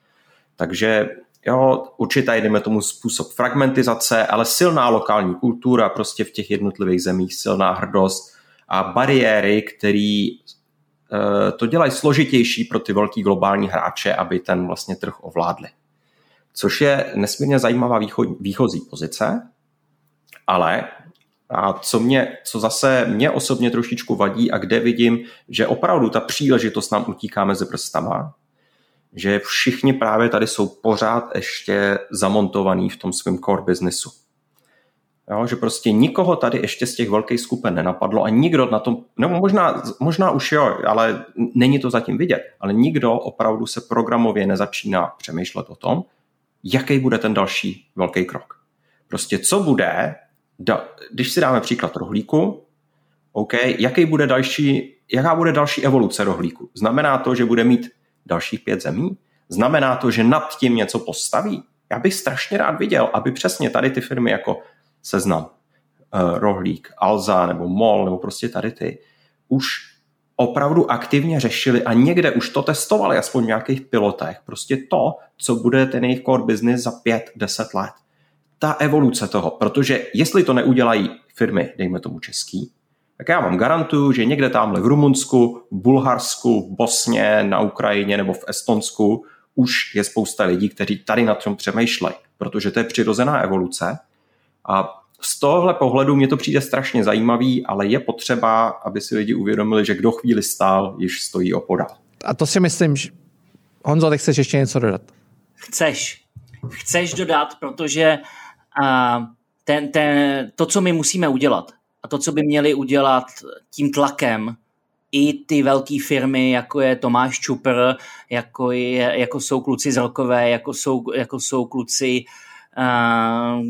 Takže jo, určitě jdeme tomu způsob fragmentizace, ale silná lokální kultura prostě v těch jednotlivých zemích, silná hrdost a bariéry, které e, to dělají složitější pro ty velký globální hráče, aby ten vlastně trh ovládli. Což je nesmírně zajímavá východ, výchozí pozice, ale a co, mě, co zase mě osobně trošičku vadí a kde vidím, že opravdu ta příležitost nám utíká mezi prstama, že všichni právě tady jsou pořád ještě zamontovaní v tom svém core businessu. Jo, že prostě nikoho tady ještě z těch velkých skupin nenapadlo a nikdo na tom, nebo možná, možná už jo, ale není to zatím vidět, ale nikdo opravdu se programově nezačíná přemýšlet o tom, jaký bude ten další velký krok. Prostě co bude, da, když si dáme příklad rohlíku, OK, jaký bude další, jaká bude další evoluce rohlíku? Znamená to, že bude mít dalších pět zemí? Znamená to, že nad tím něco postaví? Já bych strašně rád viděl, aby přesně tady ty firmy jako Seznam, uh, Rohlík, Alza nebo Mol nebo prostě tady ty už opravdu aktivně řešili a někde už to testovali aspoň v nějakých pilotech. Prostě to, co bude ten jejich core business za pět, deset let. Ta evoluce toho, protože jestli to neudělají firmy, dejme tomu český, tak já vám garantuju, že někde tamhle v Rumunsku, v Bulharsku, v Bosně, na Ukrajině nebo v Estonsku už je spousta lidí, kteří tady na tom přemýšlejí, protože to je přirozená evoluce. A z tohohle pohledu mě to přijde strašně zajímavý, ale je potřeba, aby si lidi uvědomili, že kdo chvíli stál, již stojí opodál. A to si myslím, že... Honzo, ty chceš ještě něco dodat? Chceš. Chceš dodat, protože uh, ten, ten, to, co my musíme udělat, a to, co by měli udělat tím tlakem i ty velké firmy, jako je Tomáš Čupr, jako, je, jako jsou kluci z Rokové, jako jsou, jako jsou kluci, uh,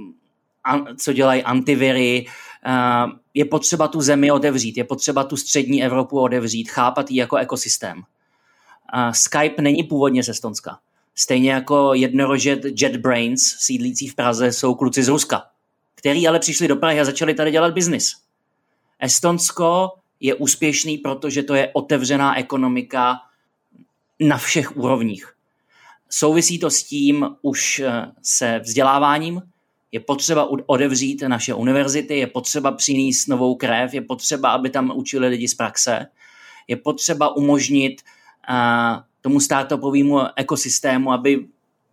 an, co dělají antiviry, uh, je potřeba tu zemi otevřít, je potřeba tu střední Evropu otevřít, chápat ji jako ekosystém. Uh, Skype není původně z Estonska. Stejně jako jednorožec JetBrains, sídlící v Praze, jsou kluci z Ruska, který ale přišli do Prahy a začali tady dělat biznis. Estonsko je úspěšný, protože to je otevřená ekonomika na všech úrovních. Souvisí to s tím už se vzděláváním, je potřeba otevřít naše univerzity, je potřeba přinést novou krev, je potřeba, aby tam učili lidi z praxe, je potřeba umožnit uh, tomu startupovému ekosystému, aby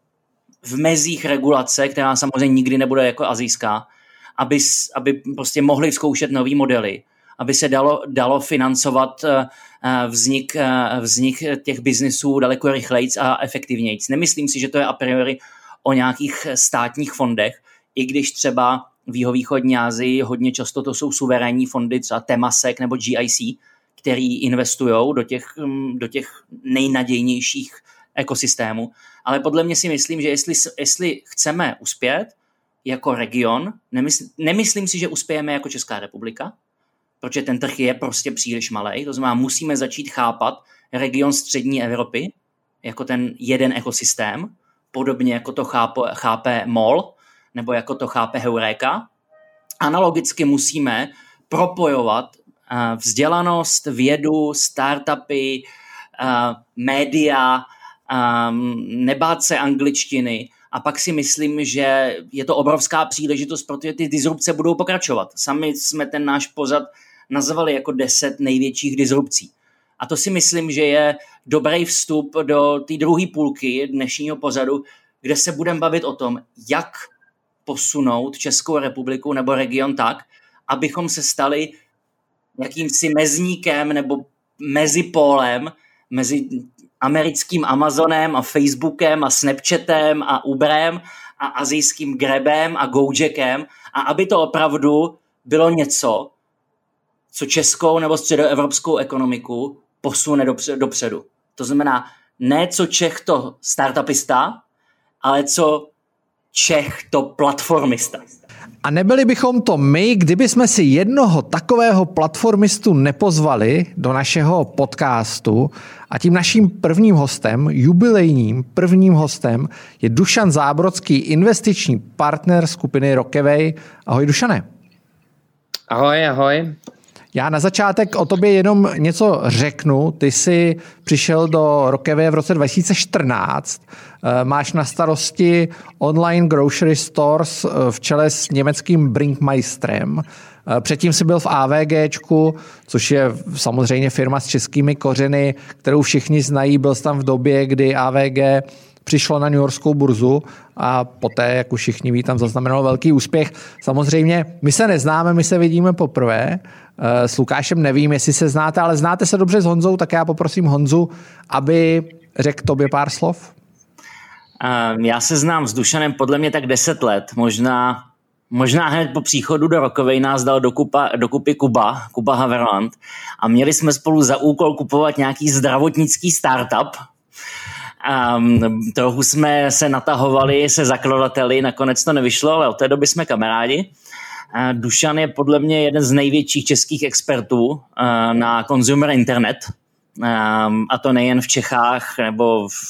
v mezích regulace, která samozřejmě nikdy nebude jako asijská, aby, aby prostě mohli zkoušet nový modely, aby se dalo, dalo financovat vznik, vznik těch biznisů daleko rychlejc a efektivnějc. Nemyslím si, že to je a priori o nějakých státních fondech, i když třeba v jihovýchodní Asii hodně často to jsou suverénní fondy, třeba Temasek nebo G I C, který investují do těch, do těch nejnadějnějších ekosystémů. Ale podle mě si myslím, že jestli, jestli chceme uspět jako region, nemysl, nemyslím si, že uspějeme jako Česká republika, protože ten trh je prostě příliš malej. To znamená, musíme začít chápat region střední Evropy jako ten jeden ekosystém, podobně jako to chápe, chápe Mol, nebo jako to chápe Heureka. Analogicky musíme propojovat vzdělanost, vědu, startupy, média, nebát se angličtiny A pak si myslím, že je to obrovská příležitost, protože ty disrupce budou pokračovat. Sami jsme ten náš pořad nazvali jako deset největších disrupcí. A to si myslím, že je dobrý vstup do té druhé půlky dnešního pořadu, kde se budeme bavit o tom, jak posunout Českou republiku nebo region tak, abychom se stali jakýmsi mezníkem nebo mezipólem mezi americkým Amazonem a Facebookem a Snapchatem a Uberem a asijským Grabem a Gojackem, a aby to opravdu bylo něco, co českou nebo středoevropskou ekonomiku posune dopředu. To znamená, ne co Čech to startupista, ale co Čech to platformista. A nebyli bychom to my, kdyby jsme si jednoho takového platformistu nepozvali do našeho podcastu. A tím naším prvním hostem, jubilejním prvním hostem, je Dušan Zábrodský, investiční partner skupiny Rockaway. Ahoj, Dušane. Ahoj, ahoj. Já na začátek o tobě jenom něco řeknu. Ty jsi přišel do Rockaway v roce dva tisíce čtrnáct. Máš na starosti online grocery stores v čele s německým Brinkmeisterem. Předtím jsi byl v AVGčku, což je samozřejmě firma s českými kořeny, kterou všichni znají. Byl jsi tam v době, kdy A V G přišlo na newyorskou burzu a poté, jak už všichni ví, tam zaznamenalo velký úspěch. Samozřejmě my se neznáme, my se vidíme poprvé. S Lukášem nevím, jestli se znáte, ale znáte se dobře s Honzou, tak já poprosím Honzu, aby řekl tobě pár slov. Já se znám s Dušanem podle mě tak deset let, možná, možná hned po příchodu do Rockaway nás dal do, kupa, do kupy Kuba, Kuba Haverland, a měli jsme spolu za úkol kupovat nějaký zdravotnický startup. Um, trochu jsme se natahovali se zakladateli, nakonec to nevyšlo, ale od té doby jsme kamarádi. Uh, Dušan je podle mě jeden z největších českých expertů uh, na consumer internet, um, a to nejen v Čechách nebo v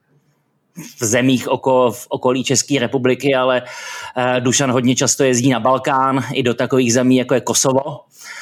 v zemích oko, v okolí České republiky, ale uh, Dušan hodně často jezdí na Balkán i do takových zemí, jako je Kosovo, uh,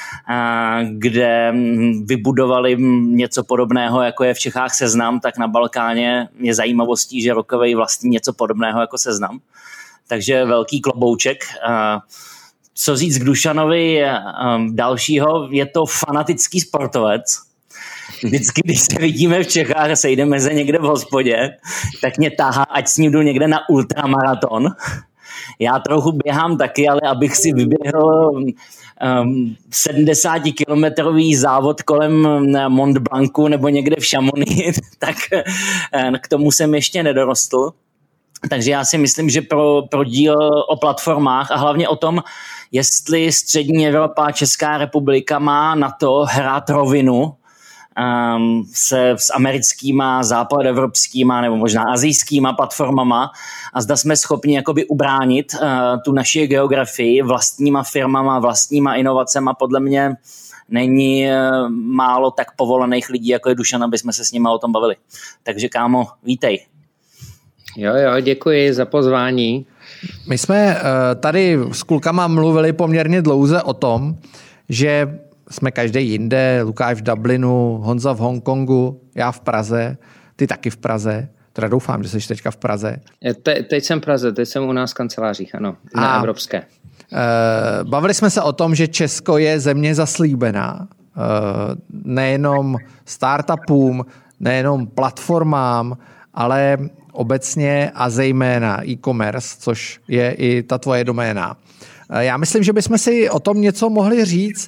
kde vybudovali něco podobného, jako je v Čechách Seznam, tak na Balkáně je zajímavostí, že Rockaway vlastní něco podobného jako Seznam. Takže velký klobouček. Uh, co říct k Dušanovi um, dalšího, je to fanatický sportovec. Vždycky, když se vidíme v Čechách a sejdeme se někde v hospodě, tak mě tahá, ať s ním jdu někde na ultramaraton. Já trochu běhám taky, ale abych si vyběhl um, sedmdesátikilometrový závod kolem Mont Blancu nebo někde v Chamonix, tak uh, k tomu jsem ještě nedorostl. Takže já si myslím, že pro, pro díl o platformách a hlavně o tom, jestli střední Evropa a Česká republika má na to hrát rovinu Um, se s americkýma, západoevropskýma nebo možná asijskýma platformama, a zda jsme schopni jakoby ubránit uh, tu naši geografii vlastníma firmama, vlastníma inovacema. Podle mě není uh, málo tak povolaných lidí, jako je Dušan, aby jsme se s nimi o tom bavili. Takže kámo, vítej. Jo, jo, děkuji za pozvání. My jsme uh, tady s klukama mluvili poměrně dlouze o tom, že jsme každý jinde, Lukáš v Dublinu, Honza v Hongkongu, já v Praze, ty taky v Praze. Teda doufám, že jsi teďka v Praze. Te, teď jsem v Praze, teď jsem u nás v kancelářích, ano, na A, evropské. Uh, bavili jsme se o tom, že Česko je země zaslíbená. Uh, nejenom startupům, nejenom platformám, ale obecně a zejména e-commerce, což je i ta tvoje doména. Já myslím, že bychom si o tom něco mohli říct,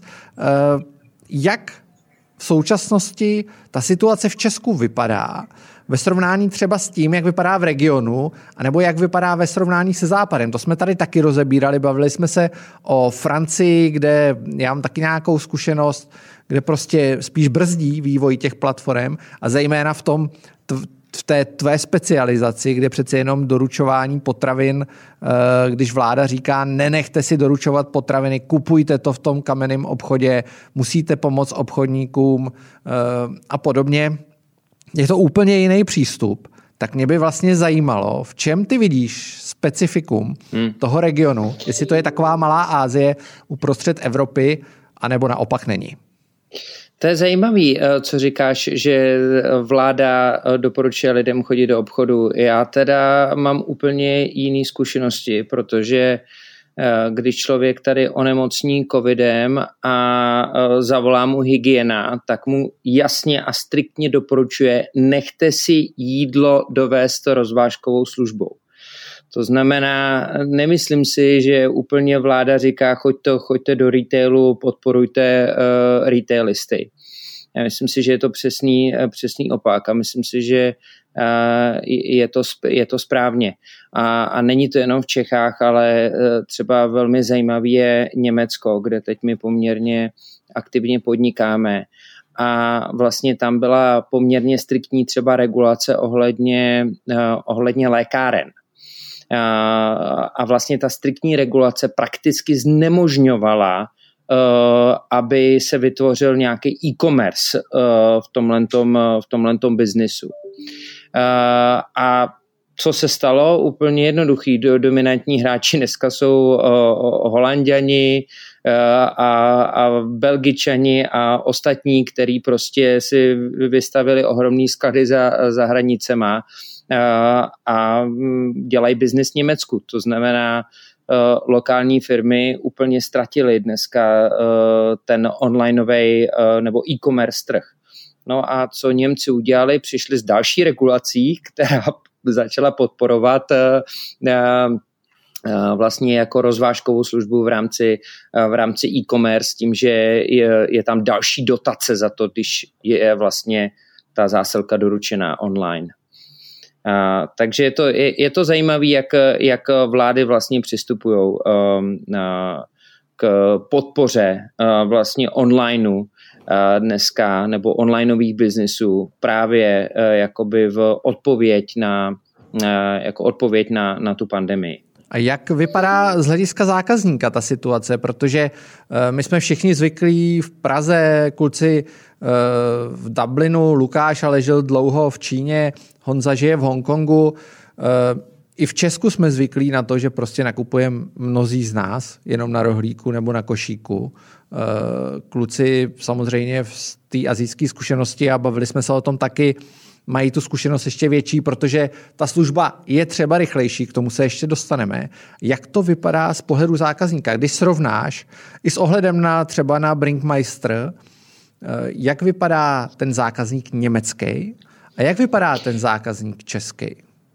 jak v současnosti ta situace v Česku vypadá ve srovnání třeba s tím, jak vypadá v regionu, anebo jak vypadá ve srovnání se Západem. To jsme tady taky rozebírali, bavili jsme se o Francii, kde já mám taky nějakou zkušenost, kde prostě spíš brzdí vývoj těch platform a zejména v tom v té tvé specializaci, kde přece jenom doručování potravin, když vláda říká, nenechte si doručovat potraviny, kupujte to v tom kamenném obchodě, musíte pomoct obchodníkům a podobně. Je to úplně jiný přístup. Tak mě by vlastně zajímalo, v čem ty vidíš specifikum hmm. toho regionu, jestli to je taková malá Asie uprostřed Evropy, anebo naopak není. To je zajímavý, co říkáš, že vláda doporučuje lidem chodit do obchodu. Já teda mám úplně jiné zkušenosti, protože když člověk tady onemocní covidem a zavolá mu hygiena, tak mu jasně a striktně doporučuje, nechte si jídlo dovést rozvážkovou službou. To znamená, nemyslím si, že úplně vláda říká, choďte, choďte do retailu, podporujte uh, retailisty. Já myslím si, že je to přesný, přesný opak a myslím si, že uh, je, to, je to správně. A, a není to jenom v Čechách, ale uh, třeba velmi zajímavý je Německo, kde teď my poměrně aktivně podnikáme. A vlastně tam byla poměrně striktní třeba regulace ohledně, uh, ohledně lékáren. A vlastně ta striktní regulace prakticky znemožňovala, aby se vytvořil nějaký e-commerce v tomhletom, v tomhletom biznisu. A co se stalo? Úplně jednoduchý. Dominantní hráči dneska jsou Holanďani a, a Belgičani a ostatní, který prostě si vystavili ohromný sklady za, za hranicema a dělají biznis v Německu. To znamená, lokální firmy úplně ztratily dneska ten onlineový nebo e-commerce trh. No a co Němci udělali? Přišli s další regulací, která začala podporovat vlastně jako rozvážkovou službu v rámci, v rámci e-commerce tím, že je, je tam další dotace za to, když je vlastně ta zásilka doručená online. Uh, takže je to, je, je to zajímavé, jak, jak vlády vlastně přistupují um, uh, k podpoře uh, vlastně onlineu uh, dneska nebo onlineových biznisů právě uh, jakoby v odpověď na, uh, jako odpověď na, na tu pandemii. A jak vypadá z hlediska zákazníka ta situace? Protože uh, my jsme všichni zvyklí v Praze, kluci uh, v Dublinu, Lukáš ale žil dlouho v Číně, Honza žije v Hongkongu. Uh, I v Česku jsme zvyklí na to, že prostě nakupujeme mnozí z nás jenom na rohlíku nebo na košíku. Uh, kluci samozřejmě z té asijské zkušenosti a bavili jsme se o tom taky, mají tu zkušenost ještě větší, protože ta služba je třeba rychlejší, k tomu se ještě dostaneme. Jak to vypadá z pohledu zákazníka? Když srovnáš i s ohledem na třeba na Brinkmeister, jak vypadá ten zákazník německý a jak vypadá ten zákazník český?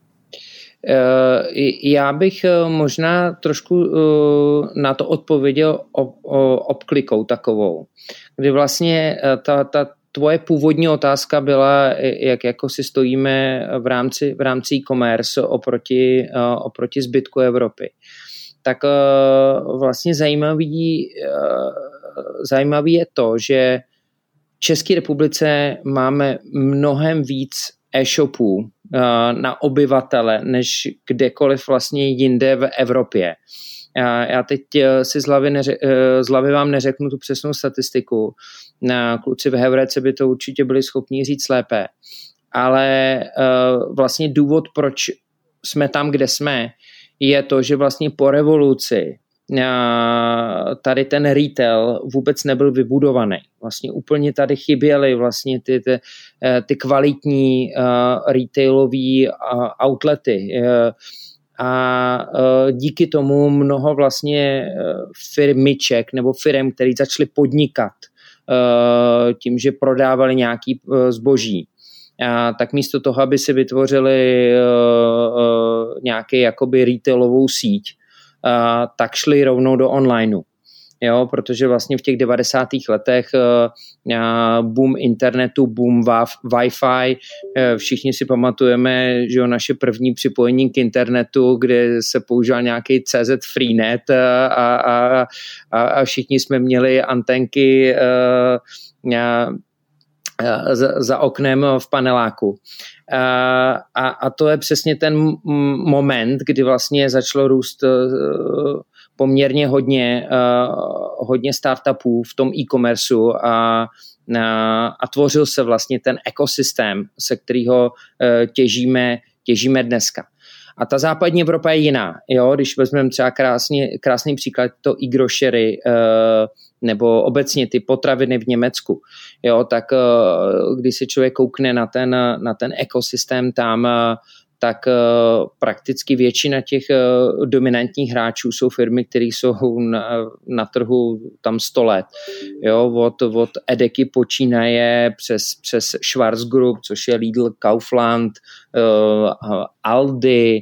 Já bych možná trošku na to odpověděl obklikou takovou, kdy vlastně ta, ta tvoje původní otázka byla, jak jako si stojíme v rámci, v rámci e-commerce oproti, oproti zbytku Evropy. Tak vlastně zajímavý, zajímavý je to, že v České republice máme mnohem víc e-shopů na obyvatele, než kdekoliv vlastně jinde v Evropě. Já teď si z hlavy, neře- z hlavy vám neřeknu tu přesnou statistiku. Kluci v Hevrece by to určitě byli schopni říct lépe. Ale vlastně důvod, proč jsme tam, kde jsme, je to, že vlastně po revoluci tady ten retail vůbec nebyl vybudovaný. Vlastně úplně tady chyběly vlastně ty, ty, ty kvalitní retailové outlety. A díky tomu mnoho vlastně firmiček nebo firem, který začaly podnikat tím, že prodávali nějaký zboží, tak místo toho, aby si vytvořili nějaký jakoby retailovou síť, tak šli rovnou do onlineu. Jo, protože vlastně v těch devadesátých letech uh, boom internetu, boom Wi-Fi, uh, všichni si pamatujeme, že jo, naše první připojení k internetu, kde se používal nějaký C Z Freenet uh, a, a, a všichni jsme měli antenky uh, uh, za, za oknem v paneláku. Uh, a, a to je přesně ten moment, kdy vlastně začalo růst uh, poměrně hodně, uh, hodně startupů v tom e-commerceu a, a, a tvořil se vlastně ten ekosystém, se kterého uh, těžíme, těžíme dneska. A ta západní Evropa je jiná. Jo? Když vezmeme třeba krásně, krásný příklad, to e-grocery, uh, nebo obecně ty potraviny v Německu, jo, tak když se člověk koukne na ten, na ten ekosystém tam, tak prakticky většina těch dominantních hráčů jsou firmy, které jsou na, na trhu tam sto let. Jo, od, od Edeky počínaje přes, přes Schwarz Group, což je Lidl, Kaufland, Aldi,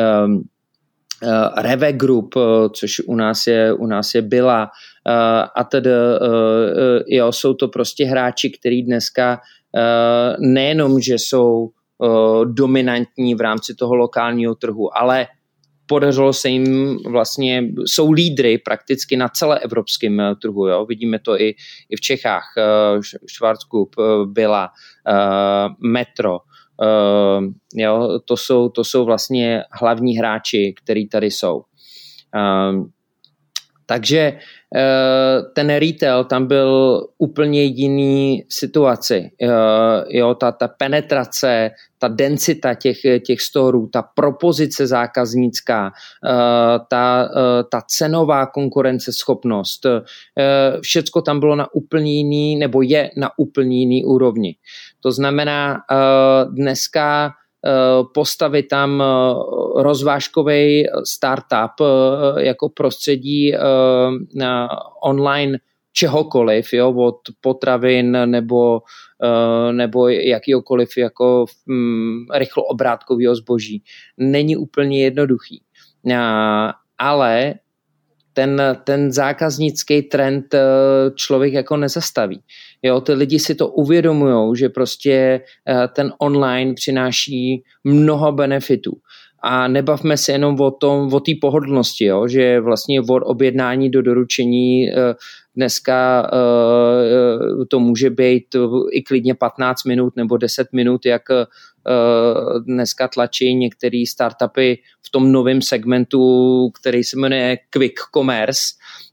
Reve Group, což u nás je, u nás je Billa, a tedy jo, jsou to prostě hráči, který dneska nejenom, že jsou dominantní v rámci toho lokálního trhu, ale podařilo se jim vlastně, jsou lídry prakticky na celé evropském trhu. Jo? Vidíme to i, i v Čechách. Schwarz Group, Billa, Metro. Jo? To jsou, to jsou vlastně hlavní hráči, který tady jsou. Takže ten retail tam byl úplně jiný situaci. Jo, ta, ta penetrace, ta densita těch, těch storů, ta propozice zákaznická, ta, ta cenová konkurenceschopnost, všecko tam bylo na úplně jiný, nebo je na úplně jiný úrovni. To znamená, dneska postavit tam rozvážkový startup jako prostředí online čehokoliv, jo, od potravin nebo, nebo jakýkoliv jako rychloobrátkového zboží. Není úplně jednoduchý. Ale ten, ten zákaznický trend člověk jako nezastaví. Jo, ty lidi si to uvědomujou, že prostě ten online přináší mnoho benefitů. A nebavme se jenom o tom, o té pohodlnosti, jo, že vlastně od objednání do doručení dneska to může být i klidně patnáct minut nebo deset minut, jak dneska tlačí některé startupy v tom novém segmentu, který se jmenuje Quick Commerce,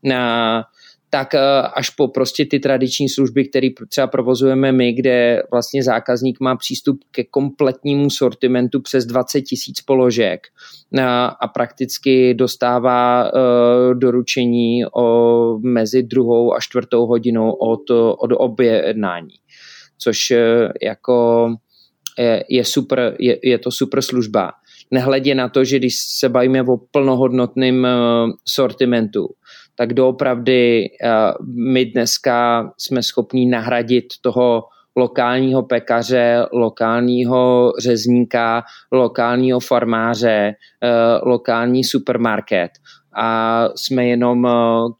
tak až po prostě ty tradiční služby, které třeba provozujeme my, kde vlastně zákazník má přístup ke kompletnímu sortimentu přes dvacet tisíc položek a prakticky dostává doručení o mezi druhou a čtvrtou hodinou od, od objednání. Což jako je, je super, je, je to super služba. Nehledě na to, že když se bavíme o plnohodnotném sortimentu, tak doopravdy my dneska jsme schopni nahradit toho lokálního pekaře, lokálního řezníka, lokálního farmáře, lokální supermarket a jsme jenom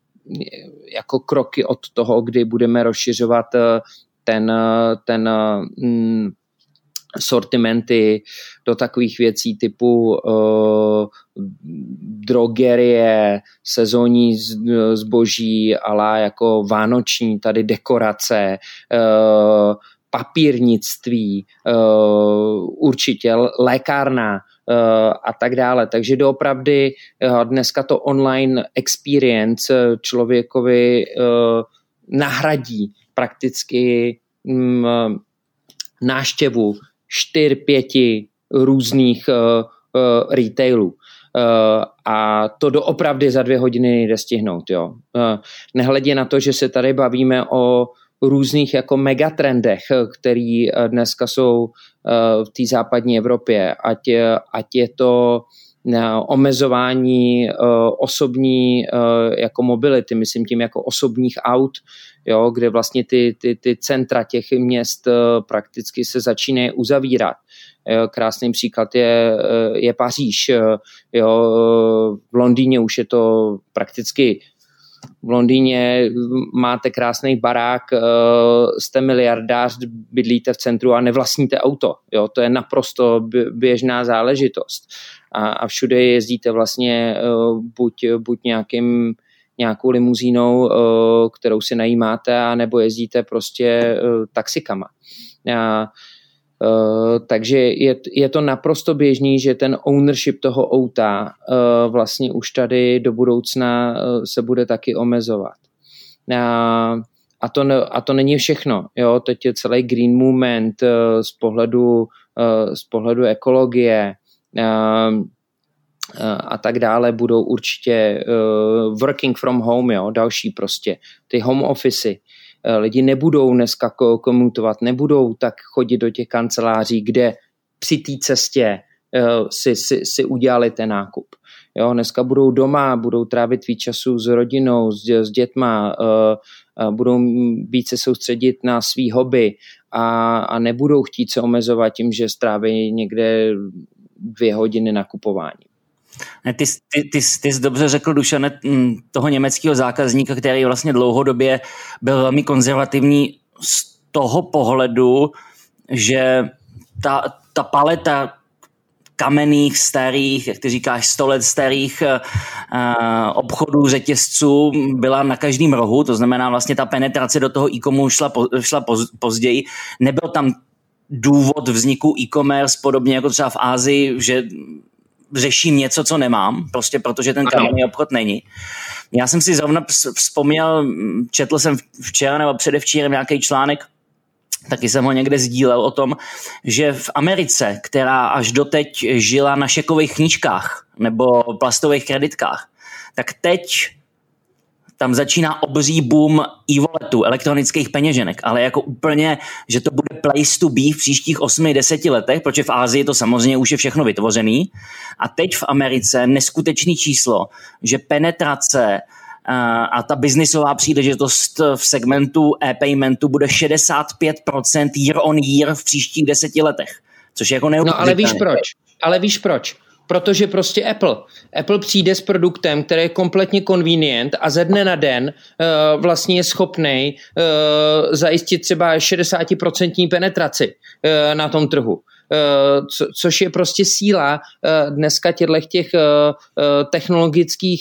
jako kroky od toho, kdy budeme rozšiřovat ten, ten sortimenty do takových věcí typu uh, drogerie, sezónní zboží, ale jako vánoční, tady dekorace, uh, papírnictví, uh, určitě lékárna uh, a tak dále. Takže doopravdy uh, dneska to online experience člověkovi uh, nahradí prakticky um, návštěvu čtyř, pěti různých uh, uh, retailů. Uh, a to doopravdy za dvě hodiny nejde stihnout. Jo. Uh, nehledě na to, že se tady bavíme o různých jako megatrendech, který dneska jsou uh, v té západní Evropě, ať, ať je to omezování uh, osobní uh, jako mobility, myslím tím jako osobních aut, jo, kde vlastně ty, ty, ty centra těch měst uh, prakticky se začínají uzavírat. Jo, krásný příklad je, je Paříž. Jo, v Londýně už je to prakticky v Londýně máte krásný barák, jste miliardář, bydlíte v centru a nevlastníte auto. Jo, to je naprosto běžná záležitost. A, a všude jezdíte vlastně buď, buď nějakým, nějakou limuzínou, kterou si najímáte, anebo jezdíte prostě taxikama. A, Uh, takže je, je to naprosto běžný, že ten ownership toho auta uh, vlastně už tady do budoucna uh, se bude taky omezovat. Uh, a, to ne, a to není všechno. Jo? Teď je celý green movement uh, z pohledu, uh, z pohledu ekologie. Uh, a tak dále budou určitě uh, working from home, jo, další prostě, ty home office. Uh, lidi nebudou dneska komutovat, nebudou tak chodit do těch kanceláří, kde při té cestě uh, si, si, si udělali ten nákup. Jo, dneska budou doma, budou trávit víc času s rodinou, s, s dětma, uh, uh, budou více soustředit na svý hobby a, a nebudou chtít se omezovat tím, že stráví někde dvě hodiny nakupování. Ty, ty, ty, ty jsi dobře řekl, Dušane, toho německého zákazníka, který vlastně dlouhodobě byl velmi konzervativní z toho pohledu, že ta, ta paleta kamenných, starých, jak ty říkáš, sto let starých uh, obchodů, řetězců byla na každém rohu, to znamená vlastně ta penetrace do toho e-comu šla, po, šla poz, později. Nebyl tam důvod vzniku e-commerce, podobně jako třeba v Asii, že řeším něco, co nemám, prostě protože ten kamenný obchod není. Já jsem si zrovna vzpomněl, četl jsem včera nebo předevčírem nějaký článek, taky jsem ho někde sdílel o tom, že v Americe, která až doteď žila na šekových knížkách nebo plastových kreditkách, tak teď tam začíná obří boom e-walletů, elektronických peněženek, ale jako úplně, že to bude place to be v příštích osmi deseti letech, protože v Asii to samozřejmě už je všechno vytvořený. A teď v Americe neskutečný číslo, že penetrace a ta biznisová příležitost v segmentu e-paymentu bude šedesát pět procent year on year v příštích deseti letech, což je jako neuvěřitelné. No ale víš proč? Ale víš proč? Protože prostě Apple. Apple přijde s produktem, který je kompletně convenient a ze dne na den uh, vlastně je schopnej uh, zajistit třeba šedesát procent penetraci uh, na tom trhu. Uh, co, což je prostě síla uh, dneska těchto těch uh, uh, technologických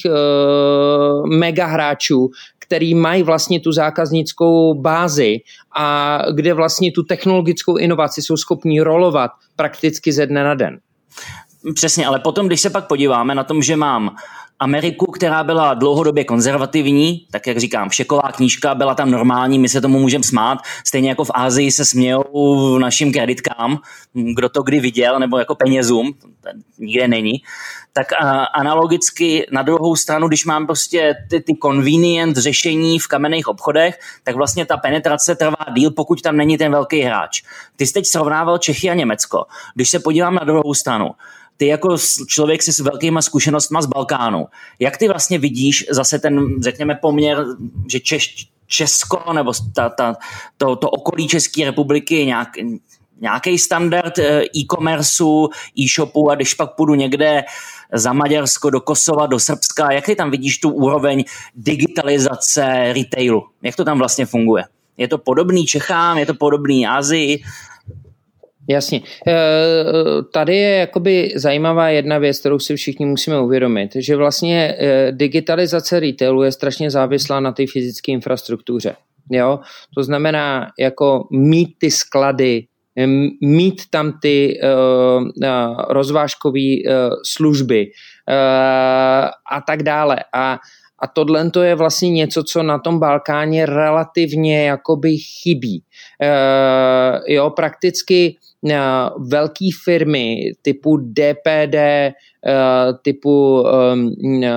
uh, megahráčů, který mají vlastně tu zákaznickou bázi a kde vlastně tu technologickou inovaci jsou schopní rolovat prakticky ze dne na den. Přesně, ale potom, když se pak podíváme na tom, že mám Ameriku, která byla dlouhodobě konzervativní, tak jak říkám, šeková knížka byla tam normální, my se tomu můžeme smát, stejně jako v Asii se smějou našim kreditkám, kdo to kdy viděl, nebo jako penězům, to nikde není, tak a, analogicky na druhou stranu, když mám prostě ty, ty convenient řešení v kamenných obchodech, tak vlastně ta penetrace trvá díl, pokud tam není ten velký hráč. Ty jsi teď srovnával Čechy a Německo. Když se podívám na druhou stranu, ty jako člověk si s velkýma zkušenostma z Balkánu, jak ty vlastně vidíš zase ten, řekněme, poměr, že Češ, Česko nebo ta, ta, to, to okolí České republiky je nějak, nějaký standard e-commerceu, e-shopu a když pak půjdu někde za Maďarsko, do Kosova, do Srbska, jak ty tam vidíš tu úroveň digitalizace retailu? Jak to tam vlastně funguje? Je to podobný Čechám, je to podobný Asii? Jasně. Tady je jakoby zajímavá jedna věc, kterou si všichni musíme uvědomit, že vlastně digitalizace retailu je strašně závislá na té fyzické infrastruktuře. Jo? To znamená jako mít ty sklady, mít tam ty uh, uh, rozvážkové uh, služby uh, a tak dále. A A tohle to je vlastně něco, co na tom Balkáně relativně jakoby chybí. E, jo, prakticky e, velké firmy typu D P D, e, typu e,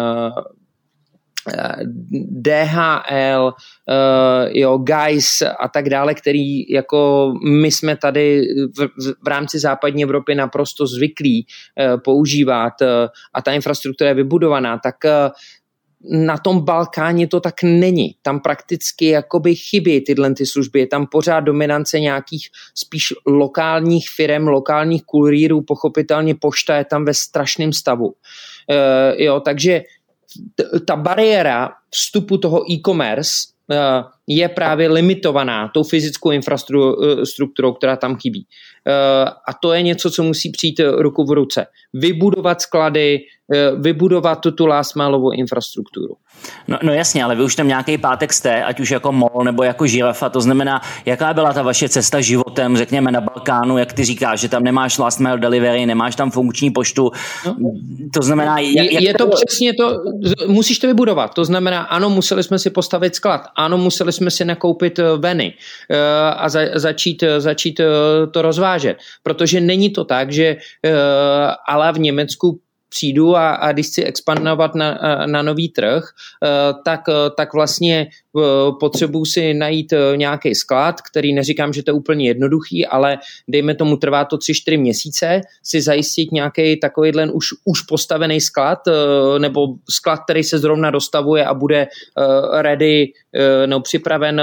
D H L, uh, jo, Guys a tak dále, který jako my jsme tady v, v rámci západní Evropy naprosto zvyklí uh, používat uh, a ta infrastruktura je vybudovaná, tak uh, na tom Balkáně to tak není. Tam prakticky jakoby chybí tyhle ty služby. Je tam pořád dominance nějakých spíš lokálních firem, lokálních kurýrů, pochopitelně pošta je tam ve strašném stavu. Uh, jo, takže t- ta bariéra vstupu toho e-commerce uh, je právě limitovaná tou fyzickou infrastrukturou, která tam chybí. Uh, a to je něco, co musí přijít ruku v ruce. Vybudovat sklady, uh, vybudovat tu, tu last mileovou infrastrukturu. No, no jasně, ale vy už tam nějaký pátek jste, ať už jako mol nebo jako žirafa, to znamená, jaká byla ta vaše cesta životem, řekněme na Balkánu, jak ty říkáš, že tam nemáš last mile delivery, nemáš tam funkční poštu, no. To znamená... Jak, jak je to, to přesně to, musíš to vybudovat, to znamená, ano, museli jsme si postavit sklad, ano, museli jsme si nakoupit veny uh, a za, začít, začít uh, to rozvážet, protože není to tak, že uh, ale v Německu přijdu a, a když chci expandovat na, na nový trh, tak, tak vlastně potřebuji si najít nějaký sklad, který neříkám, že to je úplně jednoduchý, ale dejme tomu, trvá to tři čtyři měsíce, si zajistit nějaký takovýhle už, už postavený sklad, nebo sklad, který se zrovna dostavuje a bude ready, no, připraven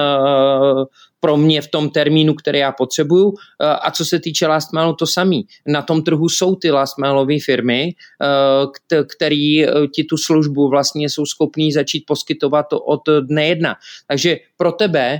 pro mě v tom termínu, který já potřebuju. A co se týče last mailu, to samý. Na tom trhu jsou ty last mailové firmy, který ti tu službu vlastně jsou schopní začít poskytovat od dne jedna. Takže pro tebe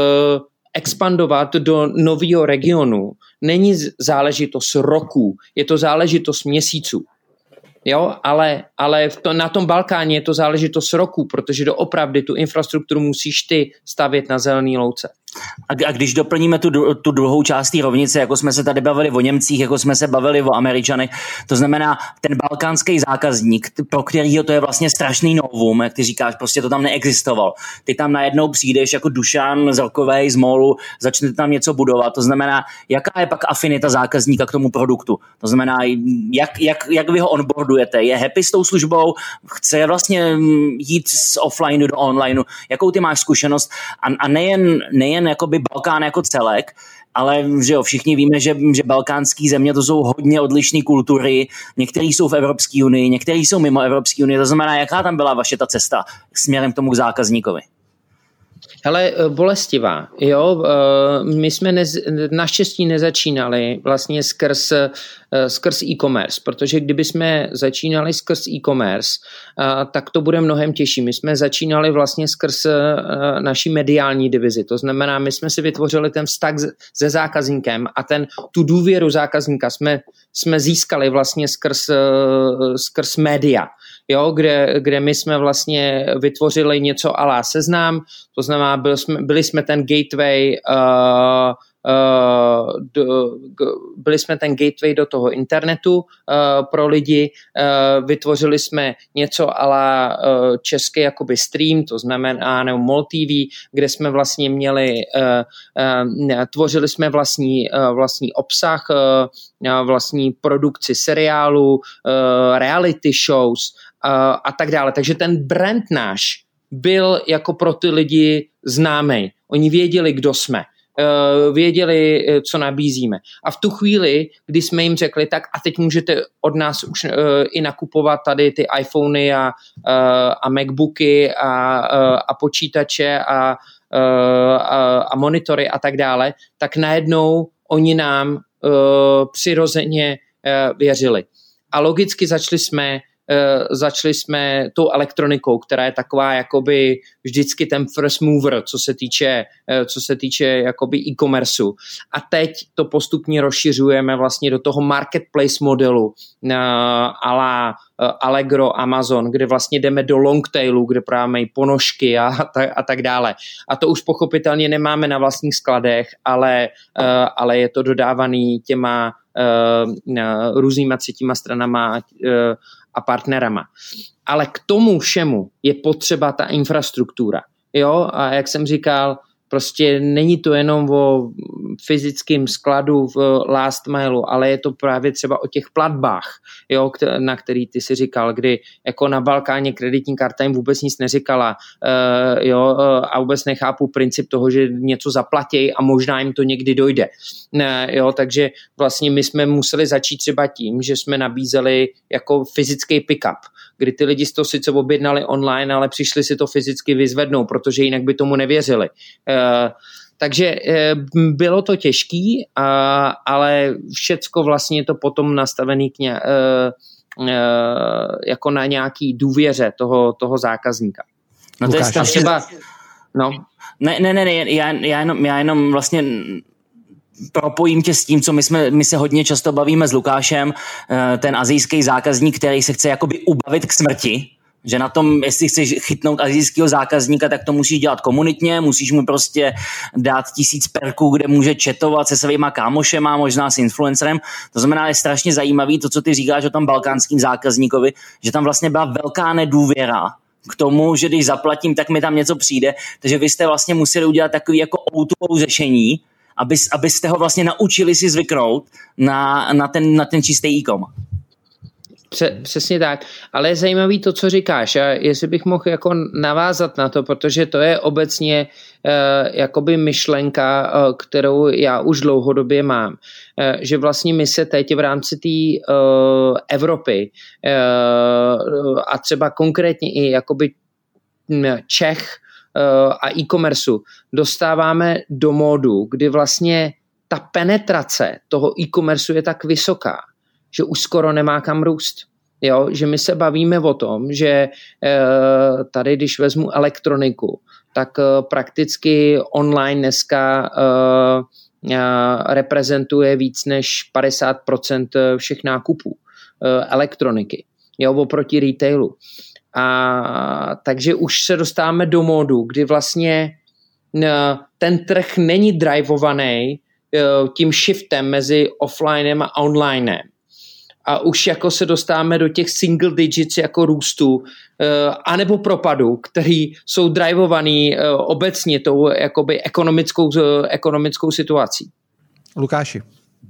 expandovat do nového regionu není záležitost roků, je to záležitost měsíců. Jo, ale, ale v to, na tom Balkáně je to záležitost roků, protože doopravdy tu infrastrukturu musíš ty stavět na zelený louce. A, a když doplníme tu, tu druhou část té rovnice, jako jsme se tady bavili o Němcích, jako jsme se bavili o Američanech, to znamená ten balkánský zákazník, pro kterýho to je vlastně strašný novum, jak ty říkáš, prostě to tam neexistovalo. Ty tam najednou přijdeš jako Dušan z Rokovej, z Molu, začnete tam něco budovat, to znamená, jaká je pak afinita zákazníka k tomu produktu, to znamená, jak, jak, jak vy ho onboardujete, je happy s tou službou, chce vlastně jít z offlineu do onlineu, jakou ty máš zkušenost a, a nejen, nejen jakoby Balkán jako celek, ale že jo, všichni víme, že, že balkánský země to jsou hodně odlišné kultury, některý jsou v Evropské unii, některý jsou mimo Evropské unii, to znamená, jaká tam byla vaše ta cesta směrem k tomu zákazníkovi? Hele, bolestivá, jo, my jsme nez, naštěstí nezačínali vlastně skrz, skrz e-commerce, protože kdyby jsme začínali skrz e-commerce, tak to bude mnohem těžší. My jsme začínali vlastně skrz naší mediální divizi, to znamená, my jsme si vytvořili ten vztah se zákazníkem a ten, tu důvěru zákazníka jsme, jsme získali vlastně skrz, skrz média. Jo, kde, kde my jsme vlastně vytvořili něco a la Seznam, to znamená, byli jsme, byli jsme ten gateway, uh, uh, do, byli jsme ten gateway do toho internetu uh, pro lidi, uh, vytvořili jsme něco a la uh, český jakoby stream, to znamená, nebo MOL T V, kde jsme vlastně měli, uh, uh, tvořili jsme vlastní, uh, vlastní obsah, uh, vlastní produkci seriálu, uh, reality shows, Uh, a tak dále. Takže ten brand náš byl jako pro ty lidi známý. Oni věděli, kdo jsme. Uh, věděli, co nabízíme. A v tu chvíli, kdy jsme jim řekli, tak a teď můžete od nás už uh, i nakupovat tady ty iPhony a, uh, a MacBooky a, uh, a počítače a, uh, a, a monitory a tak dále, tak najednou oni nám uh, přirozeně uh, věřili. A logicky začali jsme Uh, začali jsme tou elektronikou, která je taková jakoby vždycky ten first mover, co se týče, uh, co se týče jakoby e-commerceu. A teď to postupně rozšiřujeme vlastně do toho marketplace modelu uh, a la uh, Allegro, Amazon, kde vlastně jdeme do longtailu, kde právě i ponožky a, ta, a tak dále. A to už pochopitelně nemáme na vlastních skladech, ale, uh, ale je to dodávaný těma uh, uh, různýma třetíma stranama uh, a partnerama. Ale k tomu všemu je potřeba ta infrastruktura. Jo? A jak jsem říkal, prostě není to jenom o fyzickém skladu v last mailu, ale je to právě třeba o těch platbách, jo, na který ty si říkal, kdy jako na Balkáně kreditní karta jim vůbec nic neříkala, uh, jo, a vůbec nechápu princip toho, že něco zaplatí a možná jim to někdy dojde. Uh, jo, takže vlastně my jsme museli začít třeba tím, že jsme nabízeli jako fyzický pick-up, kdy ty lidi to sice objednali online, ale přišli si to fyzicky vyzvednout, protože jinak by tomu nevěřili. Uh, takže uh, bylo to těžký, uh, ale všecko vlastně to potom nastavený k ně, uh, uh, jako na nějaký důvěře toho, toho zákazníka. No to je strašně... třeba, no. Ne, ne, ne, ne já, já, jenom, já jenom vlastně... propojím tě s tím, co my, jsme, my se hodně často bavíme s Lukášem, ten asijský zákazník, který se chce jakoby ubavit k smrti, že na tom, jestli chceš chytnout asijského zákazníka, tak to musíš dělat komunitně, musíš mu prostě dát tisíc perků, kde může chatovat se svýma kámošema, možná s influencerem. To znamená, je strašně zajímavý to, co ty říkáš o tom balkánským zákazníkovi, že tam vlastně byla velká nedůvěra k tomu, že když zaplatím, tak mi tam něco přijde. Takže vy jste vlastně museli udělat takový jako outovou řešení, Aby, abyste ho vlastně naučili si zvyknout na, na, ten, na ten čistý e-com. Pře- přesně tak, ale je zajímavý to, co říkáš, a jestli bych mohl jako navázat na to, protože to je obecně uh, jakoby myšlenka, uh, kterou já už dlouhodobě mám, uh, že vlastně my se teď v rámci té uh, Evropy uh, a třeba konkrétně i jakoby Čech uh, a e-commerceu dostáváme do módu, kdy vlastně ta penetrace toho e-commerceu je tak vysoká, že už skoro nemá kam růst. Jo? Že my se bavíme o tom, že e, tady, když vezmu elektroniku, tak e, prakticky online dneska e, e, reprezentuje víc než padesát procent všech nákupů e, elektroniky, jo? Oproti retailu. A takže už se dostáváme do módu, kdy vlastně e, ten trh není drivovaný e, tím shiftem mezi offlinem a onlinem. A už jako se dostáváme do těch single digits jako růstu uh, anebo propadu, který jsou drivovaný uh, obecně tou jakoby ekonomickou, uh, ekonomickou situací. Lukáši.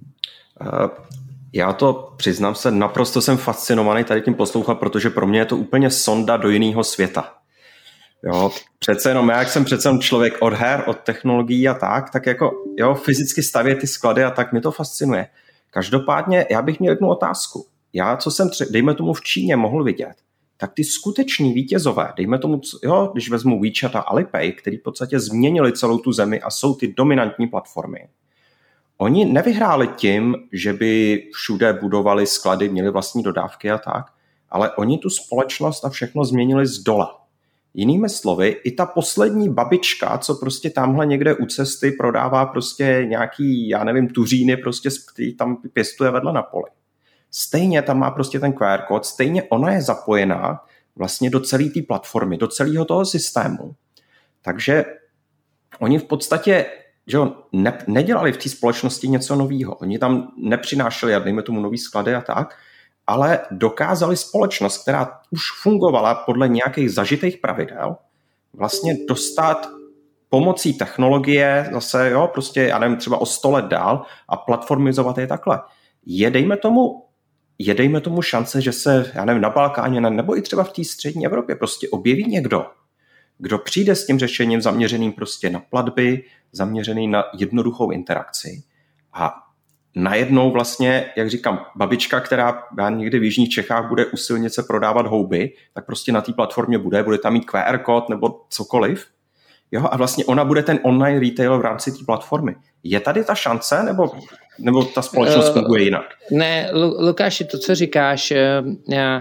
Uh, já to přiznám se, naprosto jsem fascinovaný tady tím poslouchat, protože pro mě je to úplně sonda do jiného světa. Jo, přece jenom já, jak jsem přece jenom člověk od her, od technologií a tak, tak jako jo, fyzicky stavět ty sklady a tak mě to fascinuje. Každopádně já bych měl jednu otázku. Já, co jsem, tře- dejme tomu v Číně mohl vidět, tak ty skuteční vítězové, dejme tomu, jo, když vezmu WeChat a Alipay, který v podstatě změnili celou tu zemi a jsou ty dominantní platformy, oni nevyhráli tím, že by všude budovali sklady, měli vlastní dodávky a tak, ale oni tu společnost a všechno změnili z dola. Jinými slovy, i ta poslední babička, co prostě tamhle někde u cesty prodává prostě nějaký, já nevím, tuříny, prostě, který tam pěstuje vedle na poli. Stejně tam má prostě ten Q R kód, stejně ona je zapojená vlastně do celé té platformy, do celého toho systému. Takže oni v podstatě že ne, nedělali v té společnosti něco nového. Oni tam nepřinášeli, dejme tomu, nový sklady a tak, ale dokázali společnost, která už fungovala podle nějakých zažitých pravidel, vlastně dostat pomocí technologie zase, jo, prostě, já nevím, třeba o sto let dál a platformizovat je takhle. Je, dejme tomu, je, dejme tomu šance, že se, já nevím, na Balkáně nebo i třeba v té střední Evropě prostě objeví někdo, kdo přijde s tím řešením zaměřeným prostě na platby, zaměřený na jednoduchou interakci a najednou vlastně, jak říkám, babička, která někdy v jižních Čechách bude u silnice prodávat houby, tak prostě na té platformě bude, bude tam mít Q R kód nebo cokoliv. Jo, a vlastně ona bude ten online retail v rámci té platformy. Je tady ta šance, nebo, nebo ta společnost funguje jinak? Uh, ne, Lukáši, to, co říkáš, uh, já,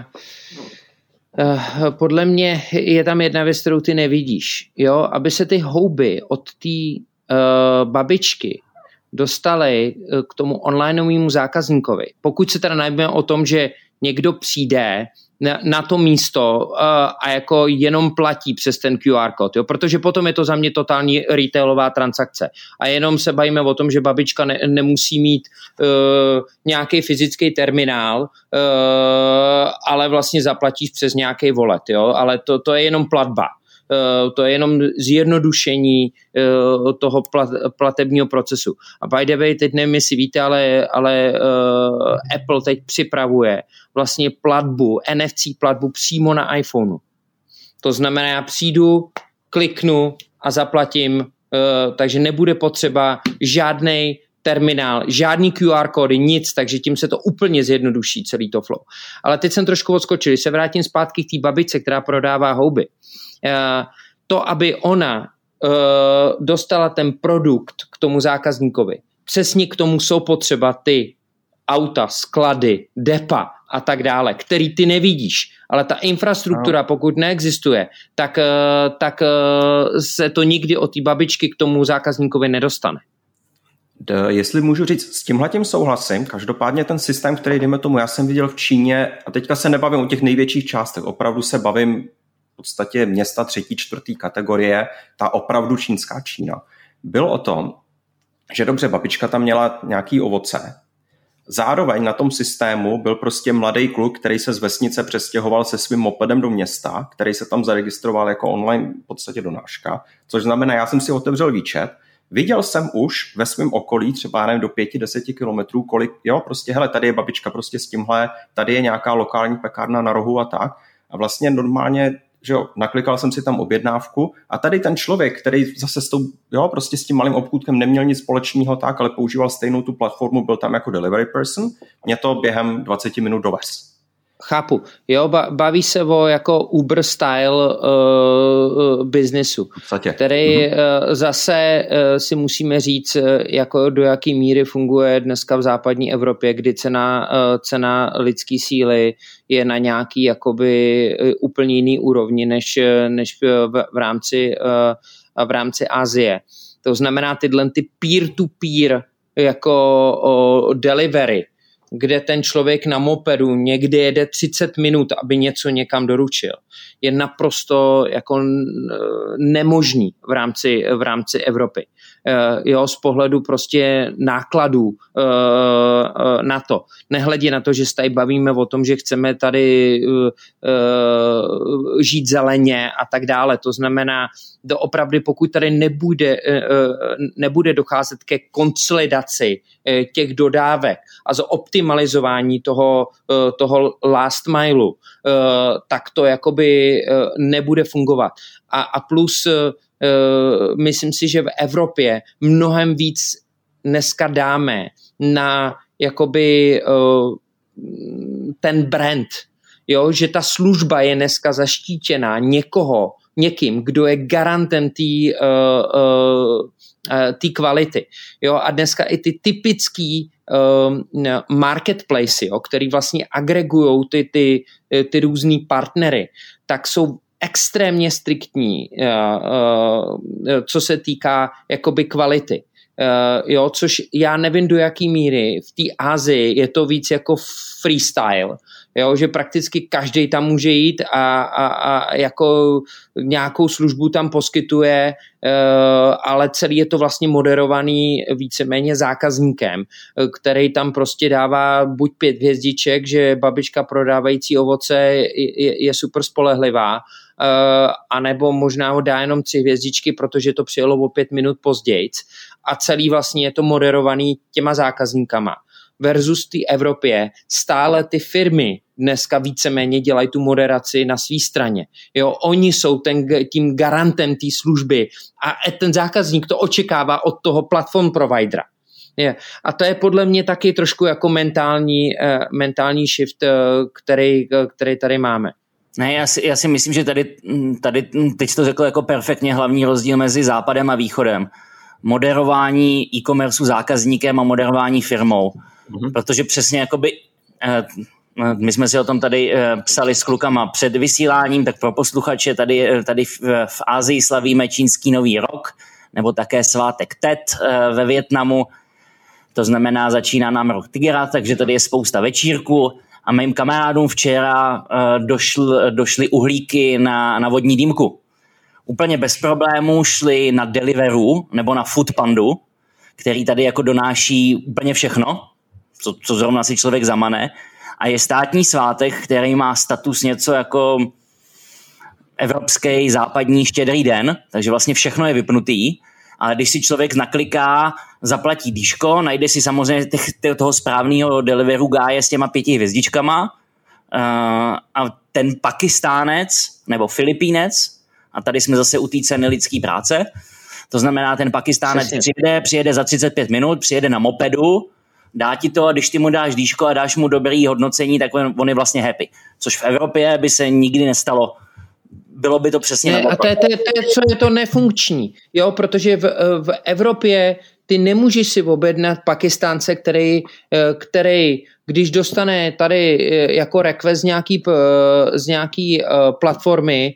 uh, podle mě je tam jedna věc, kterou ty nevidíš. Jo? Aby se ty houby od té uh, babičky dostali k tomu onlineovému zákazníkovi. Pokud se teda najmeme o tom, že někdo přijde na, na to místo uh, a jako jenom platí přes ten Q R kód, jo? Protože potom je to za mě totální retailová transakce. A jenom se bavíme o tom, že babička ne, nemusí mít uh, nějaký fyzický terminál, uh, ale vlastně zaplatíš přes nějaký wallet, jo? Ale to, to je jenom platba. Uh, to je jenom zjednodušení uh, toho plat, platebního procesu. A by the way, teď nevím, jestli víte, ale, ale uh, Apple teď připravuje vlastně platbu, N F C platbu přímo na iPhoneu. To znamená, já přijdu, kliknu a zaplatím, uh, takže nebude potřeba žádnej terminál, žádný Q R kódy, nic, takže tím se to úplně zjednoduší celý to flow. Ale teď jsem trošku odskočil, když se vrátím zpátky k té babičce, která prodává houby. To, aby ona uh, dostala ten produkt k tomu zákazníkovi, přesně k tomu jsou potřeba ty auta, sklady, depa a tak dále, který ty nevidíš, ale ta infrastruktura, pokud neexistuje, tak, uh, tak uh, se to nikdy od té babičky k tomu zákazníkovi nedostane. D, jestli můžu říct, s tímhletím souhlasím, každopádně ten systém, který dejme tomu, já jsem viděl v Číně, a teďka se nebavím o těch největších částech, opravdu se bavím v podstatě města třetí, čtvrtý kategorie, ta opravdu čínská Čína. Byl o tom, že dobře, babička tam měla nějaký ovoce, zároveň na tom systému byl prostě mladý kluk, který se z vesnice přestěhoval se svým mopedem do města, který se tam zaregistroval jako online v podstatě donáška, což znamená, já jsem si otevřel výčet, Viděl jsem už ve svém okolí, třeba nevím, do pěti, deseti kilometrů, kolik, jo, prostě, hele, tady je babička prostě s tímhle, tady je nějaká lokální pekárna na rohu a tak. A vlastně normálně, že jo, naklikal jsem si tam objednávku a tady ten člověk, který zase s tou, jo, prostě s tím malým obchůdkem neměl nic společného tak, ale používal stejnou tu platformu, byl tam jako delivery person, mě to během dvacet minut dovez. Chápu. Jo, baví se o jako Uber style uh, businessu, který uh, zase uh, si musíme říct, uh, jako do jaký míry funguje dneska v západní Evropě, kdy cena, uh, cena lidský síly je na nějaký jakoby uh, úplně jiný úrovni než, než v, v rámci uh, v rámci Asie. To znamená tyhle ty peer-to-peer jako uh, delivery, kde ten člověk na mopedu někdy jede třicet minut, aby něco někam doručil, je naprosto jako nemožný v rámci, v rámci Evropy. Jo, z pohledu prostě nákladů na to. Nehledě na to, že se tady bavíme o tom, že chceme tady žít zeleně a tak dále. To znamená, doopravdy, pokud tady nebude, nebude docházet ke konsolidaci těch dodávek a za optimalizování toho, toho last mileu, tak to jakoby nebude fungovat. A, a plus Uh, myslím si, že v Evropě mnohem víc dneska dáme na jakoby uh, ten brand, jo, že ta služba je dneska zaštítěná někoho, někým, kdo je garantem té uh, uh, uh, kvality. Jo, a dneska i ty typický uh, marketplace, jo, který vlastně agregujou ty, ty, ty různý partnery, tak jsou extrémně striktní, co se týká jakoby kvality. Jo, což já nevím, do jaký míry v té Asii je to víc jako freestyle, jo, že prakticky každý tam může jít a, a, a jako nějakou službu tam poskytuje, ale celý je to vlastně moderovaný víceméně zákazníkem, který tam prostě dává buď pět hvězdiček, že babička prodávající ovoce je, je super spolehlivá, Uh, anebo možná ho dá jenom tři hvězdičky, protože to přijelo o pět minut později a celý vlastně je to moderovaný těma zákazníkama. Versus té Evropě stále ty firmy dneska víceméně dělají tu moderaci na své straně. Jo, oni jsou ten, tím garantem té služby a ten zákazník to očekává od toho platform providera. Je. A to je podle mě taky trošku jako mentální, uh, mentální shift, uh, který, uh, který tady máme. Ne, já si, já si myslím, že tady, tady teď to řekl jako perfektně hlavní rozdíl mezi západem a východem. Moderování e-commerceu zákazníkem a moderování firmou. Mm-hmm. Protože přesně jakoby, eh, my jsme si o tom tady eh, psali s klukama před vysíláním, tak pro posluchače tady, tady v, v Asii slavíme čínský nový rok, nebo také svátek Tet eh, ve Vietnamu. To znamená, začíná nám rok Tigera, takže tady je spousta večírků. A mým kamarádům včera uh, došl, došly uhlíky na, na vodní dýmku. Úplně bez problémů šli na Deliveroo nebo na Foodpandu, který tady jako donáší úplně všechno, co, co zrovna si člověk zamane. A je státní svátek, který má status něco jako evropský západní štědrý den, takže vlastně všechno je vypnutý. Ale když si člověk nakliká, zaplatí dýško, najde si samozřejmě těch, toho správného deliveru guye s těma pěti hvězdičkama uh, a ten Pakistánec nebo Filipínec, a tady jsme zase u té ceny lidský práce, to znamená ten Pakistánec přijede, přijede za třicet pět minut, přijede na mopedu, dá ti to a když ty mu dáš dýško a dáš mu dobrý hodnocení, tak on, on je vlastně happy. Což v Evropě by se nikdy nestalo. Bylo by to přesně ne, a to je, to, je, to je, co je to nefunkční, jo, protože v, v Evropě ty nemůžeš si objednat Pakistánce, který, který když dostane tady jako request z nějaký, z nějaký platformy,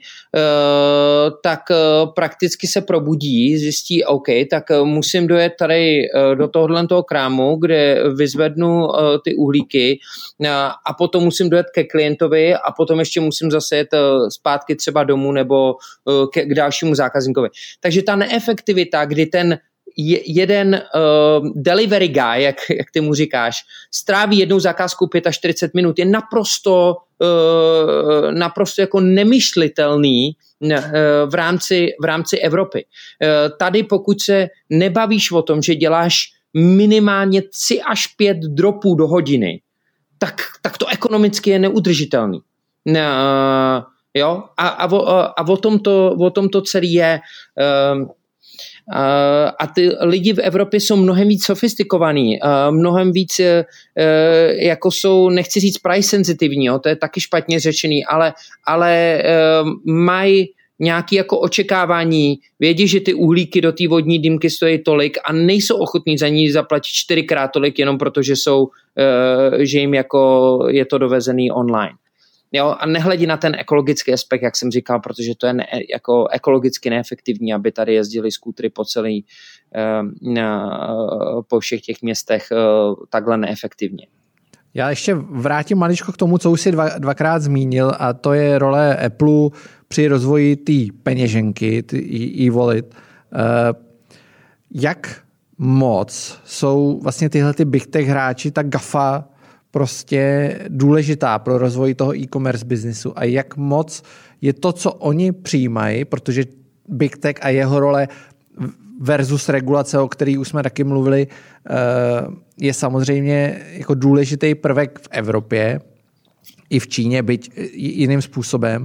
tak prakticky se probudí, zjistí, OK, tak musím dojet tady do tohohle toho krámu, kde vyzvednu ty uhlíky a potom musím dojet ke klientovi a potom ještě musím zase jet zpátky třeba domů nebo k dalšímu zákazníkovi. Takže ta neefektivita, kdy ten jeden uh, delivery guy, jak, jak ty mu říkáš, stráví jednou zakázku čtyřicet pět minut, je naprosto naprosto jako nemyslitelný v rámci, v rámci Evropy. Tady pokud se nebavíš o tom, že děláš minimálně tři až pět dropů do hodiny, tak, tak to ekonomicky je neudržitelný. Uh, jo? A, a, o, a o, tom to, o tom to celý je. Uh, uh, a ty lidi v Evropě jsou mnohem víc sofistikovaní, uh, mnohem víc uh, jako jsou, nechci říct price sensitivní, jo? To je taky špatně řečený, ale, ale uh, mají nějaké jako očekávání, vědí, že ty uhlíky do té vodní dýmky stojí tolik a nejsou ochotní za ní zaplatit čtyřikrát tolik, jenom protože jsou, že jim jako je to dovezený online. Jo, a nehledí na ten ekologický aspekt, jak jsem říkal, protože to je ne, jako ekologicky neefektivní, aby tady jezdili skútry po celý, po všech těch městech takhle neefektivně. Já ještě vrátím maličko k tomu, co už jsi dva, dvakrát zmínil, a to je role Apple při rozvoji té peněženky, ty e-wallet. Jak moc jsou vlastně tyhle ty big tech hráči, ta GAFA, prostě důležitá pro rozvoj toho e-commerce biznisu a jak moc je to, co oni přijímají, protože big tech a jeho role versus regulace, o který už jsme taky mluvili, je samozřejmě jako důležitý prvek v Evropě i v Číně, byť jiným způsobem.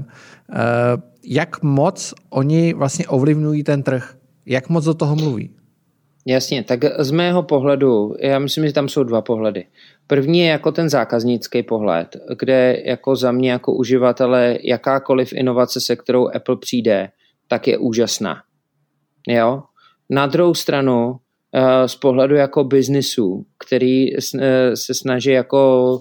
Jak moc oni vlastně ovlivňují ten trh? Jak moc do toho mluví? Jasně, tak z mého pohledu, já myslím, že tam jsou dva pohledy. První je jako ten zákaznický pohled, kde jako za mě jako uživatele jakákoliv inovace, se kterou Apple přijde, tak je úžasná. Jo? Na druhou stranu, z pohledu jako biznisu, který se snaží jako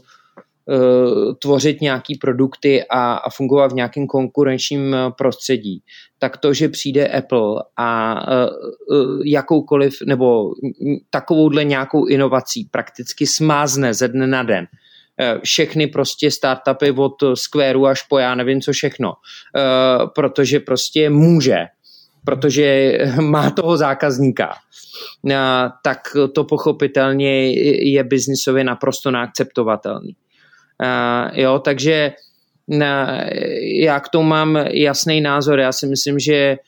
tvořit nějaký produkty a, a fungovat v nějakém konkurenčním prostředí, tak to, že přijde Apple a jakoukoliv nebo takovouhle nějakou inovací prakticky smázne ze dne na den všechny prostě startupy od Squareu až po já nevím co všechno, protože prostě může, protože má toho zákazníka, tak to pochopitelně je biznisově naprosto neakceptovatelný. Uh, jo, takže uh, já k tomu mám jasný názor. Já si myslím, že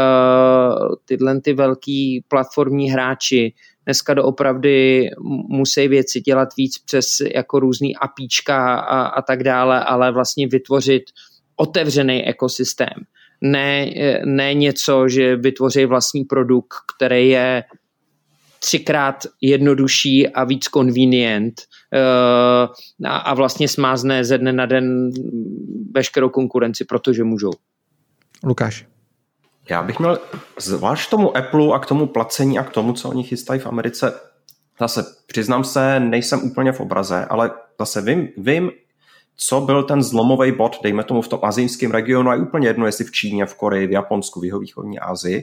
uh, tyhle ty velký platformní hráči dneska doopravdy musí věci dělat víc přes jako různý apíčka a, a tak dále, ale vlastně vytvořit otevřený ekosystém. Ne, ne něco, že vytvoří vlastní produkt, který je třikrát jednodušší a víc convenient uh, a, a vlastně smázne ze dne na den veškerou konkurenci, protože můžou. Lukáš. Já bych měl zvlášť k tomu Apple a k tomu placení a k tomu, co oni chystají v Americe. Zase přiznám se, nejsem úplně v obraze, ale zase vím, vím co byl ten zlomový bod, dejme tomu v tom asijském regionu, a je úplně jedno, jestli v Číně, v Koreji, v Japonsku, v jihovýchodní Asii.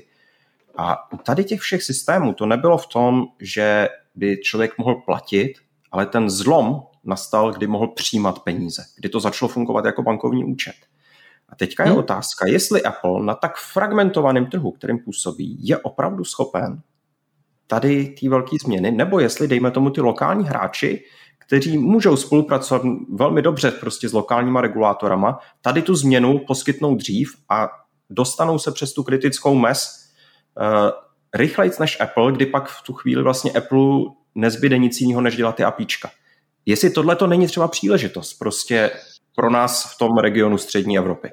A u tady těch všech systémů to nebylo v tom, že by člověk mohl platit, ale ten zlom nastal, kdy mohl přijímat peníze, kdy to začalo fungovat jako bankovní účet. A teďka je hmm. otázka, jestli Apple na tak fragmentovaném trhu, kterým působí, je opravdu schopen tady ty velké změny, nebo jestli, dejme tomu, ty lokální hráči, kteří můžou spolupracovat velmi dobře prostě s lokálníma regulátorama, tady tu změnu poskytnou dřív a dostanou se přes tu kritickou mez Uh, rychlejc než Apple, kdy pak v tu chvíli vlastně Apple nezbyde nic jiného, než dělat ty apíčka. Jestli tohle to není třeba příležitost prostě pro nás v tom regionu střední Evropy?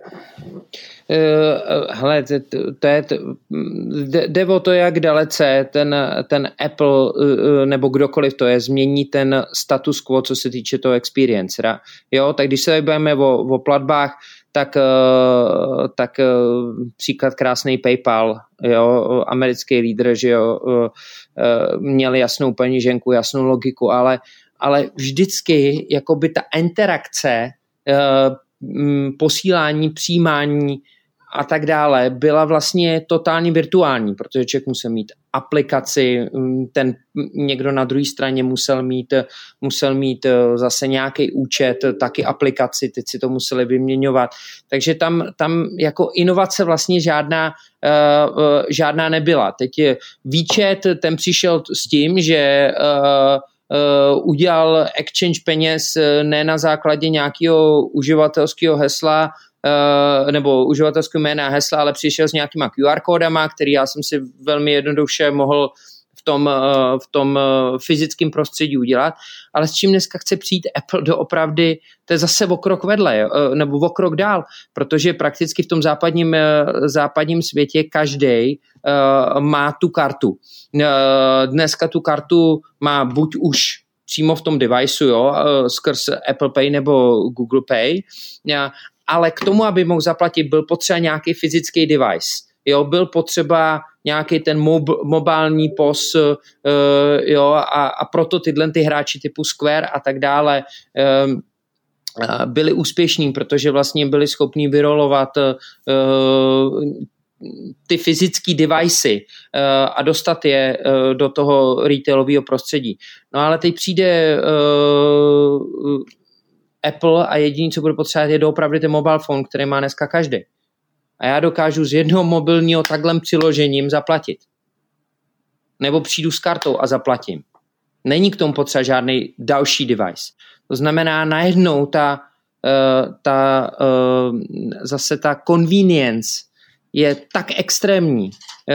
Uh, hele, to, to je, to, jde o to, jak dalece ten, ten Apple uh, nebo kdokoliv to je, změní ten status quo, co se týče toho experience. Da? Jo, tak když se bavíme o, o platbách, tak, uh, tak uh, příklad krásný PayPal, jo, americký lídr, že jo, uh, měl jasnou peněženku, jasnou logiku, ale, ale vždycky jakoby ta interakce, uh, posílání, přijímání a tak dále byla vlastně totálně virtuální, protože člověk musel mít aplikaci, ten někdo na druhé straně musel mít, musel mít zase nějaký účet, taky aplikaci, teď si to museli vyměňovat. Takže tam, tam jako inovace vlastně žádná, uh, žádná nebyla. Teď je výčet, ten přišel s tím, že uh, udělal exchange peněz ne na základě nějakého uživatelského hesla nebo uživatelského jména hesla, ale přišel s nějakýma Q R kódama, který já jsem si velmi jednoduše mohl v tom, v tom fyzickém prostředí udělat, ale s čím dneska chce přijít Apple doopravdy, to je zase o krok vedle, nebo o krok dál, protože prakticky v tom západním, západním světě každý má tu kartu. Dneska tu kartu má buď už přímo v tom deviceu, jo, skrz Apple Pay nebo Google Pay, ale k tomu, aby mohl zaplatit, byl potřeba nějaký fyzický device. Jo, byl potřeba nějaký ten mob, mobilní P O S, uh, jo, a, a proto tyhle ty hráči typu Square a tak dále um, byli úspěšní, protože vlastně byli schopní vyrolovat uh, ty fyzické devicey uh, a dostat je uh, do toho retailového prostředí. No ale teď přijde uh, Apple a jediný, co bude potřebovat, je doopravdy ten mobile phone, který má dneska každý. A já dokážu z jednoho mobilního takhle přiložením zaplatit. Nebo přijdu s kartou a zaplatím. Není k tomu potřeba žádný další device. To znamená, najednou ta, uh, ta uh, zase ta convenience je tak extrémní,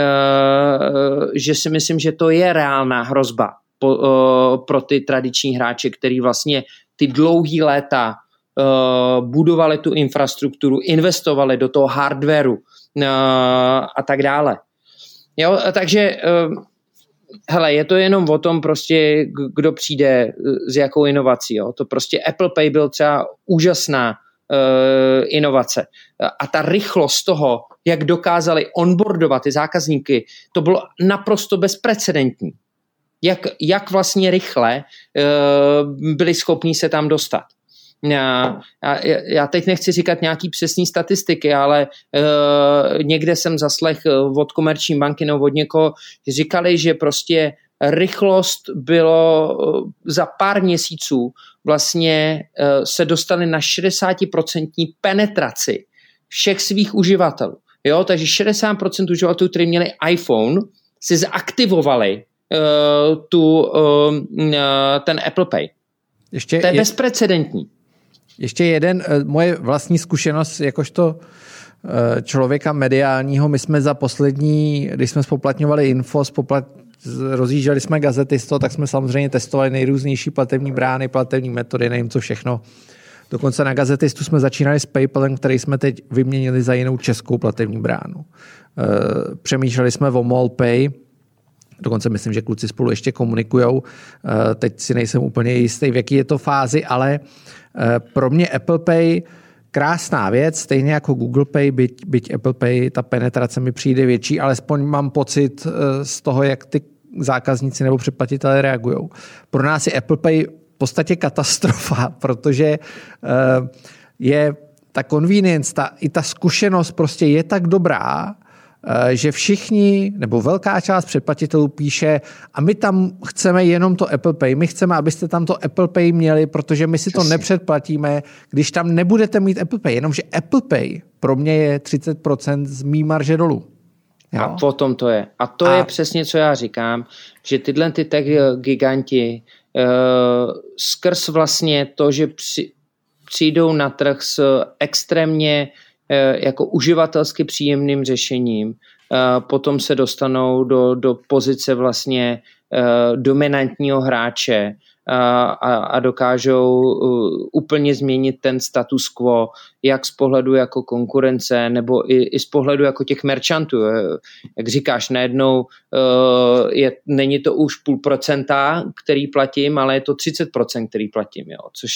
uh, že si myslím, že to je reálná hrozba po, uh, pro ty tradiční hráče, který vlastně ty dlouhý léta uh, budovali tu infrastrukturu, investovali do toho hardwareu uh, a tak dále. Jo, takže uh, hele, je to jenom o tom prostě, kdo přijde s jakou inovací. Jo. To prostě Apple Pay byl třeba úžasná uh, inovace. A ta rychlost toho, jak dokázali onboardovat ty zákazníky, to bylo naprosto bezprecedentní. Jak, jak vlastně rychle uh, byli schopni se tam dostat. Já, já, já teď nechci říkat nějaký přesný statistiky, ale uh, někde jsem zaslechl od Komerční banky nebo od někoho, že říkali, že prostě rychlost bylo uh, za pár měsíců vlastně uh, se dostali na šedesát procent penetraci všech svých uživatelů. Jo, takže šedesát procent uživatelů, kteří měli iPhone, si zaaktivovali uh, tu, uh, uh, ten Apple Pay. Ještě to je, je bezprecedentní. Ještě jeden, moje vlastní zkušenost jakožto člověka mediálního, my jsme za poslední, když jsme spoplatňovali info, spoplat, rozjížděli jsme gazety z toho, tak jsme samozřejmě testovali nejrůznější platební brány, platební metody, nevím co všechno. Dokonce na Gazetistu jsme začínali s PayPalem, který jsme teď vyměnili za jinou českou platební bránu. Přemýšleli jsme o MallPay, dokonce myslím, že kluci spolu ještě komunikujou. Teď si nejsem úplně jistý, v jaký je to fázi, ale pro mě Apple Pay krásná věc, stejně jako Google Pay, byť, byť Apple Pay, ta penetrace mi přijde větší, alespoň mám pocit z toho, jak ty zákazníci nebo předplatitelé reagují. Pro nás je Apple Pay v podstatě katastrofa, protože je ta convenience, ta, i ta zkušenost prostě je tak dobrá, že všichni, nebo velká část předplatitelů píše a my tam chceme jenom to Apple Pay, my chceme, abyste tam to Apple Pay měli, protože my si to nepředplatíme, když tam nebudete mít Apple Pay, jenomže Apple Pay pro mě je třicet procent z mý marže dolů. Jo? A potom to je. A to a... je přesně, co já říkám, že tyhle ty tech giganti uh, skrz vlastně to, že při, přijdou na trh s extrémně jako uživatelsky příjemným řešením, potom se dostanou do, do pozice vlastně dominantního hráče a, a dokážou úplně změnit ten status quo, jak z pohledu jako konkurence, nebo i, i z pohledu jako těch merchantů. Jak říkáš, najednou je, není to už půl procenta, který platím, ale je to třicet procent, který platím, jo, což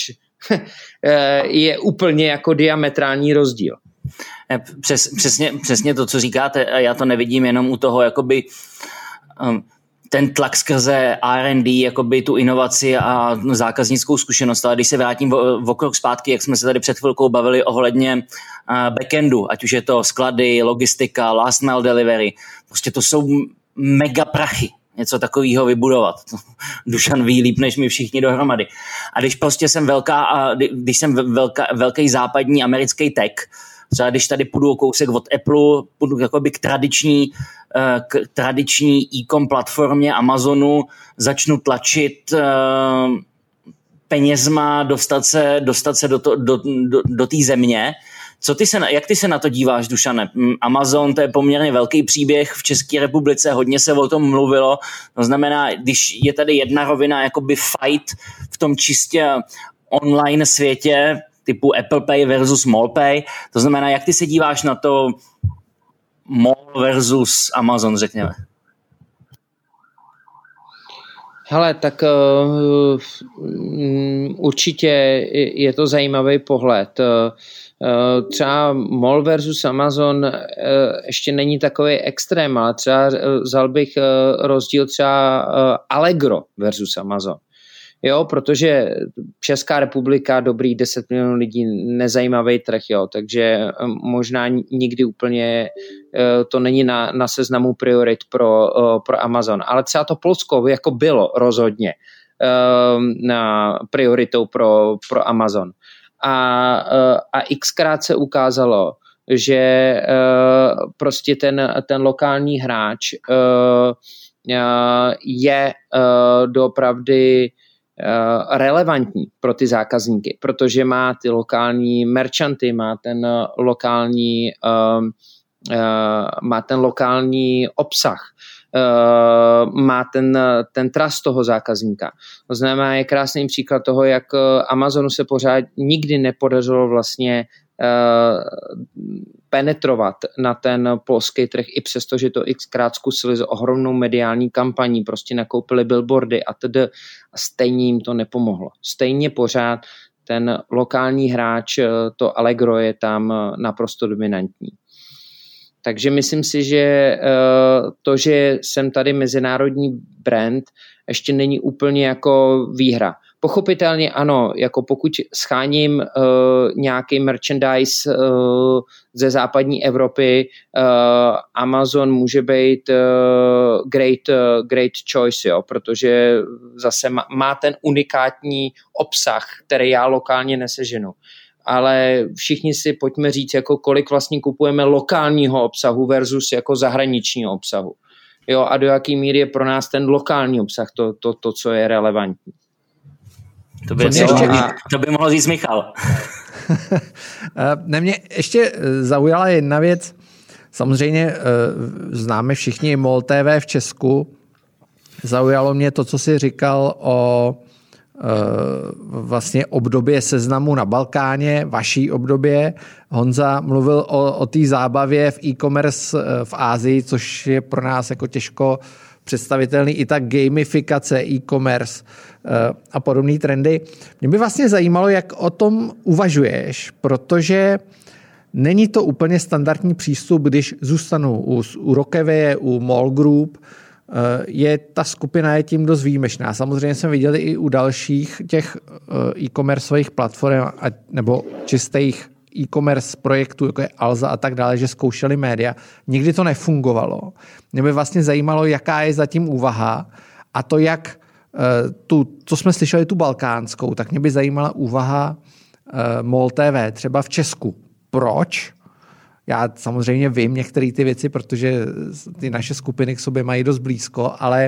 je úplně jako diametrální rozdíl. Přes, přesně, přesně to, co říkáte, já to nevidím jenom u toho, jakoby um, ten tlak skrze R and D, jakoby tu inovaci a zákaznickou zkušenost, ale když se vrátím o, o krok zpátky, jak jsme se tady před chvilkou bavili ohledně uh, backendu, ať už je to sklady, logistika, last mile delivery, prostě to jsou mega prachy. Něco takového vybudovat. Dušan ví líp než my všichni dohromady. A když prostě jsem velká, a když jsem velká, velký západní americký tech Třeba když tady půjdu o kousek od Apple, půjdu jakoby k tradiční, k tradiční e-com platformě Amazonu, začnu tlačit penězma, dostat se, dostat se do, to, do, do, do té země. Co ty se, jak ty se na to díváš, Dušane? Amazon, to je poměrně velký příběh v České republice, hodně se o tom mluvilo. To znamená, když je tady jedna rovina, jakoby fight v tom čistě online světě, typu Apple Pay versus MallPay, to znamená, jak ty se díváš na to Mall versus Amazon, řekněme? Hele, tak uh, určitě je to zajímavý pohled. Uh, třeba Mall versus Amazon uh, ještě není takový extrém, ale třeba uh, vzal bych uh, rozdíl třeba uh, Allegro versus Amazon. Jo, protože Česká republika, dobrý deset milionů lidí, nezajímavý trh, jo, takže možná nikdy úplně to není na, na seznamu priorit pro, pro Amazon, ale třeba to Polsko jako bylo rozhodně na prioritou pro, pro Amazon. A, a xkrát se ukázalo, že prostě ten, ten lokální hráč je doopravdy relevantní pro ty zákazníky, protože má ty lokální merchanty, má ten lokální uh, uh, má ten lokální obsah, uh, má ten, ten trust toho zákazníka. To znamená, je krásný příklad toho, jak Amazonu se pořád nikdy nepodařilo vlastně uh, penetrovat na ten polský trh, i přesto, že to xkrát zkusili s ohromnou mediální kampaní, prostě nakoupili billboardy a tedy a stejně jim to nepomohlo. Stejně pořád ten lokální hráč, to Allegro, je tam naprosto dominantní. Takže myslím si, že to, že jsem tady mezinárodní brand, ještě není úplně jako výhra. Pochopitelně ano, jako pokud scháním uh, nějaký merchandise uh, ze západní Evropy, uh, Amazon může být uh, great, uh, great choice, jo, protože zase má, má ten unikátní obsah, který já lokálně neseženu. Ale všichni si pojďme říct, jako kolik vlastně kupujeme lokálního obsahu versus jako zahraničního obsahu. Jo, a do jaký míry je pro nás ten lokální obsah to, to, to co je relevantní. To by, ještě, to by mohl říct Michal. Ne, mě ještě zaujala jedna věc. Samozřejmě známe všichni MOL T V v Česku. Zaujalo mě to, co jsi říkal o vlastně obdobě Seznamu na Balkáně, vaší obdobě. Honza mluvil o, o té zábavě v e-commerce v Ázii, což je pro nás jako těžko představitelný, i ta gamifikace e-commerce a podobné trendy. Mě by vlastně zajímalo, jak o tom uvažuješ, protože není to úplně standardní přístup, když zůstanu u, u Rokeveje, u Mall Group, je ta skupina je tím dost výjimečná. Samozřejmě jsme viděli i u dalších těch e-commerceových platform nebo čistých e-commerce projektů, jako je Alza a tak dále, že zkoušeli média. Nikdy to nefungovalo. Mě by vlastně zajímalo, jaká je zatím úvaha a to, jak tu, co jsme slyšeli, tu balkánskou, tak mě by zajímala úvaha MOL T V, třeba v Česku. Proč? Já samozřejmě vím některé ty věci, protože ty naše skupiny k sobě mají dost blízko, ale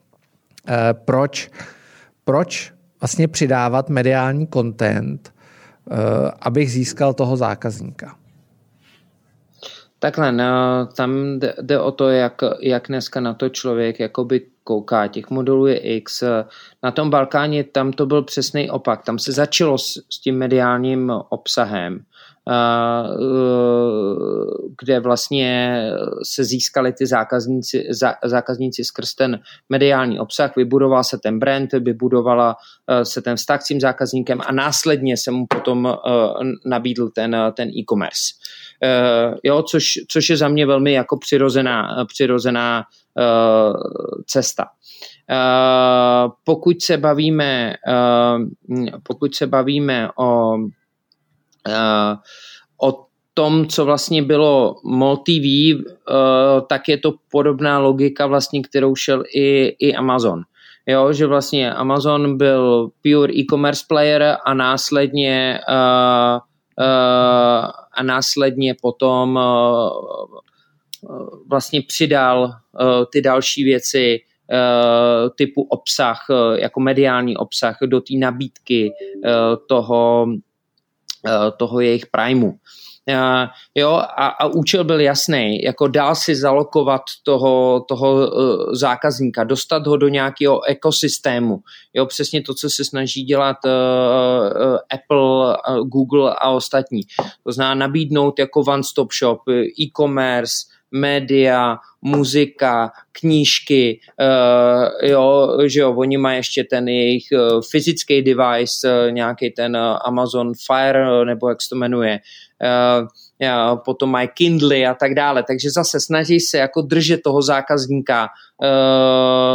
proč, proč vlastně přidávat mediální content, abych získal toho zákazníka? Takhle, no, tam jde, jde o to, jak, jak dneska na to člověk jakoby kouká. Těch modelů je X. Na tom Balkáně tam to byl přesný opak. Tam se začalo s, s tím mediálním obsahem, kde vlastně se získali ty zákazníci, zá, zákazníci skrz ten mediální obsah, vybudoval se ten brand, vybudovala se ten vztah s tím zákazníkem a následně se mu potom nabídl ten, ten e-commerce. Jo, což, což je za mě velmi jako přirozená, přirozená cesta. Pokud se bavíme, pokud se bavíme o Uh, o tom, co vlastně bylo MOL T V, uh, tak je to podobná logika vlastně, kterou šel i, i Amazon. Jo, že vlastně Amazon byl pure e-commerce player a následně uh, a následně potom vlastně přidal ty další věci typu obsah, jako mediální obsah do té nabídky toho, toho jejich primu. Uh, jo, a, a účel byl jasný, jako dál si zalokovat toho, toho uh, zákazníka, dostat ho do nějakého ekosystému. Jo, přesně to, co se snaží dělat uh, uh, Apple, uh, Google a ostatní. To znamená nabídnout jako one-stop shop, e-commerce, média, muzika, knížky, uh, jo, že jo, oni mají ještě ten jejich uh, fyzický device, uh, nějaký ten uh, Amazon Fire, nebo jak se to jmenuje, uh, uh, potom mají Kindle a tak dále, takže zase snaží se jako držet toho zákazníka uh,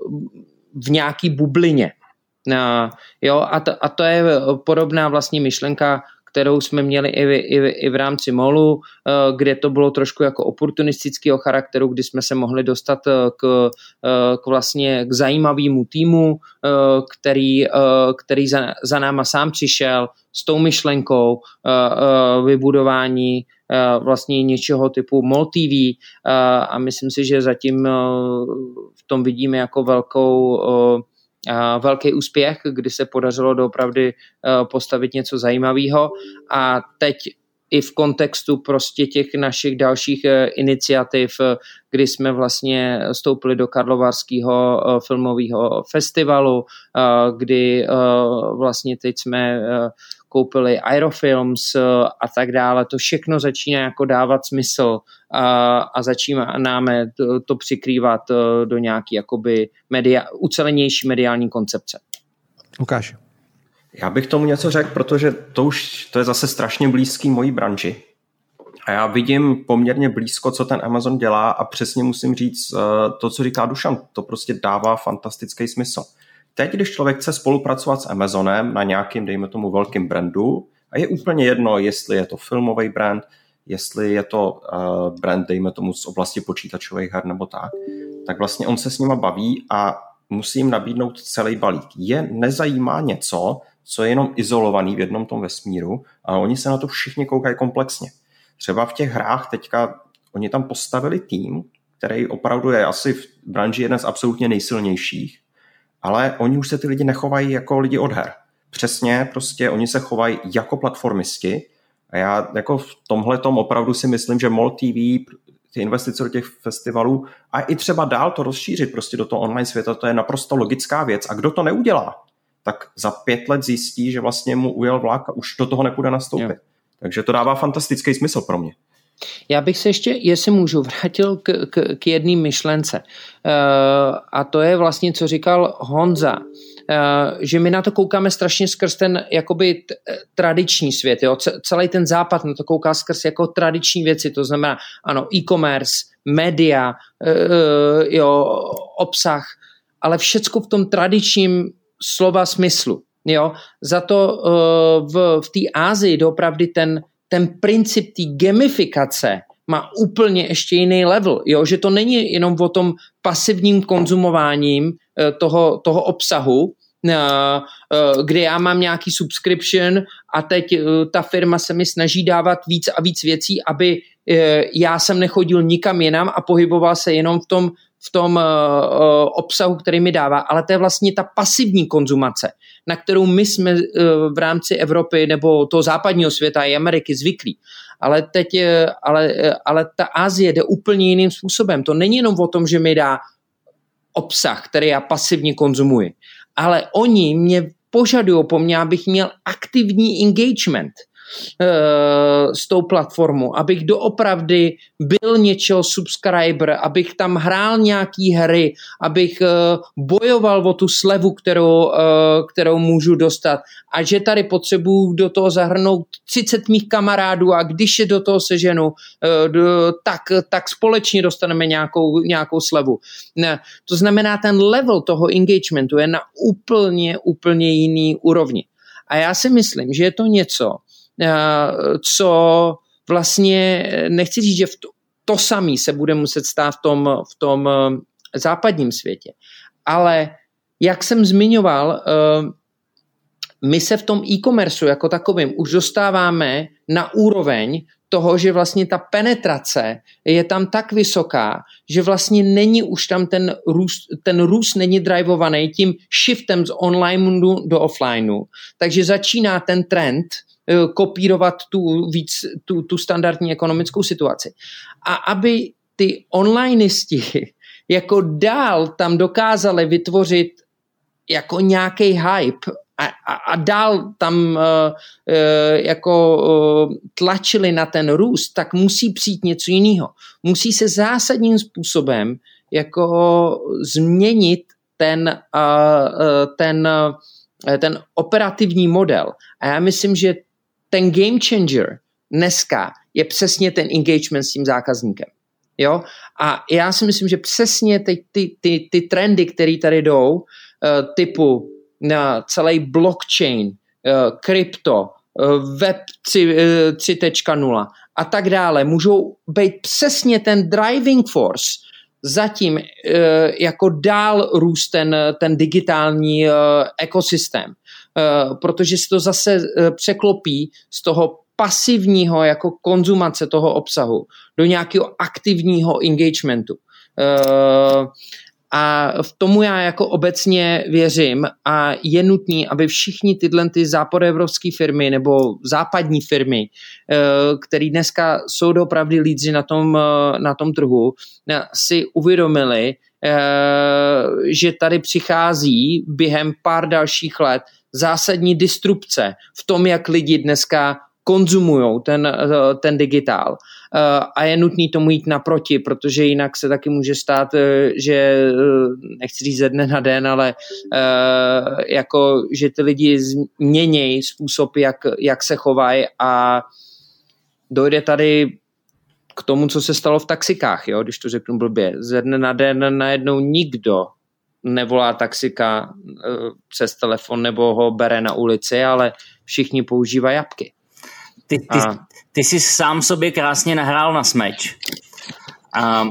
v nějaký bublině. Uh, jo, a to, a to je podobná vlastně myšlenka, kterou jsme měli i v, i v, i v rámci Molu, kde to bylo trošku jako oportunistického charakteru, kdy jsme se mohli dostat k, k vlastně k zajímavému týmu, který, který za, za náma sám přišel s tou myšlenkou vybudování vlastně něčeho typu Mol T V a myslím si, že zatím v tom vidíme jako velkou Uh, velký úspěch, kdy se podařilo doopravdy uh, postavit něco zajímavého a teď i v kontextu prostě těch našich dalších uh, iniciativ, uh, kdy jsme vlastně vstoupili do Karlovarského uh, filmového festivalu, uh, kdy uh, vlastně teď jsme uh, koupili Aerofilms uh, a tak dále. To všechno začíná jako dávat smysl a, a začínáme to, to přikrývat uh, do nějaký jakoby media, ucelenější mediální koncepce. Lukáš. Já bych tomu něco řekl, protože to už to je zase strašně blízký mojí branži. A já vidím poměrně blízko, co ten Amazon dělá a přesně musím říct uh, to, co říká Dušan. To prostě dává fantastický smysl. Teď, když člověk chce spolupracovat s Amazonem na nějakým, dejme tomu, velkým brandu, a je úplně jedno, jestli je to filmový brand, jestli je to uh, brand, dejme tomu, z oblasti počítačových her nebo tak, tak vlastně on se s nima baví a musí jim nabídnout celý balík. Je nezajímá něco, co je jenom izolovaný v jednom tom vesmíru, a oni se na to všichni koukají komplexně. Třeba v těch hrách teďka oni tam postavili tým, který opravdu je asi v branži jeden z absolutně nejsilnějších, ale oni už se ty lidi nechovají jako lidi od her. Přesně, prostě oni se chovají jako platformisti a já jako v tomhletom opravdu si myslím, že Mol T V, ty investice do těch festivalů a i třeba dál to rozšířit prostě do toho online světa, to je naprosto logická věc. A kdo to neudělá, tak za pět let zjistí, že vlastně mu ujel vlak a už do toho nepůjde nastoupit. Jo. Takže to dává fantastický smysl pro mě. Já bych se ještě, jestli můžu, vrátil k, k, k jedné myšlence. Uh, a to je vlastně, co říkal Honza. Uh, že my na to koukáme strašně skrz ten jakoby t, tradiční svět. Jo? C- celý ten západ na to kouká skrz jako tradiční věci. To znamená, ano, e-commerce, média, uh, jo, obsah, ale všecko v tom tradičním slova smyslu. Jo? Za to uh, v, v té Asii doopravdy ten ten princip té gamifikace má úplně ještě jiný level, jo? Že to není jenom o tom pasivním konzumováním toho, toho obsahu, kdy já mám nějaký subscription a teď ta firma se mi snaží dávat víc a víc věcí, aby já jsem nechodil nikam jinam a pohyboval se jenom v tom, v tom uh, obsahu, který mi dává, ale to je vlastně ta pasivní konzumace, na kterou my jsme uh, v rámci Evropy nebo toho západního světa i Ameriky zvyklí. Ale teď, uh, ale, uh, ale ta Asie jde úplně jiným způsobem. To není jenom o tom, že mi dá obsah, který já pasivně konzumuji, ale oni mě požadují po mně, abych měl aktivní engagement uh, s tou platformou, abych doopravdy byl něčeho subscriber, abych tam hrál nějaký hry, abych uh, bojoval o tu slevu, kterou, uh, kterou můžu dostat a že tady potřebuju do toho zahrnout třicet mých kamarádů a když je do toho seženu, uh, do, tak, tak společně dostaneme nějakou, nějakou slevu. Ne, to znamená, ten level toho engagementu je na úplně, úplně jiný úrovni. A já si myslím, že je to něco, co vlastně, nechci říct, že to, to samé se bude muset stát v tom, v tom západním světě. Ale jak jsem zmiňoval, my se v tom e-commerceu jako takovým už dostáváme na úroveň toho, že vlastně ta penetrace je tam tak vysoká, že vlastně není už tam ten růst, ten růst není drivovaný tím shiftem z online do offlineu, takže začíná ten trend kopírovat tu, víc, tu, tu standardní ekonomickou situaci. A aby ty onlineisti jako dál tam dokázali vytvořit jako nějaký hype a, a, a dál tam uh, uh, jako uh, tlačili na ten růst, tak musí přijít něco jiného. Musí se zásadním způsobem jako změnit ten, uh, uh, ten, uh, ten operativní model. A já myslím, že ten game changer dneska je přesně ten engagement s tím zákazníkem. Jo? A já si myslím, že přesně ty, ty, ty, ty trendy, které tady jdou, uh, typu na celý blockchain, uh, krypto, uh, web tři tečka nula a tak dále, můžou být přesně ten driving force zatím uh, jako dál růst ten, ten digitální uh, ekosystém. Uh, protože se to zase uh, překlopí z toho pasivního jako konzumace toho obsahu do nějakého aktivního engagementu. Uh, a v tomu já jako obecně věřím a je nutný, aby všichni tyhle ty západoevropské firmy nebo západní firmy, uh, které dneska jsou doopravdy lídři na tom, uh, na tom trhu, uh, si uvědomili, uh, že tady přichází během pár dalších let zásadní disrupce v tom, jak lidi dneska konzumujou ten, ten digitál. A je nutný tomu jít naproti, protože jinak se taky může stát, že nechci říct ze dne na den, ale jako, že ty lidi změnějí způsob, jak, jak se chovají a dojde tady k tomu, co se stalo v taxikách, jo, když to řeknu blbě. Ze dne na den najednou nikdo nevolá taxika přes telefon nebo ho bere na ulici, ale všichni používají apky. Ty, ty, ty jsi sám sobě krásně nahrál na smeč. A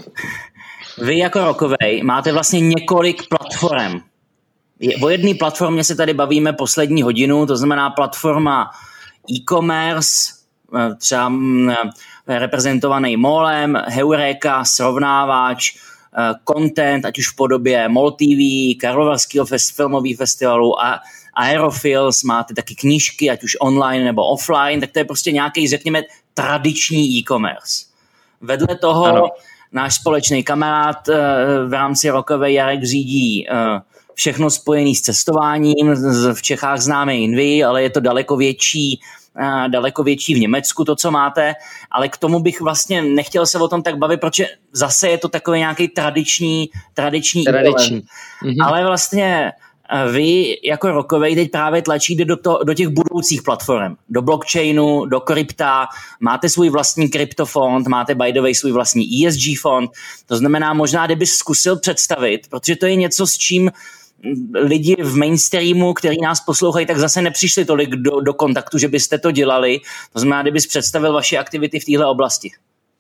vy jako Rokovej máte vlastně několik platform. O jedné platformě se tady bavíme poslední hodinu, to znamená platforma e-commerce, třeba reprezentovaný Molem, Heureka, srovnávač, content, ať už v podobě Mol T V, Karlovarského fest, filmového festivalu a Aerofils, máte taky knížky, ať už online nebo offline, tak to je prostě nějaký, řekněme, tradiční e-commerce. Vedle toho ano. Náš společný kamarád v rámci Rokové Jarek řídí všechno spojené s cestováním, v Čechách známe Invy, ale je to daleko větší, daleko větší v Německu to, co máte, ale k tomu bych vlastně nechtěl se o tom tak bavit, protože zase je to takový nějaký tradiční tradiční, tradiční. Mhm. Ale vlastně vy jako Rokovej teď právě tlačíte do, to, do těch budoucích platform, do blockchainu, do krypta, máte svůj vlastní kryptofond, máte by the way svůj vlastní E S G fond, to znamená možná, kdybys zkusil představit, protože to je něco, s čím lidi v mainstreamu, který nás poslouchají, tak zase nepřišli tolik do, do kontaktu, že byste to dělali, to znamená, kdybys představil vaše aktivity v téhle oblasti.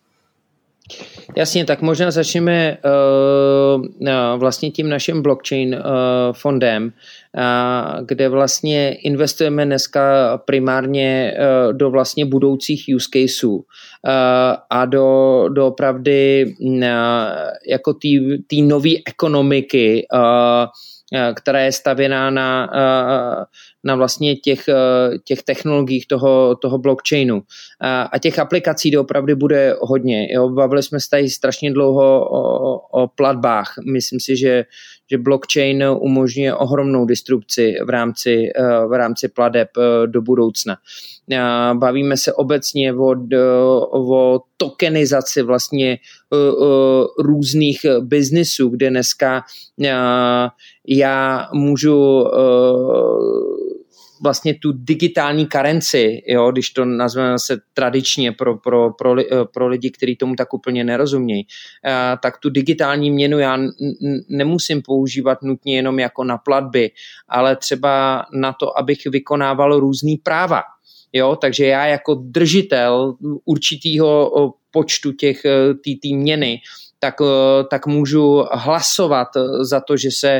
Jasně, tak možná začneme uh, vlastně tím naším blockchain uh, fondem, uh, kde vlastně investujeme dneska primárně uh, do vlastně budoucích use caseů uh, a do, do opravdy uh, jako té nové ekonomiky, uh, která je stavěná na, na vlastně těch, těch technologiích toho, toho blockchainu. A těch aplikací doopravdy bude hodně. Jo, bavili jsme se tady strašně dlouho o, o platbách. Myslím si, že, že blockchain umožňuje ohromnou disrupci v rámci, v rámci plateb do budoucna. Bavíme se obecně o, o tokenizaci vlastně různých biznisů, kde dneska já můžu vlastně tu digitální karenci, jo, když to nazveme se tradičně pro, pro, pro, pro lidi, kteří tomu tak úplně nerozumějí, tak tu digitální měnu já nemusím používat nutně jenom jako na platby, ale třeba na to, abych vykonával různý práva. Jo, takže já jako držitel určitýho počtu těch tý, tý měny tak, tak můžu hlasovat za to, že se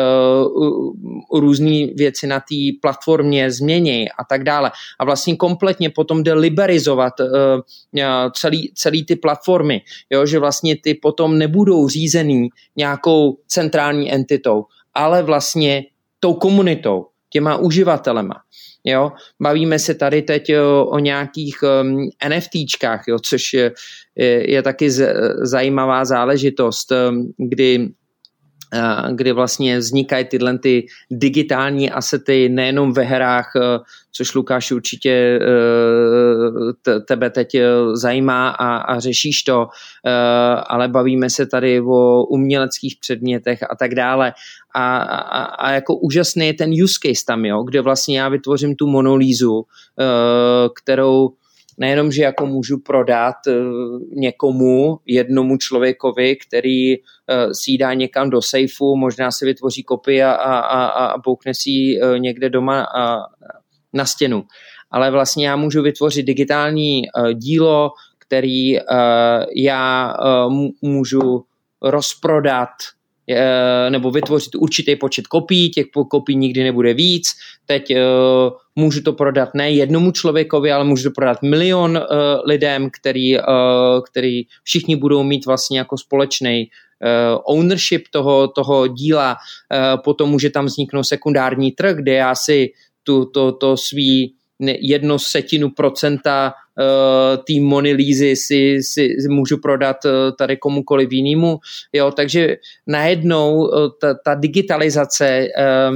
uh, různé věci na té platformě změní a tak dále. A vlastně kompletně potom jde liberizovat uh, celý, celý ty platformy, jo? Že vlastně ty potom nebudou řízený nějakou centrální entitou, ale vlastně tou komunitou, těma uživatelema. Jo? Bavíme se tady teď o, o nějakých um, NFTčkách, jo? Což je, je, je taky z, zajímavá záležitost, um, kdy, uh, kdy vlastně vznikají tyhle ty digitální asety nejenom ve hrách, uh, což Lukáš určitě uh, t- tebe teď zajímá a, a řešíš to, uh, ale bavíme se tady o uměleckých předmětech a tak dále. A, a, a jako úžasný je ten use case tam, jo, kde vlastně já vytvořím tu monolízu, uh, kterou nejenom, že jako můžu prodat uh, někomu, jednomu člověkovi, který uh, si ji dá někam do sejfu, možná si vytvoří kopii a, a, a, a boukne si ji uh, někde doma uh, na stěnu. Ale vlastně já můžu vytvořit digitální uh, dílo, který uh, já uh, můžu rozprodat nebo vytvořit určitý počet kopií, těch kopií nikdy nebude víc. Teď uh, můžu to prodat ne jednomu člověkovi, ale můžu to prodat milion uh, lidem, který, uh, který všichni budou mít vlastně jako společný uh, ownership toho, toho díla. Uh, potom může tam vzniknout sekundární trh, kde já si tu, to, to svý jedno setinu procenta uh, té monolízy si, si můžu prodat uh, tady komukoliv jinému. Jo, takže najednou uh, ta, ta digitalizace uh,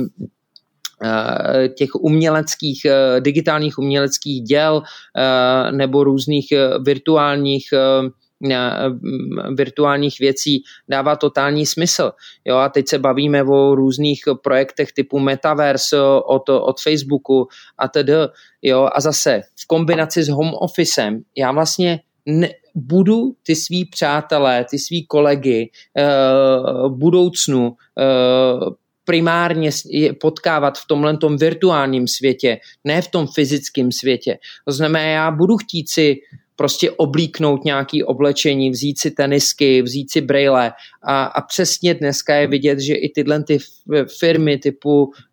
uh, těch uměleckých, uh, digitálních uměleckých děl uh, nebo různých uh, virtuálních uh, virtuálních věcí dává totální smysl. Jo, a teď se bavíme o různých projektech typu Metaverse od, od Facebooku a tedy. Jo, a zase v kombinaci s home officem já vlastně ne, budu ty svý přátelé, ty svý kolegy uh, budoucnu uh, primárně potkávat v tomhletom virtuálním světě, ne v tom fyzickém světě. To znamená, já budu chtít si prostě oblíknout nějaké oblečení, vzít si tenisky, vzít si brejle a, a přesně dneska je vidět, že i tyhle ty firmy typu uh, uh,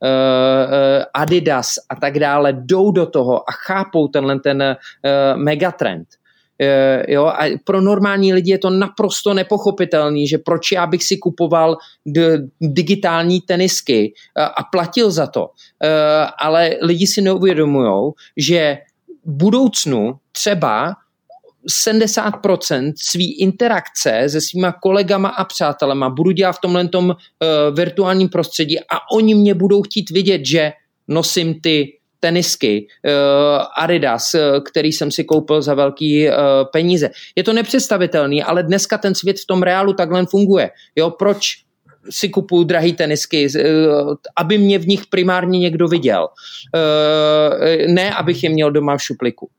Adidas a tak dále jdou do toho a chápou tenhle ten uh, megatrend. Uh, jo, a pro normální lidi je to naprosto nepochopitelný, že proč já bych si kupoval d- digitální tenisky uh, a platil za to. Uh, ale lidi si neuvědomujou, že v budoucnu třeba sedmdesát procent svý interakce se svýma kolegama a přátelema budu dělat v tomhletom uh, virtuálním prostředí a oni mě budou chtít vidět, že nosím ty tenisky uh, Adidas, uh, který jsem si koupil za velký uh, peníze. Je to nepředstavitelný, ale dneska ten svět v tom reálu takhle funguje. Jo, proč si kupuju drahý tenisky, uh, aby mě v nich primárně někdo viděl. Uh, ne, abych je měl doma v šupliku.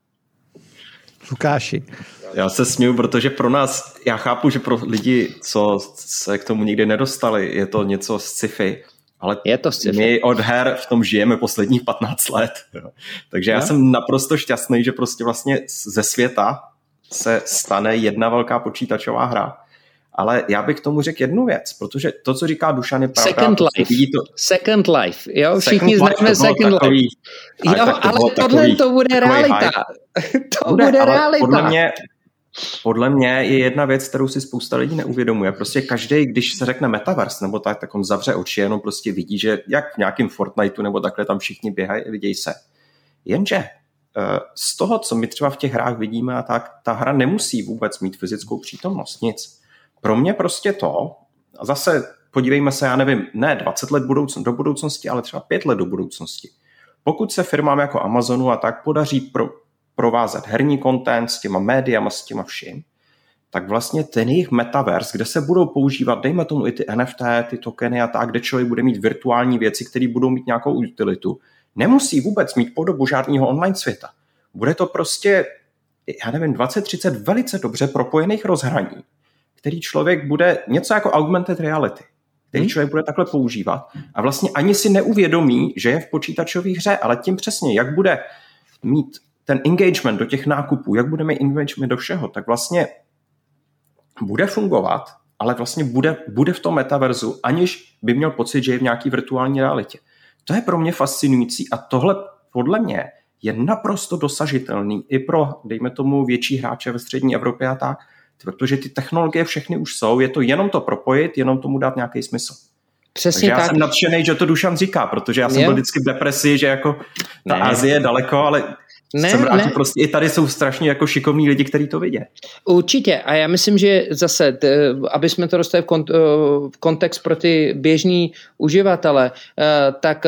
Lukáši. Já se směju, protože pro nás, já chápu, že pro lidi, co se k tomu nikdy nedostali, je to něco z sci-fi, ale je to sci-fi. My od her v tom žijeme posledních patnáct let. Jo. Takže já no. jsem naprosto šťastný, že prostě vlastně ze světa se stane jedna velká počítačová hra. Ale já bych k tomu řekl jednu věc, protože to, co říká Dušan, je pravda. Second Life. To... Second Life, jo, všichni známe Second takový, Life. Jo, ale, ale tohle to bude realita. To bude, bude realita. Podle mě, podle mě je jedna věc, kterou si spousta lidí neuvědomuje. Prostě každý, když se řekne Metaverse, nebo tak, tak on zavře oči, jenom prostě vidí, že jak v nějakém Fortniteu, nebo takhle tam všichni běhají, vidějí se. Jenže z toho, co my třeba v těch hrách vidíme, a tak, ta hra nemusí vůbec mít fyzickou přítomnost, nic. Pro mě prostě to, a zase podívejme se, já nevím, ne dvacet let budoucn- do budoucnosti, ale třeba pět let do budoucnosti. Pokud se firmám jako Amazonu a tak podaří pro, provázet herní content s těma médiama, s těma vším, tak vlastně ten jejich metaverse, kde se budou používat, dejme tomu i ty N F T, ty tokeny a tak, kde člověk bude mít virtuální věci, které budou mít nějakou utilitu, nemusí vůbec mít podobu žádného online světa. Bude to prostě, já nevím, dvacet třicet velice dobře propojených rozhraní, který člověk bude něco jako augmented reality, který člověk bude takhle používat a vlastně ani si neuvědomí, že je v počítačové hře, ale tím přesně, jak bude mít ten engagement do těch nákupů, jak bude mít engagement do všeho, tak vlastně bude fungovat, ale vlastně bude, bude v tom metaverzu, aniž by měl pocit, že je v nějaký virtuální realitě. To je pro mě fascinující a tohle podle mě je naprosto dosažitelný i pro, dejme tomu, větší hráče ve střední Evropě a tak, protože ty technologie všechny už jsou, je to jenom to propojit, jenom tomu dát nějaký smysl. Přesně Takže já tak. jsem nadšený, že to Dušan říká, protože já jsem jo. byl vždycky v depresi, že jako ta ne. Asie je daleko, ale ne, jsem rád, ne. že prostě i tady jsou strašně jako šikovní lidi, kteří to vidí. Určitě a já myslím, že zase, t, aby jsme to dostali v, kont, v kontext pro ty běžní uživatele, tak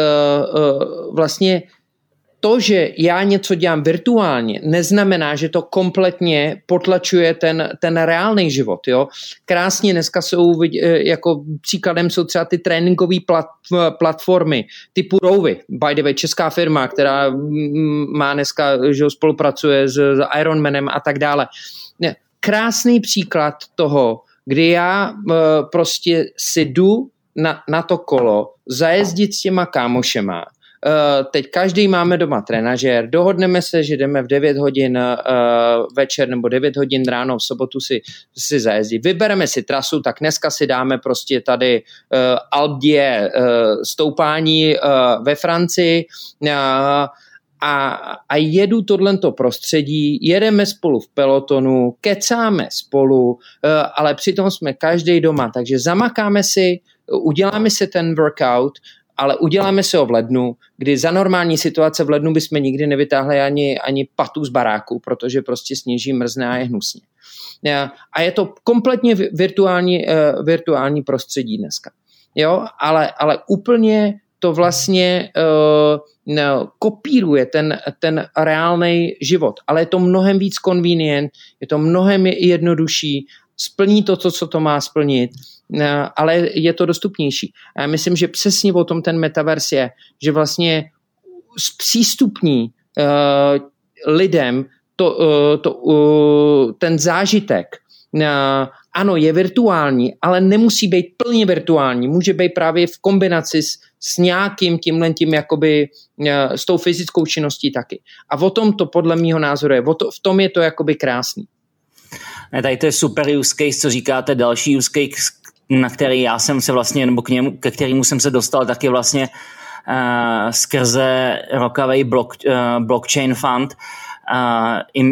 vlastně to, že já něco dělám virtuálně, neznamená, že to kompletně potlačuje ten, ten reálný život. Jo? Krásně dneska jsou, jako příkladem jsou třeba ty tréninkové plat, platformy typu Rouvy, by the way, česká firma, která má dneska, že spolupracuje s, s Ironmanem a tak dále. Ne, krásný příklad toho, kdy já prostě si jdu na, na to kolo, zajezdit s těma kámošema. Uh, teď každý máme doma trenažér, dohodneme se, že jdeme v devět hodin uh, večer nebo devět hodin ráno v sobotu si, si zajezdit. Vybereme si trasu, tak dneska si dáme prostě tady uh, Alpe d'Huez uh, stoupání uh, ve Francii uh, a, a jedu tohleto prostředí, jedeme spolu v pelotonu, kecáme spolu, uh, ale přitom jsme každý doma, takže zamakáme si, uděláme si ten workout, ale uděláme se ho v lednu, kdy za normální situace v lednu bychom nikdy nevytáhli ani, ani patu z baráku, protože prostě sněží, mrzne a je hnusně. A je to kompletně virtuální, virtuální prostředí dneska. Jo? Ale, ale úplně to vlastně uh, no, kopíruje ten, ten reálný život. Ale je to mnohem víc convenient, je to mnohem jednodušší, splní to, to, co to má splnit, ale je to dostupnější. A já myslím, že přesně o tom ten metaverse je, že vlastně zpřístupní uh, lidem to, uh, to, uh, ten zážitek. Uh, ano, je virtuální, ale nemusí být plně virtuální. Může být právě v kombinaci s, s nějakým tímhle tím jakoby uh, s tou fyzickou činností taky. A o tom to podle mýho názoru je. O to, v tom je to jakoby krásný. Ne, tady to je super use case, co říkáte, další use case, na který já jsem se vlastně, nebo k němu, ke kterému jsem se dostal taky vlastně uh, skrze rokavej block, uh, blockchain fund. Uh, i,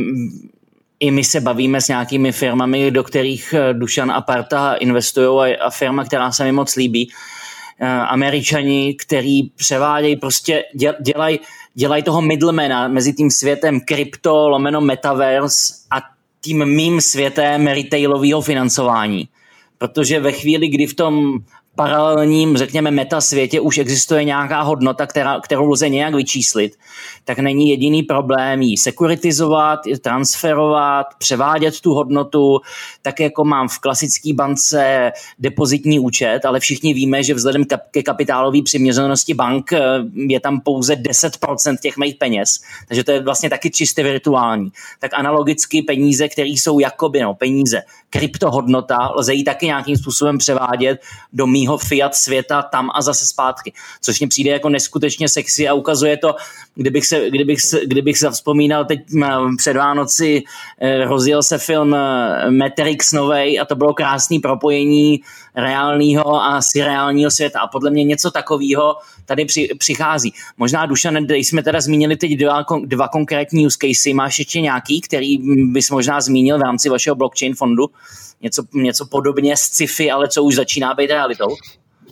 I my se bavíme s nějakými firmami, do kterých Dušan a parta investují, a, a firma, která se mi moc líbí. Uh, Američani, který převádějí, prostě děl, dělají dělaj toho middlemana mezi tím světem krypto, lomeno metaverse a tím mým světem retailového financování. Protože ve chvíli, kdy v tom paralelním, řekněme, metasvětě už existuje nějaká hodnota, která, kterou lze nějak vyčíslit, tak není jediný problém ji sekuritizovat, transferovat, převádět tu hodnotu, tak jako mám v klasické bance depozitní účet, ale všichni víme, že vzhledem ke kapitálové přiměřenosti bank je tam pouze deset procent těch mých peněz, takže to je vlastně taky čistě virtuální. Tak analogicky peníze, které jsou jakoby, no, peníze, kryptohodnota, lze ji taky nějakým způsobem převádět do mýho fiat světa tam a zase zpátky. Což mi přijde jako neskutečně sexy a ukazuje to, kdybych se, kdybych se, kdybych se vzpomínal teď před Vánoci, rozjel se film Matrix novej a to bylo krásný propojení reálního a surreálního světa a podle mě něco takového tady při, přichází. Možná, Dušan, když jsme teda zmínili teď dva, dva konkrétní use casey, máš ještě nějaký, který bys možná zmínil v rámci vašeho blockchain fondu? Něco, něco podobně sci-fi, ale co už začíná být realitou? Uh,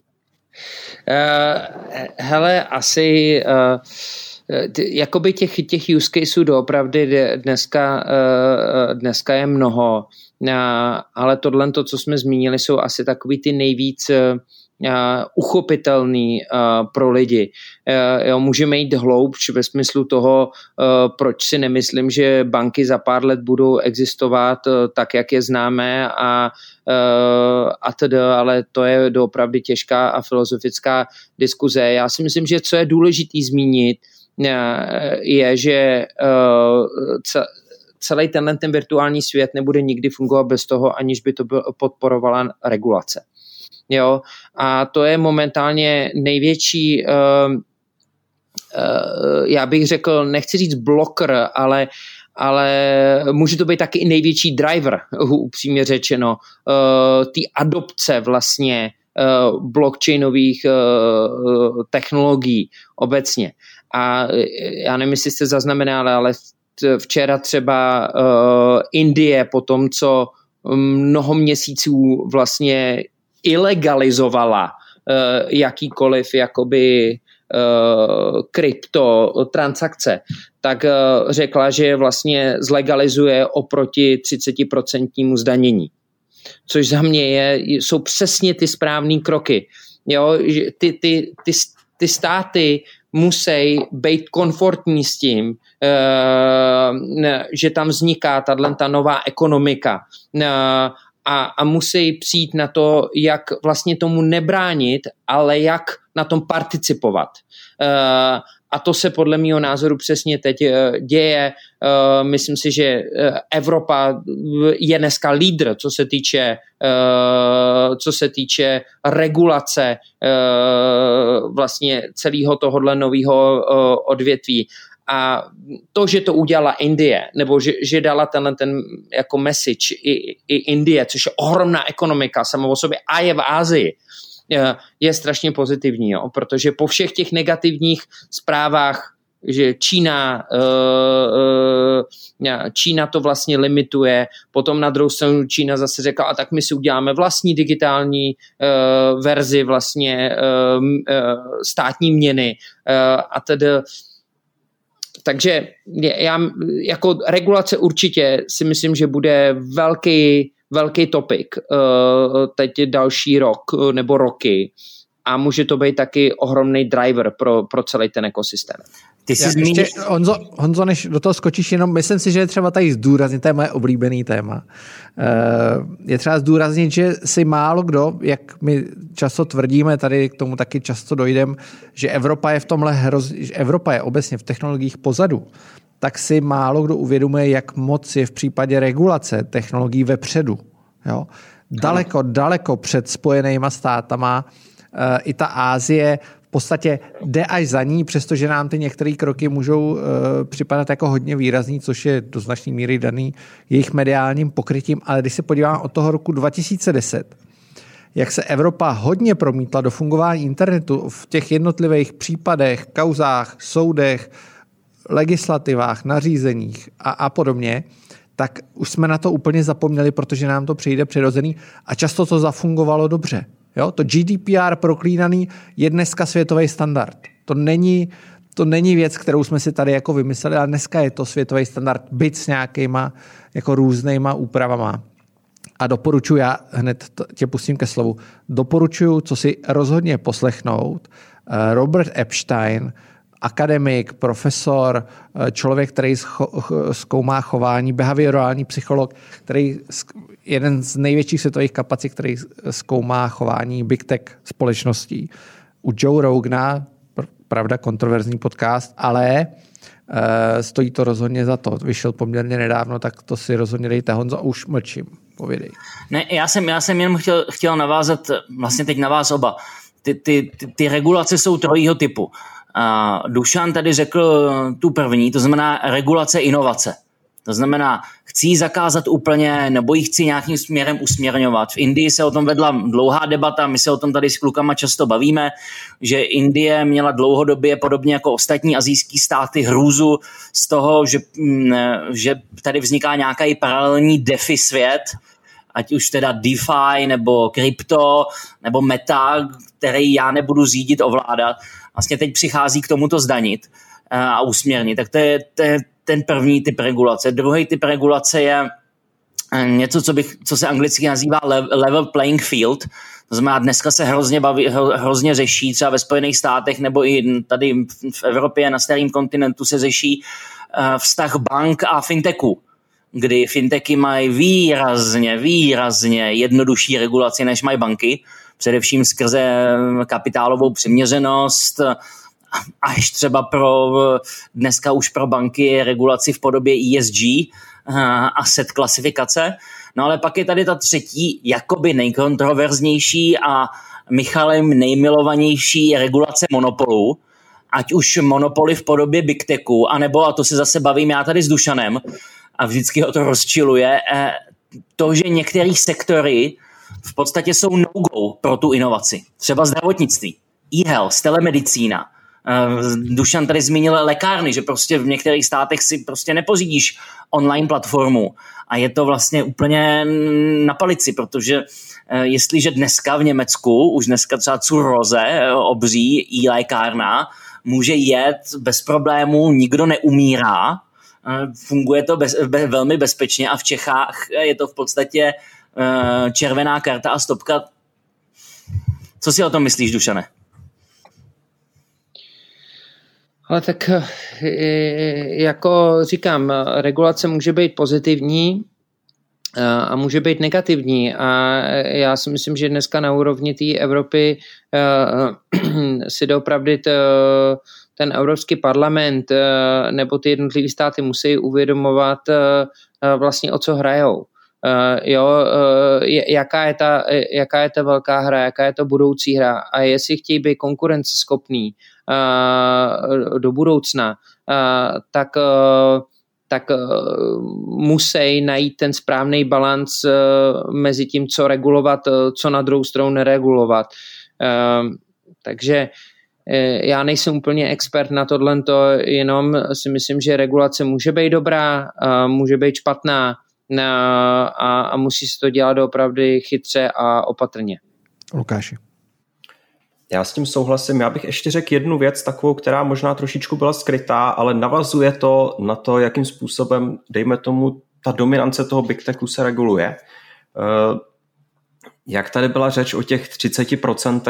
hele, asi uh, jakoby těch, těch use caseů doopravdy dneska, uh, dneska je mnoho, uh, ale tohle, to, co jsme zmínili, jsou asi takový ty nejvíc uh, Uh, uchopitelný uh, pro lidi. Uh, jo, můžeme jít hloubš ve smyslu toho, uh, proč si nemyslím, že banky za pár let budou existovat uh, tak, jak je známe a, uh, a teda, ale to je doopravdy těžká a filozofická diskuze. Já si myslím, že co je důležitý zmínit, uh, je, že uh, c- celý tenhle ten virtuální svět nebude nikdy fungovat bez toho, aniž by to byl podporovala regulace. Jo, a to je momentálně největší, uh, uh, já bych řekl, nechci říct bloker, ale, ale může to být taky i největší driver, upřímně řečeno, té adopce vlastně blockchainových technologií obecně. A já nevím, jestli jste zaznamenali, ale včera třeba Indie po tom, co mnoho měsíců vlastně ilegalizovala jakýkoliv jakoby krypto transakce, tak řekla, že vlastně zlegalizuje oproti třicetiprocentnímu zdanění. Což za mě je, jsou přesně ty správný kroky. Jo, ty, ty, ty, ty státy musí být komfortní s tím, že tam vzniká tato nová ekonomika a, a musí přijít na to, jak vlastně tomu nebránit, ale jak na tom participovat. A to se podle mého názoru přesně teď děje. Myslím si, že Evropa je dneska lídr, co se týče, co se týče regulace vlastně celého tohohle nového odvětví. A to, že to udělala Indie, nebo že, že dala tenhle ten jako message i, i Indie, což je ohromná ekonomika sama o sobě a je v Asii, je, je strašně pozitivní, jo? Protože po všech těch negativních zprávách, že Čína, uh, uh, Čína to vlastně limituje, potom na druhou stranu Čína zase řekla, a tak my si uděláme vlastní digitální uh, verzi vlastně uh, uh, státní měny uh, a tedy. Takže já jako regulace určitě si myslím, že bude velký, velký topik uh, teď další rok nebo roky a může to být taky ohromný driver pro, pro celý ten ekosystém. Ty jsi zmínil... ještě, Honzo, Honzo, než do toho skočíš, jenom myslím si, že je třeba tady zdůraznit, to je moje oblíbený téma. Je třeba zdůraznit, že si málo kdo, jak my často tvrdíme, tady k tomu taky často dojdeme, že Evropa je v tomhle hrozně, že Evropa je obecně v technologiích pozadu, tak si málo kdo uvědomuje, jak moc je v případě regulace technologií vepředu. Jo? Daleko, daleko před Spojenýma státama i ta Asie v podstatě jde až za ní, přestože nám ty některé kroky můžou uh, připadat jako hodně výrazný, což je do značné míry daný jejich mediálním pokrytím, ale když se podívám od toho roku dva tisíce deset, jak se Evropa hodně promítla do fungování internetu v těch jednotlivých případech, kauzách, soudech, legislativách, nařízeních a, a podobně, tak už jsme na to úplně zapomněli, protože nám to přijde přirozený a často to zafungovalo dobře. Jo? To G D P R proklínaný je dneska světový standard. To není, to není věc, kterou jsme si tady jako vymysleli, ale dneska je to světový standard, byť s nějakýma jako různýma úpravama. A doporučuji, já hned tě pustím ke slovu, doporučuji, co si rozhodně poslechnout, Robert Epstein, akademik, profesor, člověk, který zkoumá chování, behaviorální psycholog, který jeden z největších světových kapacit, který zkoumá chování big tech společností. U Joe Rogana, pravda, kontroverzní podcast, ale uh, stojí to rozhodně za to. Vyšel poměrně nedávno, tak to si rozhodně dejte. Honzo, už mlčím, povědej. Ne, já jsem, já jsem jen chtěl, chtěl navázat vlastně teď na vás oba. Ty, ty, ty, ty regulace jsou trojího typu. Uh, Dušan tady řekl tu první, to znamená regulace inovace. To znamená, chci ji zakázat úplně, nebo ji chci nějakým směrem usměrňovat. V Indii se o tom vedla dlouhá debata, my se o tom tady s klukama často bavíme, že Indie měla dlouhodobě, podobně jako ostatní asijský státy, hrůzu z toho, že, že tady vzniká nějaký paralelní DeFi svět, ať už teda DeFi, nebo krypto, nebo meta, který já nebudu řídit, ovládat. Vlastně teď přichází k tomuto zdanit a usměrnit. Tak to je, to je ten první typ regulace. Druhý typ regulace je něco, co, bych, co se anglicky nazývá level playing field. To znamená, dneska se hrozně, baví, hrozně řeší, třeba ve Spojených státech nebo i tady v Evropě, na starém kontinentu se řeší vztah bank a fintechu, kdy fintechy mají výrazně, výrazně jednodušší regulaci, než mají banky, především skrze kapitálovou přiměřenost, až třeba pro dneska už pro banky regulaci v podobě E S G, asset klasifikace. No ale pak je tady ta třetí, jakoby nejkontroverznější a Michalem nejmilovanější regulace monopolů. ať už monopoly v podobě Big Techu, anebo, a to se zase bavím já tady s Dušanem, a vždycky ho to rozčiluje, to, že některé sektory v podstatě jsou no-go pro tu inovaci. Třeba zdravotnictví, e-health, telemedicína. Dušan tady zmínil lékárny, že prostě v některých státech si prostě nepořídíš online platformu a je to vlastně úplně na palici, protože jestliže dneska v Německu, už dneska třeba Zur-Rose, obří e-lékárna, může jet bez problémů, nikdo neumírá, funguje to bez, be, velmi bezpečně a v Čechách je to v podstatě uh, červená karta a stopka. Co si o tom myslíš, Dušane? Ale tak jako říkám, regulace může být pozitivní a může být negativní a já si myslím, že dneska na úrovni té Evropy si doopravdy ten Evropský parlament nebo ty jednotlivé státy musí uvědomovat vlastně o co hrajou. Jo, jaká je ta, jaká je ta velká hra, jaká je to budoucí hra a jestli chtějí být konkurenceschopný do budoucna, tak, tak musí najít ten správný balanc mezi tím, co regulovat, co na druhou stranu neregulovat. Takže já nejsem úplně expert na tohle, jenom si myslím, že regulace může být dobrá, může být špatná a, a musí se to dělat opravdu chytře a opatrně. Lukáši. Já s tím souhlasím. Já bych ještě řekl jednu věc takovou, která možná trošičku byla skrytá, ale navazuje to na to, jakým způsobem, dejme tomu, ta dominance toho Big Techu se reguluje. Jak tady byla řeč o těch třicet procent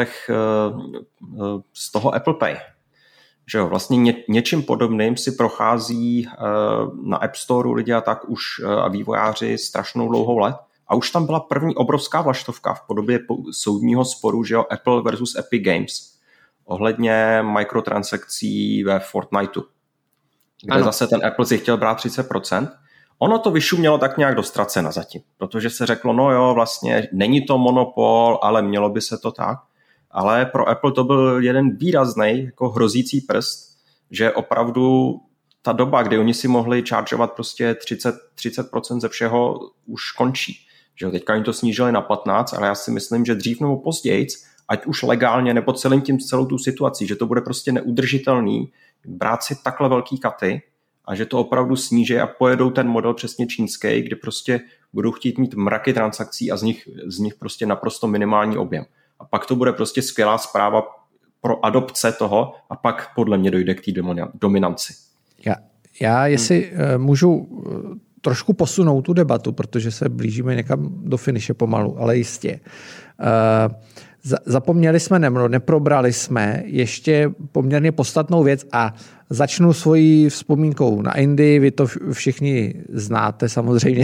z toho Apple Pay. Že jo, vlastně ně, něčím podobným si prochází na App Storeu lidi a tak už a vývojáři strašnou dlouhou let. A už tam byla první obrovská vlaštovka v podobě soudního sporu, že jo, Apple versus Epic Games ohledně mikrotransakcí ve Fortniteu, kde ano. Zase ten Apple si chtěl brát třicet procent. Ono to vyšumělo tak nějak do ztracena zatím, protože se řeklo, no jo, vlastně není to monopol, ale mělo by se to tak. Ale pro Apple to byl jeden výrazný jako hrozící prst, že opravdu ta doba, kdy oni si mohli chargeovat prostě třicet, třicet procent ze všeho, už končí. Že teďka oni to snížili na patnáct, ale já si myslím, že dřív nebo později, ať už legálně nebo celým tím celou tu situací, že to bude prostě neudržitelný brát si takhle velký katy a že to opravdu sníží a pojedou ten model přesně čínský, kdy prostě budou chtít mít mraky transakcí a z nich, z nich prostě naprosto minimální objem. A pak to bude prostě skvělá zpráva pro adopce toho a pak podle mě dojde k té dominanci. Já, já jestli hmm. můžu trošku posunout tu debatu, protože se blížíme někam do finiše pomalu, ale jistě. Zapomněli jsme, nebo neprobrali jsme ještě poměrně podstatnou věc a začnu svojí vzpomínkou na Indii, vy to všichni znáte samozřejmě.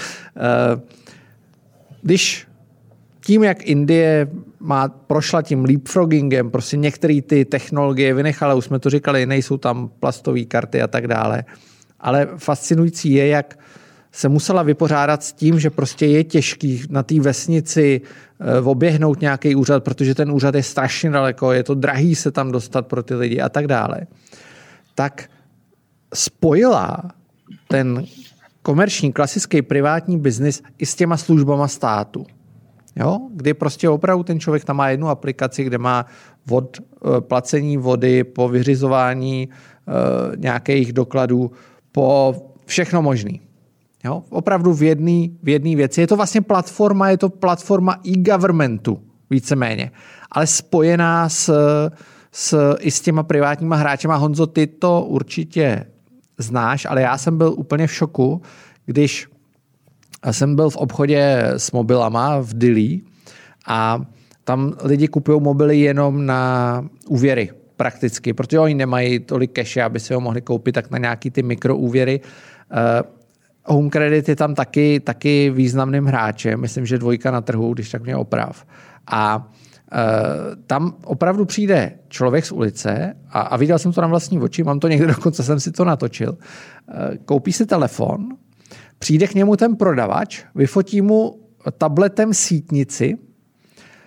Když tím, jak Indie má, prošla tím leapfroggingem, prostě některé ty technologie vynechala, už jsme to říkali, nejsou tam plastové karty a tak dále. Ale fascinující je, jak se musela vypořádat s tím, že prostě je těžký na té vesnici oběhnout nějaký úřad, protože ten úřad je strašně daleko, je to drahý se tam dostat pro ty lidi a tak dále. Tak spojila ten komerční, klasický privátní biznis i s těma službama státu. Jo? Kdy prostě opravdu ten člověk tam má jednu aplikaci, kde má od placení vody po vyřizování e, nějakých dokladů po všechno možný. Jo? Opravdu v jedné v jedné věci. Je to vlastně platforma, je to platforma e-governmentu víceméně, ale spojená s, s, i s těma privátníma hráčema. Honzo, ty to určitě znáš, ale já jsem byl úplně v šoku, když jsem byl v obchodě s mobilama v Dili a tam lidi kupují mobily jenom na úvěry prakticky, protože oni nemají tolik cache, aby si ho mohli koupit, tak na nějaký ty mikroúvěry. Uh, Home Credit je tam taky, taky významným hráčem, myslím, že dvojka na trhu, když tak mě oprav. A uh, tam opravdu přijde člověk z ulice a, a viděl jsem to na vlastní oči, mám to někde, dokonce jsem si to natočil, uh, koupí si telefon, přijde k němu ten prodavač, vyfotí mu tabletem sítnici,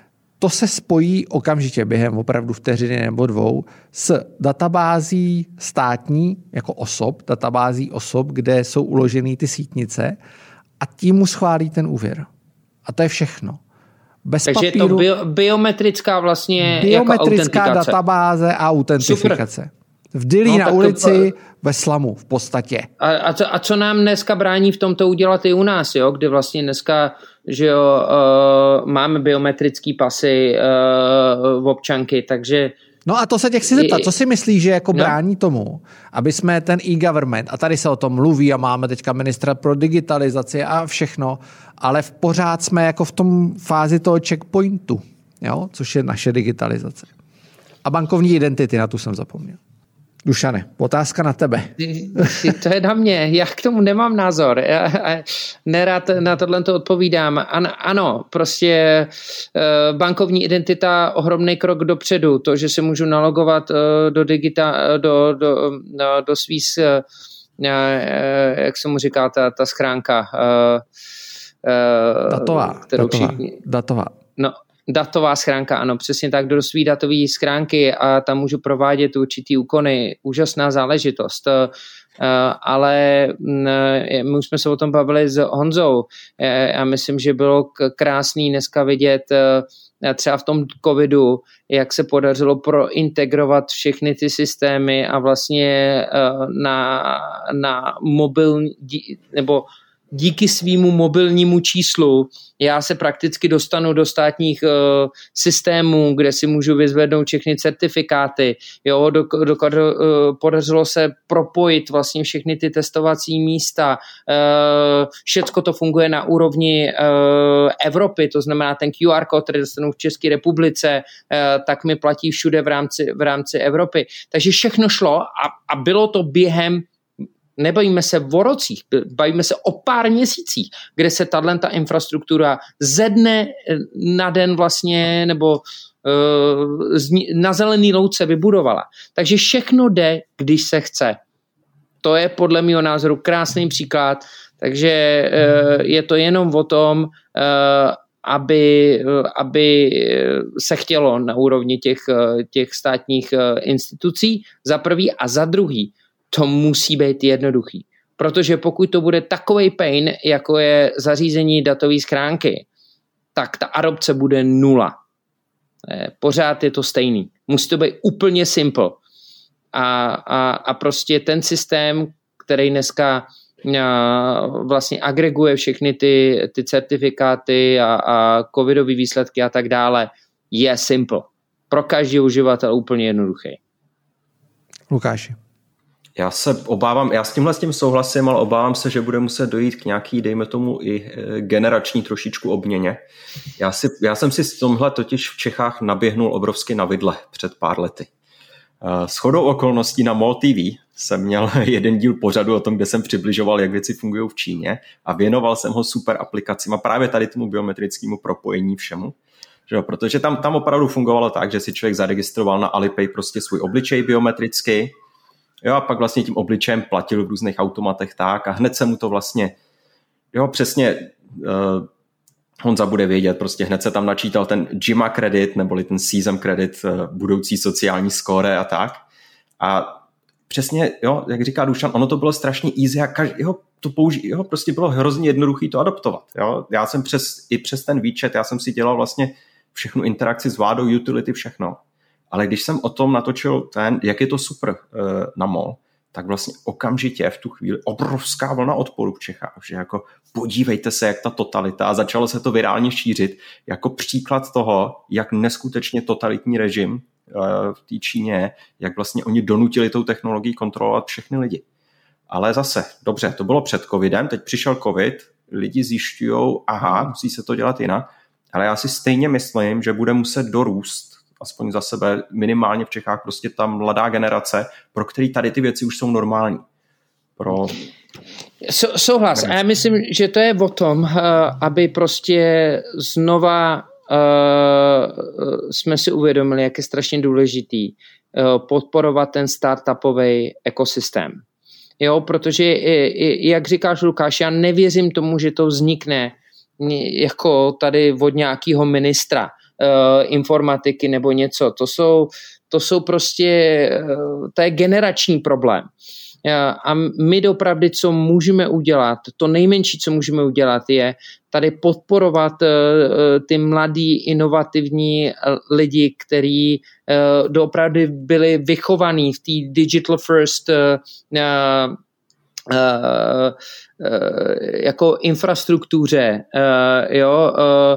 to se spojí okamžitě během opravdu vteřiny nebo dvou s databází státní jako osob, databází osob, kde jsou uložený ty sítnice a tím mu schválí ten úvěr. A to je všechno. Bez Takže papíru, je to bio, biometrická vlastně biometrická jako databáze a autentifikace. Super. V Dili no, na ulici, to... ve slamu v podstatě. A, a, co, a co nám dneska brání v tomto udělat i u nás, jo? Kdy vlastně dneska, že jo, uh, máme biometrický pasy uh, v občanky, takže... No a to se tě chci zeptat, co si myslíš, že jako no. brání tomu, aby jsme ten e-government, a tady se o tom mluví a máme teďka ministra pro digitalizaci a všechno, ale v pořád jsme jako v tom fázi toho checkpointu, jo? Což je naše digitalizace. A bankovní identity, na tu jsem zapomněl. Dušane, otázka na tebe. To je na mě, já k tomu nemám názor. Já nerad na tohle to odpovídám. An, ano, prostě bankovní identita, ohromný krok dopředu. To, že se můžu nalogovat do digita, do, do, do svých, jak se mu říká, ta, ta schránka. Datová. Kterou datová, všichni, datová. No, datová schránka, ano, přesně tak, do své datové schránky a tam můžu provádět určitý úkony. Úžasná záležitost. Ale my už jsme se o tom bavili s Honzou. Já myslím, že bylo krásný dneska vidět třeba v tom covidu, jak se podařilo prointegrovat všechny ty systémy a vlastně na, na mobilní, nebo díky svýmu mobilnímu číslu já se prakticky dostanu do státních uh, systémů, kde si můžu vyzvednout všechny certifikáty. Jo, do, do, uh, podařilo se propojit vlastně všechny ty testovací místa. Uh, všecko to funguje na úrovni uh, Evropy, to znamená ten Q R kód, který dostanu v České republice, uh, tak mi platí všude v rámci, v rámci Evropy. Takže všechno šlo a, a bylo to během, nebavíme se o rocích, bavíme se o pár měsících, kde se tato infrastruktura ze dne na den vlastně, nebo uh, na zelený louce vybudovala. Takže všechno jde, když se chce. To je podle mého názoru krásný příklad, takže uh, je to jenom o tom, uh, aby, uh, aby se chtělo na úrovni těch, uh, těch státních uh, institucí, za prvý a za druhý. To musí být jednoduchý. Protože pokud to bude takovej pain, jako je zařízení datové schránky, tak ta adopce bude nula. Pořád je to stejný. Musí to být úplně simple. A, a, a prostě ten systém, který dneska a, vlastně agreguje všechny ty, ty certifikáty a, a covidové výsledky a tak dále, je simple. Pro každý uživatel úplně jednoduchý. Lukáši. Já se obávám, já s tímhle s tím souhlasím, ale obávám se, že bude muset dojít k nějaký, dejme tomu, i generační trošičku obměně. Já, si, já jsem si s tomhle totiž v Čechách naběhnul obrovsky na vidle před pár lety. Shodou okolností na MOL T V jsem měl jeden díl pořadu o tom, kde jsem přibližoval, jak věci fungují v Číně a věnoval jsem ho super aplikacím a právě tady tomu biometrickému propojení všemu. Že, protože tam, tam opravdu fungovalo tak, že si člověk zaregistroval na Alipay prostě svůj obličej biometricky. Jo, a pak vlastně tím obličejem platil v různých automatech tak a hned se mu to vlastně, jo, přesně uh, Honza bude vědět, prostě hned se tam načítal ten G M A kredit neboli ten Sesam kredit, uh, budoucí sociální skóre a tak. A přesně, jo, jak říká Dušan, ono to bylo strašně easy a každý, jo, to použi- jo, prostě bylo hrozně jednoduché to adoptovat. Jo. Já jsem přes, i přes ten výčet, já jsem si dělal vlastně všechnu interakci s vládou, utility, všechno. Ale když jsem o tom natočil ten, jak je to super uh, na MOL, tak vlastně okamžitě v tu chvíli obrovská vlna odporu v Čechách, že jako podívejte se, jak ta totalita, a začalo se to virálně šířit jako příklad toho, jak neskutečně totalitní režim uh, v té Číně, jak vlastně oni donutili tou technologií kontrolovat všechny lidi. Ale zase, dobře, to bylo před covidem, teď přišel covid, lidi zjišťujou, aha, musí se to dělat jinak, ale já si stejně myslím, že bude muset dorůst aspoň za sebe, minimálně v Čechách prostě ta mladá generace, pro který tady ty věci už jsou normální. Pro... So, souhlas. A já myslím, že to je o tom, aby prostě znova uh, jsme si uvědomili, jak je strašně důležitý uh, podporovat ten startupový ekosystém. Jo, protože jak říkáš, Lukáš, já nevěřím tomu, že to vznikne jako tady od nějakého ministra. informatiky nebo něco. To jsou, to jsou prostě, to je generační problém. A my dopravdy, co můžeme udělat, to nejmenší, co můžeme udělat, je tady podporovat ty mladí, inovativní lidi, kteří doopravdy byli vychovaní v té digital first jako infrastruktuře. Jo,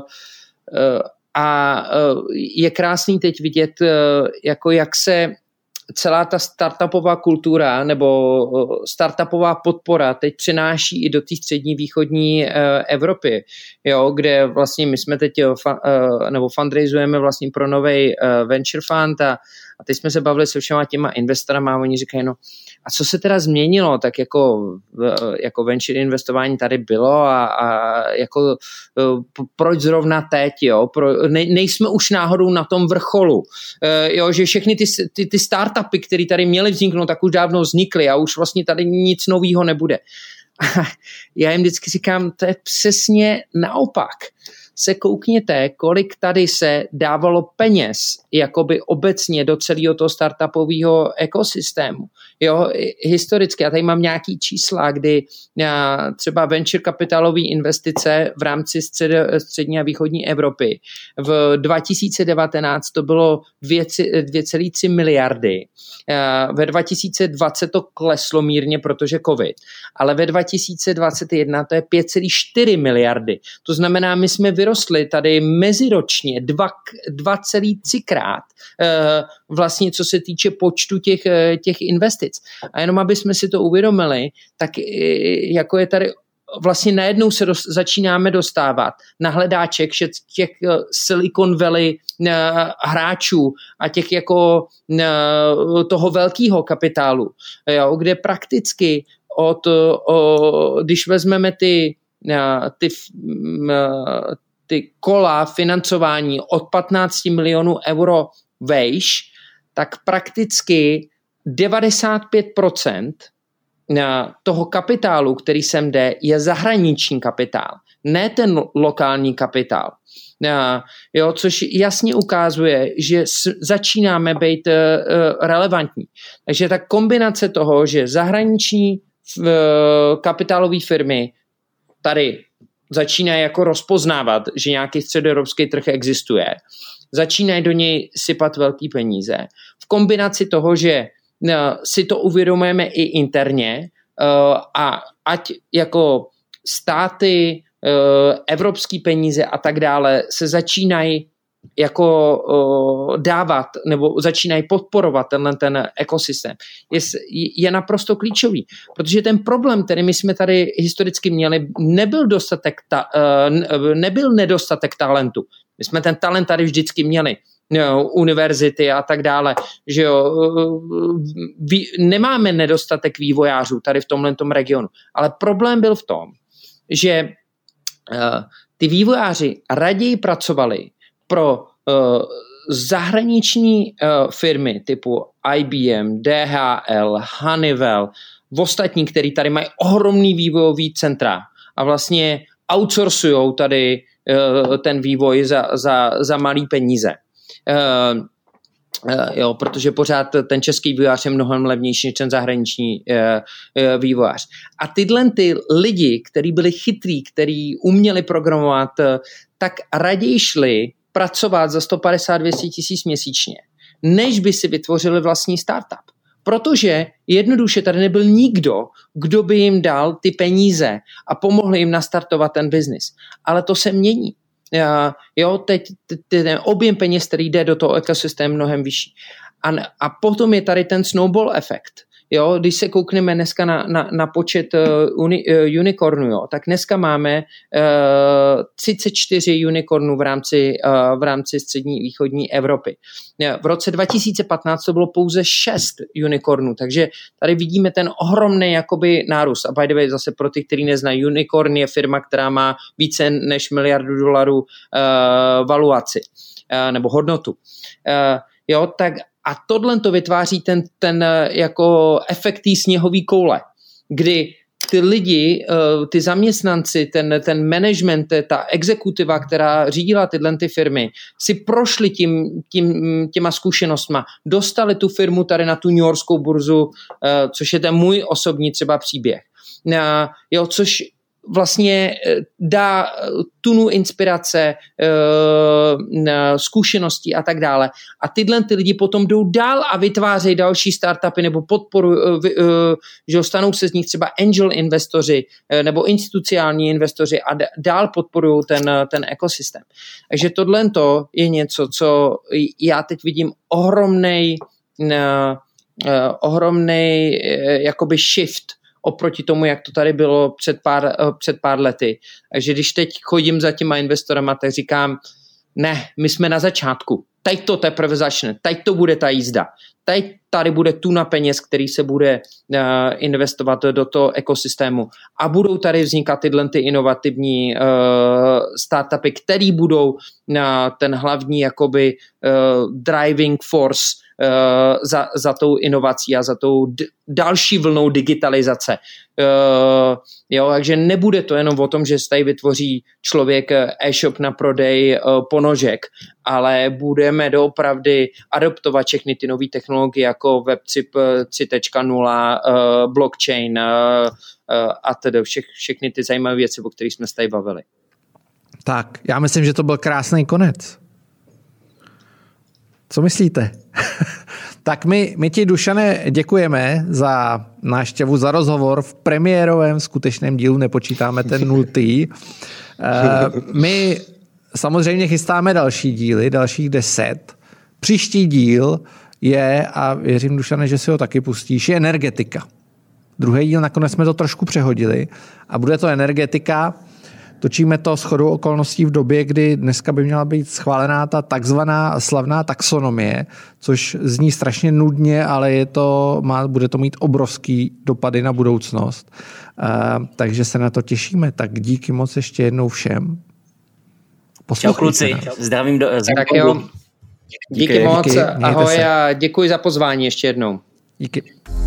a je krásný teď vidět, jako jak se celá ta startupová kultura nebo startupová podpora teď přenáší i do té střední východní Evropy, jo, kde vlastně my jsme teď nebo fundraizujeme vlastně pro nový venture fund a, a teď jsme se bavili se všema těma investorama a oni říkají, no a co se teda změnilo, tak jako, jako venture investování tady bylo a, a jako proč zrovna teď, jo, Pro, ne, nejsme už náhodou na tom vrcholu, jo, že všechny ty, ty, ty startupy, které tady měly vzniknout, tak už dávno vznikly a už vlastně tady nic novýho nebude. Já jim vždycky říkám, to je přesně naopak. Se koukněte, kolik tady se dávalo peněz jakoby obecně do celého toho startupového ekosystému. Jo, historicky, já tady mám nějaký čísla, kdy třeba venture kapitalové investice v rámci střed, střední a východní Evropy v dva tisíce devatenáct to bylo dvě celé tři miliardy. Ve dva tisíce dvacet to kleslo mírně, protože covid, ale ve dva tisíce dvacet jedna to je pět celé čtyři miliardy. To znamená, my jsme vyrostli tady meziročně dva celé tři krát vlastně, co se týče počtu těch, těch investic. A jenom aby jsme si to uvědomili, tak jako je tady vlastně najednou se dost, začínáme dostávat na hledáček těch Silicon Valley hráčů a těch jako toho velkého kapitálu, jo, kde prakticky od, o, když vezmeme ty, ty, ty kola financování od patnáct milionů euro vejš, tak prakticky devadesát pět procent toho kapitálu, který sem jde, je zahraniční kapitál, ne ten lokální kapitál. Jo, což jasně ukazuje, že začínáme být relevantní. Takže ta kombinace toho, že zahraniční kapitálové firmy tady začínají jako rozpoznávat, že nějaký středoevropský trh existuje, začínají do něj sypat velký peníze. V kombinaci toho, že si to uvědomujeme i interně a ať jako státy, evropský peníze a tak dále se začínají jako dávat nebo začínají podporovat tenhle ten ekosystém, je, je naprosto klíčový, protože ten problém, který my jsme tady historicky měli, nebyl dostatek ta, nebyl nedostatek talentu. My jsme ten talent tady vždycky měli. Jo, univerzity a tak dále, že jo, vý, nemáme nedostatek vývojářů tady v tomhletom regionu, ale problém byl v tom, že uh, ty vývojáři raději pracovali pro uh, zahraniční uh, firmy typu I B M, D H L, Honeywell, ostatní, který tady mají ohromný vývojový centra a vlastně outsourcujou tady uh, ten vývoj za, za, za malý peníze. Uh, uh, jo, protože pořád ten český vývojář je mnohem levnější než ten zahraniční uh, uh, vývojář. A tyhle ty lidi, kteří byli chytrý, kteří uměli programovat, uh, tak raději šli pracovat za sto padesát až dvě stě tisíc měsíčně, než by si vytvořili vlastní startup. Protože jednoduše tady nebyl nikdo, kdo by jim dal ty peníze a pomohl jim nastartovat ten biznis. Ale to se mění. Uh, jo, teď ten objem peněz, který jde do toho ekosystému, mnohem vyšší. A, a potom je tady ten snowball efekt. Jo, když se koukneme dneska na, na, na počet uh, uni, uh, unicornů, jo, tak dneska máme uh, třicet čtyři unicornů v rámci, uh, v rámci střední východní Evropy. V roce dva tisíce patnáct to bylo pouze šest unicornů, takže tady vidíme ten ohromný jakoby nárůst. A by the way, zase pro ty, kteří neznají, unicorn je firma, která má více než miliardu dolarů uh, valuaci uh, nebo hodnotu. Uh, jo, tak a tohle to vytváří ten, ten jako efekt té sněhové koule, kdy ty lidi, ty zaměstnanci, ten, ten management, ta exekutiva, která řídila tyhle ty firmy, si prošli tím, tím, těma zkušenostma, dostali tu firmu tady na tu newyorskou burzu, což je ten můj osobní třeba příběh. Jo, což vlastně dá tunu inspirace, zkušeností a tak dále. A tyhle ty lidi potom jdou dál a vytvářejí další startupy nebo podporu, že stanou se z nich třeba angel investoři nebo institucionální investoři a dál podporují ten, ten ekosystém. Takže tohle je něco, co já teď vidím ohromnej ohromnej jakoby shift oproti tomu, jak to tady bylo před pár, před pár lety. Takže když teď chodím za těma investorama, tak říkám, ne, my jsme na začátku. Teď to teprve začne, teď to bude ta jízda. Teď tady bude tuna peněz, který se bude uh, investovat do toho ekosystému a budou tady vznikat tyhle ty inovativní uh, startupy, který budou uh, ten hlavní jakoby uh, driving force uh, za, za tou inovací a za tou d- další vlnou digitalizace. Uh, jo, takže nebude to jenom o tom, že se tady vytvoří člověk e-shop na prodej uh, ponožek, ale budeme doopravdy adoptovat všechny ty nové technologie jako web tři tečka nula, uh, blockchain uh, uh, a tedy všech, všechny ty zajímavé věci, o kterých jsme se tady bavili. Tak, já myslím, že to byl krásný konec. Co myslíte? Tak my, my ti, Dušane, děkujeme za návštěvu, za rozhovor v premiérovém skutečném dílu, nepočítáme ten nultý. My samozřejmě chystáme další díly, dalších deset. Příští díl je, a věřím, Dušane, že si ho taky pustíš, je energetika. Druhý díl nakonec jsme to trošku přehodili a bude to energetika. Točíme to shodou okolností v době, kdy dneska by měla být schválená ta takzvaná slavná taxonomie, což zní strašně nudně, ale je to, má, bude to mít obrovský dopady na budoucnost. Uh, takže se na to těšíme. Tak díky moc ještě jednou všem. Čau kluci, zdravím do... Tak jo. Díky, díky moc, díky, ahoj a děkuji za pozvání ještě jednou. Díky.